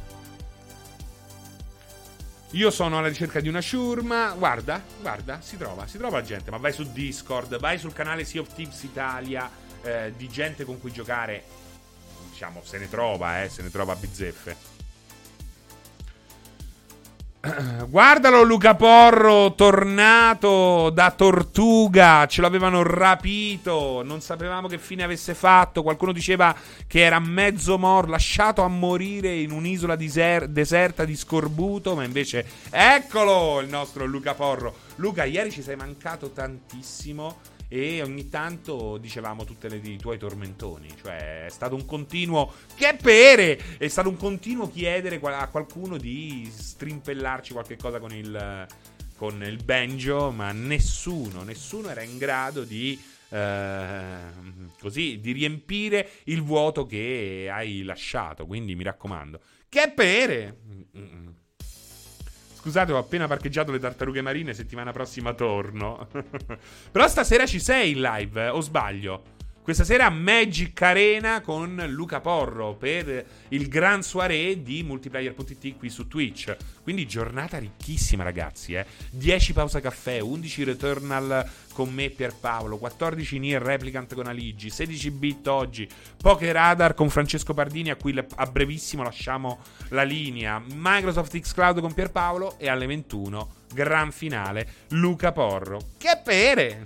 Io sono alla ricerca di una ciurma. Guarda, guarda, si trova, si trova gente. Ma vai su Discord, vai sul canale Sea of Thieves Italia, eh, di gente con cui giocare. Diciamo, se ne trova, eh, se ne trova a bizzeffe. Guardalo Luca Porro, tornato da Tortuga, ce l'avevano rapito, non sapevamo che fine avesse fatto, qualcuno diceva che era mezzo morto, lasciato a morire in un'isola diser- deserta di scorbuto, ma invece eccolo il nostro Luca Porro. Luca, ieri ci sei mancato tantissimo e ogni tanto dicevamo tutti i tuoi tormentoni, cioè è stato un continuo che pere, è stato un continuo chiedere a qualcuno di strimpellarci qualche cosa con il con il banjo, ma nessuno, nessuno era in grado di eh, così di riempire il vuoto che hai lasciato, quindi mi raccomando. Che pere! Mm-mm. Scusate, ho appena parcheggiato le tartarughe marine, settimana prossima torno. Però stasera ci sei in live, eh, o sbaglio? Questa sera Magic Arena con Luca Porro per il gran soirée di Multiplayer punto it qui su Twitch. Quindi giornata ricchissima, ragazzi, eh. dieci pausa caffè, undici Returnal con me e Pierpaolo, quattordici Nier Replicant con Aligi, sedici bit oggi, Poker Radar con Francesco Pardini, a cui a brevissimo lasciamo la linea, Microsoft xCloud con Pierpaolo, e alle ventuno gran finale Luca Porro. Che pere!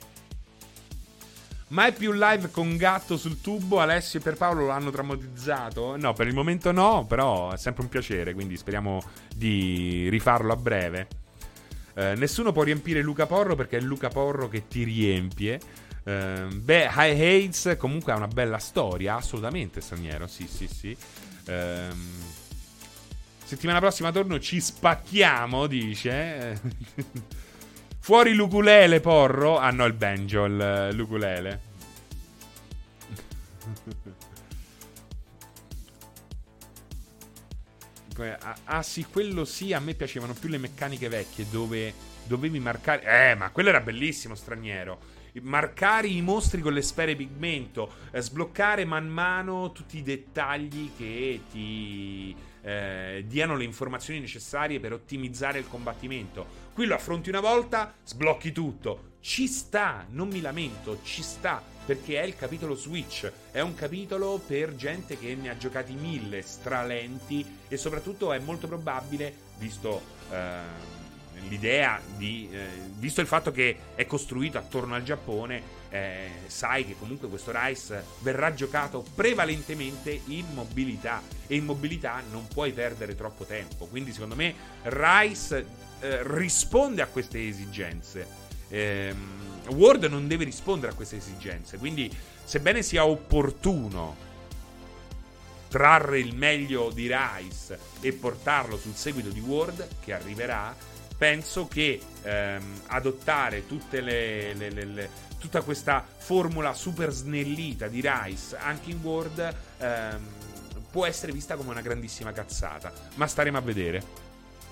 Mai più live con gatto sul tubo? Alessio e Pierpaolo lo hanno traumatizzato? No, per il momento no, però è sempre un piacere, quindi speriamo di rifarlo a breve. Eh, nessuno può riempire Luca Porro perché è Luca Porro che ti riempie. Eh, beh, High Hades comunque ha una bella storia, assolutamente straniero, sì sì sì. Eh, settimana prossima torno, ci spacchiamo, dice. Fuori l'ukulele, Porro. Ah no, il banjo, il, l'ukulele. Ah, ah sì, quello sì, a me piacevano più le meccaniche vecchie dove dovevi marcare... Eh, ma quello era bellissimo, straniero. Marcare i mostri con le sfere pigmento, eh, sbloccare man mano tutti i dettagli che ti eh, diano le informazioni necessarie per ottimizzare il combattimento. Qui lo affronti una volta, sblocchi tutto. Ci sta, non mi lamento, ci sta, perché è il capitolo Switch, è un capitolo per gente che ne ha giocati mille, stralenti, e soprattutto è molto probabile, visto eh, l'idea di eh, visto il fatto che è costruito attorno al Giappone, eh, sai che comunque questo Rise verrà giocato prevalentemente in mobilità, e in mobilità non puoi perdere troppo tempo, quindi secondo me Rise eh, risponde a queste esigenze. ehm, World non deve rispondere a queste esigenze, quindi sebbene sia opportuno trarre il meglio di Rise e portarlo sul seguito di World che arriverà, penso che ehm, adottare tutte le, le, le, le, tutta questa formula super snellita di Rise anche in World ehm, può essere vista come una grandissima cazzata, ma staremo a vedere.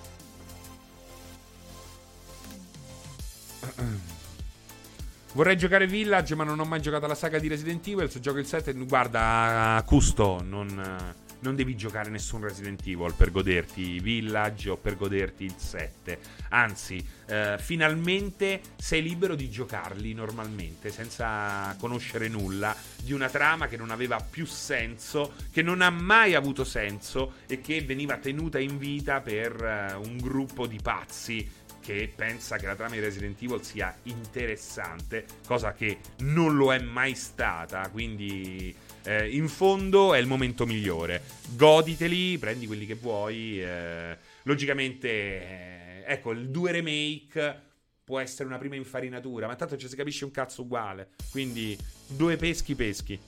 Vorrei giocare Village, ma non ho mai giocato alla saga di Resident Evil. Se gioco il sette, guarda, Custo, non, non devi giocare nessun Resident Evil per goderti Village o per goderti il sette. Anzi, eh, finalmente sei libero di giocarli normalmente, senza conoscere nulla di una trama che non aveva più senso, che non ha mai avuto senso e che veniva tenuta in vita per uh, un gruppo di pazzi che pensa che la trama di Resident Evil sia interessante, cosa che non lo è mai stata. Quindi eh, in fondo è il momento migliore, goditeli, prendi quelli che vuoi. eh, logicamente eh, ecco, il due remake può essere una prima infarinatura, ma tanto ci si capisce un cazzo uguale, quindi due peschi peschi.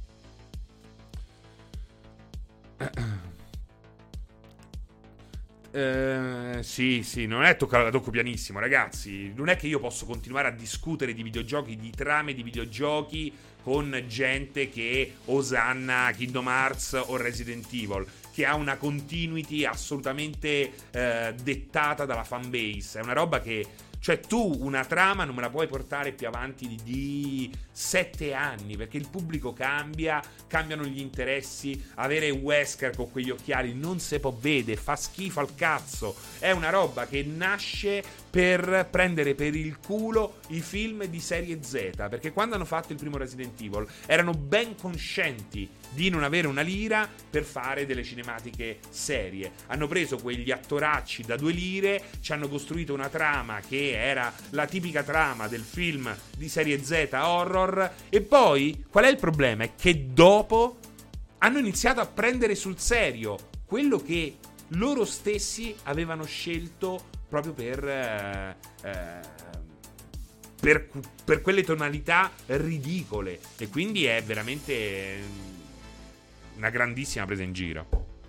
Uh, sì, sì, non è toccato, la tocco pianissimo, ragazzi. Non è che io posso continuare a discutere di videogiochi, di trame di videogiochi con gente che osanna Kingdom Hearts o Resident Evil, che ha una continuity assolutamente uh, dettata dalla fanbase. È una roba che, cioè, tu una trama non me la puoi portare più avanti di, di sette anni, perché il pubblico cambia, cambiano gli interessi. Avere Wesker con quegli occhiali non si può vedere, fa schifo al cazzo. È una roba che nasce per prendere per il culo i film di serie Z, perché quando hanno fatto il primo Resident Evil erano ben conscienti di non avere una lira per fare delle cinematiche serie. Hanno preso quegli attoracci da due lire, ci hanno costruito una trama che era la tipica trama del film di serie Z horror, e poi qual è il problema? È che dopo hanno iniziato a prendere sul serio quello che loro stessi avevano scelto proprio per eh, eh, per, per quelle tonalità ridicole, e quindi è veramente una grandissima presa in giro.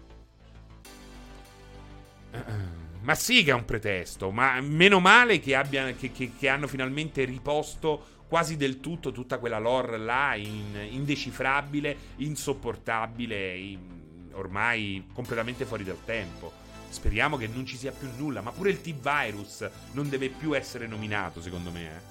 Ma sì che è un pretesto, ma meno male che, abbia, che, che, che hanno finalmente riposto quasi del tutto tutta quella lore là, in, indecifrabile, insopportabile, in, ormai completamente fuori dal tempo. Speriamo che non ci sia più nulla, ma pure il T-Virus non deve più essere nominato, secondo me, eh.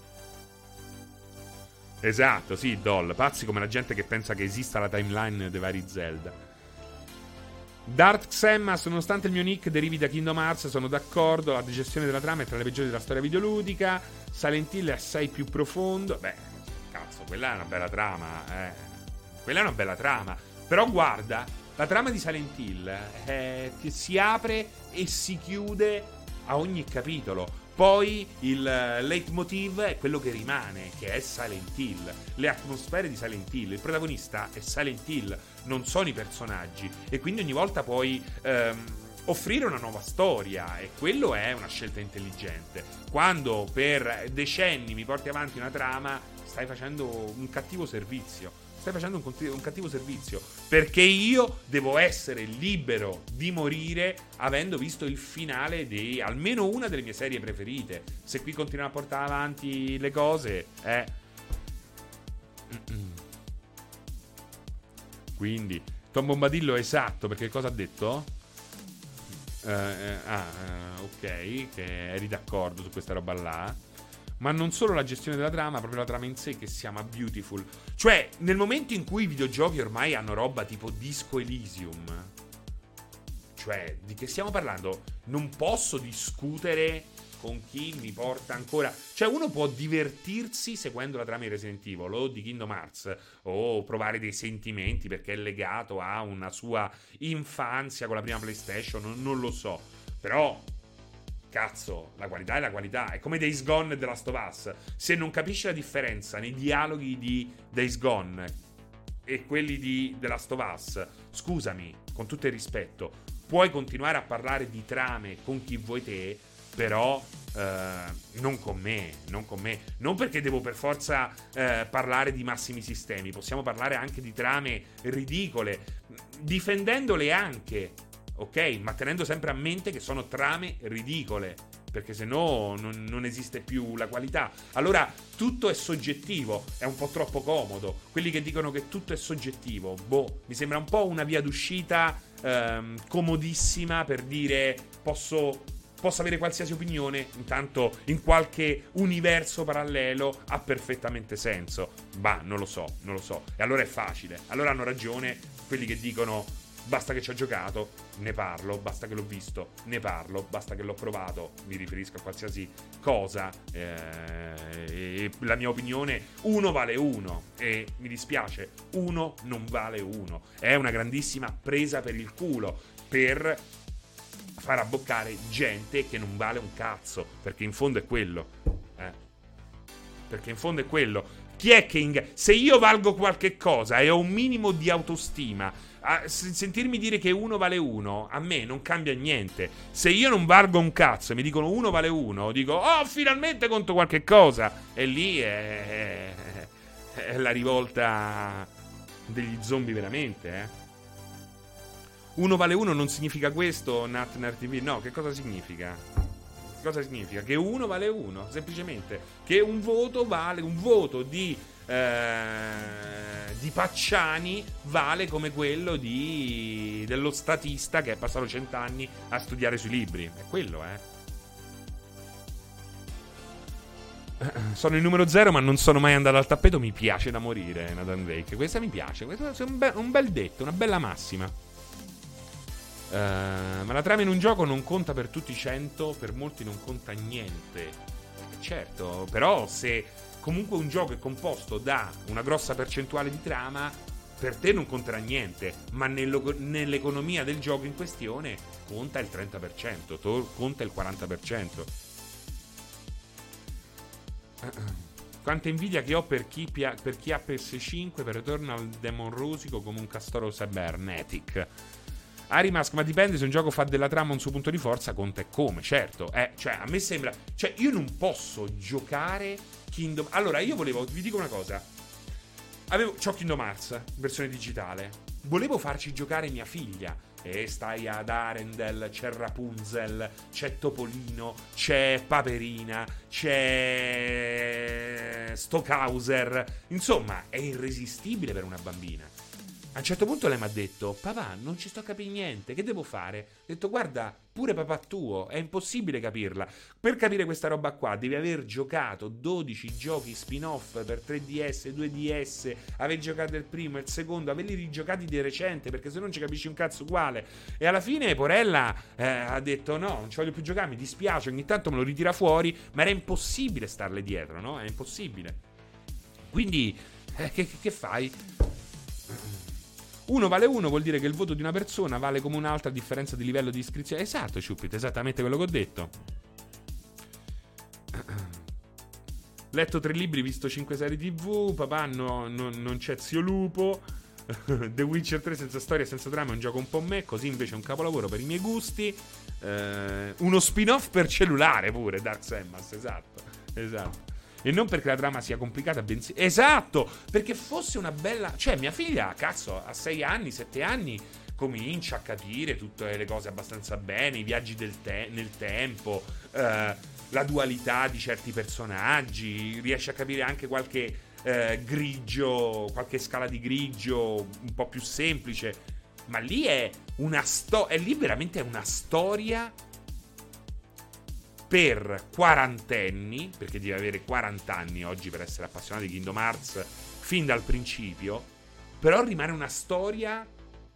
Esatto, sì, Doll, pazzi come la gente che pensa che esista la timeline dei vari Zelda. Dark Xemmas, nonostante il mio nick derivi da Kingdom Hearts, sono d'accordo, la digestione della trama è tra le peggiori della storia videoludica. Silent Hill è assai più profondo. Beh, cazzo, quella è una bella trama, eh. Quella è una bella trama. Però guarda, la trama di Silent Hill eh, che si apre e si chiude a ogni capitolo. Poi il leitmotiv è quello che rimane, che è Silent Hill. Le atmosfere di Silent Hill. Il protagonista è Silent Hill, non sono i personaggi. E quindi ogni volta puoi ehm, offrire una nuova storia. E quello è una scelta intelligente. Quando per decenni mi porti avanti una trama, stai facendo un cattivo servizio. Stai facendo un, un cattivo servizio, perché io devo essere libero di morire avendo visto il finale di almeno una delle mie serie preferite. Se qui continuano a portare avanti le cose, eh. Quindi Tom Bombadillo, esatto, perché cosa ha detto? Eh, eh, ah, eh, ok, che eri d'accordo su questa roba là. Ma non solo la gestione della trama, proprio la trama in sé che si chiama Beautiful. Cioè, nel momento in cui i videogiochi ormai hanno roba tipo Disco Elysium, cioè, di che stiamo parlando? Non posso discutere con chi mi porta ancora. Cioè, uno può divertirsi seguendo la trama di Resident Evil o di Kingdom Hearts, o provare dei sentimenti perché è legato a una sua infanzia con la prima PlayStation, non, non lo so. Però, cazzo, la qualità è la qualità. È come Days Gone e The Last of Us. Se non capisci la differenza nei dialoghi di Days Gone e quelli di The Last of Us, scusami, con tutto il rispetto, puoi continuare a parlare di trame con chi vuoi te, però eh, non con me, non con me. Non perché devo per forza eh, parlare di massimi sistemi. Possiamo parlare anche di trame ridicole, difendendole anche, ok? Ma tenendo sempre a mente che sono trame ridicole, perché se no non, non esiste più la qualità. Allora tutto è soggettivo, è un po' troppo comodo. Quelli che dicono che tutto è soggettivo, boh, mi sembra un po' una via d'uscita ehm, comodissima per dire posso, posso avere qualsiasi opinione, intanto in qualche universo parallelo ha perfettamente senso. Bah, non lo so, non lo so. E allora è facile, allora hanno ragione quelli che dicono basta che ci ho giocato, ne parlo, basta che l'ho visto, ne parlo, basta che l'ho provato, mi riferisco a qualsiasi cosa, eh, e la mia opinione, uno vale uno, e mi dispiace, uno non vale uno, è una grandissima presa per il culo, per far abboccare gente che non vale un cazzo, perché in fondo è quello, eh. Perché in fondo è quello. Chi è che inga- se io valgo qualche cosa e ho un minimo di autostima, a sentirmi dire che uno vale uno, a me non cambia niente. Se io non valgo un cazzo e mi dicono uno vale uno, dico oh finalmente conto qualche cosa, e lì è, è, è la rivolta degli zombie veramente, eh. Uno vale uno non significa questo, Nat Nerd T V, no, che cosa significa? Cosa significa? Che uno vale uno, semplicemente. Che un voto vale, un voto di, eh, di Pacciani vale come quello di, dello statista che è passato cent'anni a studiare sui libri. È quello, eh. Sono il numero zero, ma non sono mai andato al tappeto. Mi piace da morire, Nathan Drake. Questa mi piace. Questo è un, be- un bel detto, una bella massima. Uh, ma la trama in un gioco non conta per tutti cento, per molti non conta niente. Certo, però se comunque un gioco è composto da una grossa percentuale di trama, per te non conterà niente, ma nello, nell'economia del gioco in questione conta il trenta per cento, to- conta il quaranta per cento. Uh, quanta invidia che ho per chi, pia- per chi ha P S cinque per Eternal Demon Rosico come un castoro cybernetic. Arimask, ma dipende, se un gioco fa della trama un suo punto di forza, conta e come, certo. Eh, cioè, a me sembra... Cioè, io non posso giocare Kingdom... Allora, io volevo... Vi dico una cosa. Avevo... C'ho Kingdom Hearts, versione digitale. Volevo farci giocare mia figlia. E stai ad Arendelle, c'è Rapunzel, c'è Topolino, c'è Paperina, c'è Stockhauser. Insomma, è irresistibile per una bambina. A un certo punto lei mi ha detto papà non ci sto a capire niente, che devo fare? Ho detto guarda pure papà tuo è impossibile capirla. Per capire questa roba qua devi aver giocato dodici giochi spin-off per tre D S, due D S, aver giocato il primo e il secondo, averli rigiocati di recente, perché se no non ci capisci un cazzo uguale. E alla fine Porella eh, ha detto no, non ci voglio più giocare, mi dispiace, ogni tanto me lo ritira fuori, ma era impossibile starle dietro, no? È impossibile. Quindi eh, che, che fai? Uno vale uno vuol dire che il voto di una persona vale come un'altra a differenza di livello di iscrizione. Esatto, Ciuppit, esattamente quello che ho detto. Letto tre libri, visto cinque serie tivù. Papà, no, no, non c'è Zio Lupo. The Witcher tre senza storia e senza trama è un gioco un po' me. Così invece è un capolavoro per i miei gusti. eh, Uno spin-off per cellulare pure, Dark Semmas, esatto. Esatto. E non perché la trama sia complicata, bensì... Esatto! Perché fosse una bella... Cioè, mia figlia, cazzo, a sei anni, sette anni, comincia a capire tutte le cose abbastanza bene, i viaggi del te- nel tempo, eh, la dualità di certi personaggi, riesce a capire anche qualche eh, grigio, qualche scala di grigio un po' più semplice. Ma lì è una storia, è lì veramente una storia per quarantenni, perché devi avere quaranta anni oggi per essere appassionato di Kingdom Hearts fin dal principio, però rimane una storia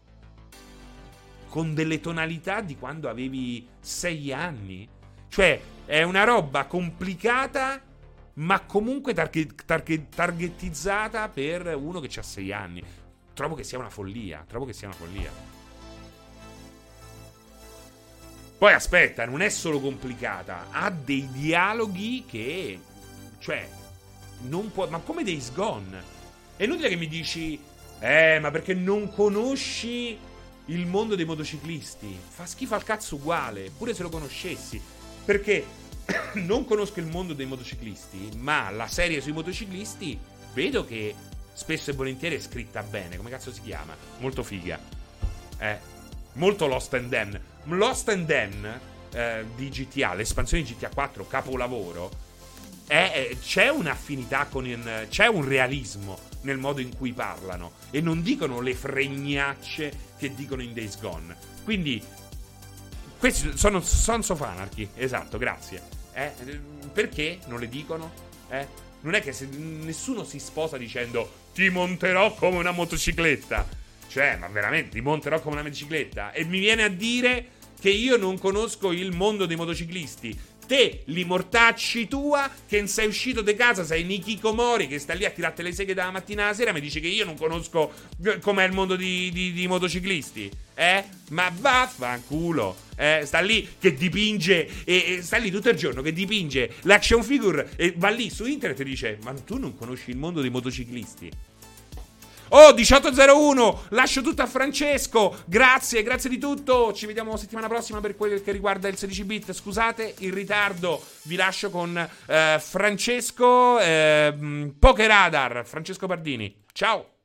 con delle tonalità di quando avevi sei anni. Cioè, è una roba complicata, ma comunque target, target, targetizzata per uno che ha sei anni. Trovo che sia una follia, trovo che sia una follia. Poi aspetta, non è solo complicata, ha dei dialoghi che, cioè, non può, ma come Days Gone. È inutile che mi dici, eh, ma perché non conosci il mondo dei motociclisti? Fa schifo al cazzo uguale, pure se lo conoscessi. Perché non conosco il mondo dei motociclisti, ma la serie sui motociclisti vedo che spesso e volentieri è scritta bene. Come cazzo si chiama? Molto figa. Eh, molto Lost and Then. Lost and Then eh, di G T A, l'espansione di G T A quattro, capolavoro, è, è, c'è un'affinità con il, c'è un realismo nel modo in cui parlano e non dicono le fregnacce che dicono in Days Gone. Quindi questi sono Sons of Anarchy, esatto, grazie. Eh, perché non le dicono? Eh? Non è che se, nessuno si sposa dicendo ti monterò come una motocicletta. Cioè, ma veramente, ti monterò come una motocicletta? E mi viene a dire che io non conosco il mondo dei motociclisti. Te, li mortacci tua, che non sei uscito di casa, sei Nikikomori, che sta lì a tirarti le seghe dalla mattina alla sera, mi dici che io non conosco com'è il mondo di, di, di motociclisti? Eh? Ma vaffanculo. Eh? Sta lì che dipinge, e, e sta lì tutto il giorno che dipinge l'action figure, e va lì su internet e dice, ma tu non conosci il mondo dei motociclisti? Oh, diciotto zero uno, lascio tutto a Francesco. Grazie, grazie di tutto. Ci vediamo settimana prossima per quel che riguarda il sedici bit. Scusate il ritardo, vi lascio con eh, Francesco eh, Pokeradar, Francesco Pardini. Ciao.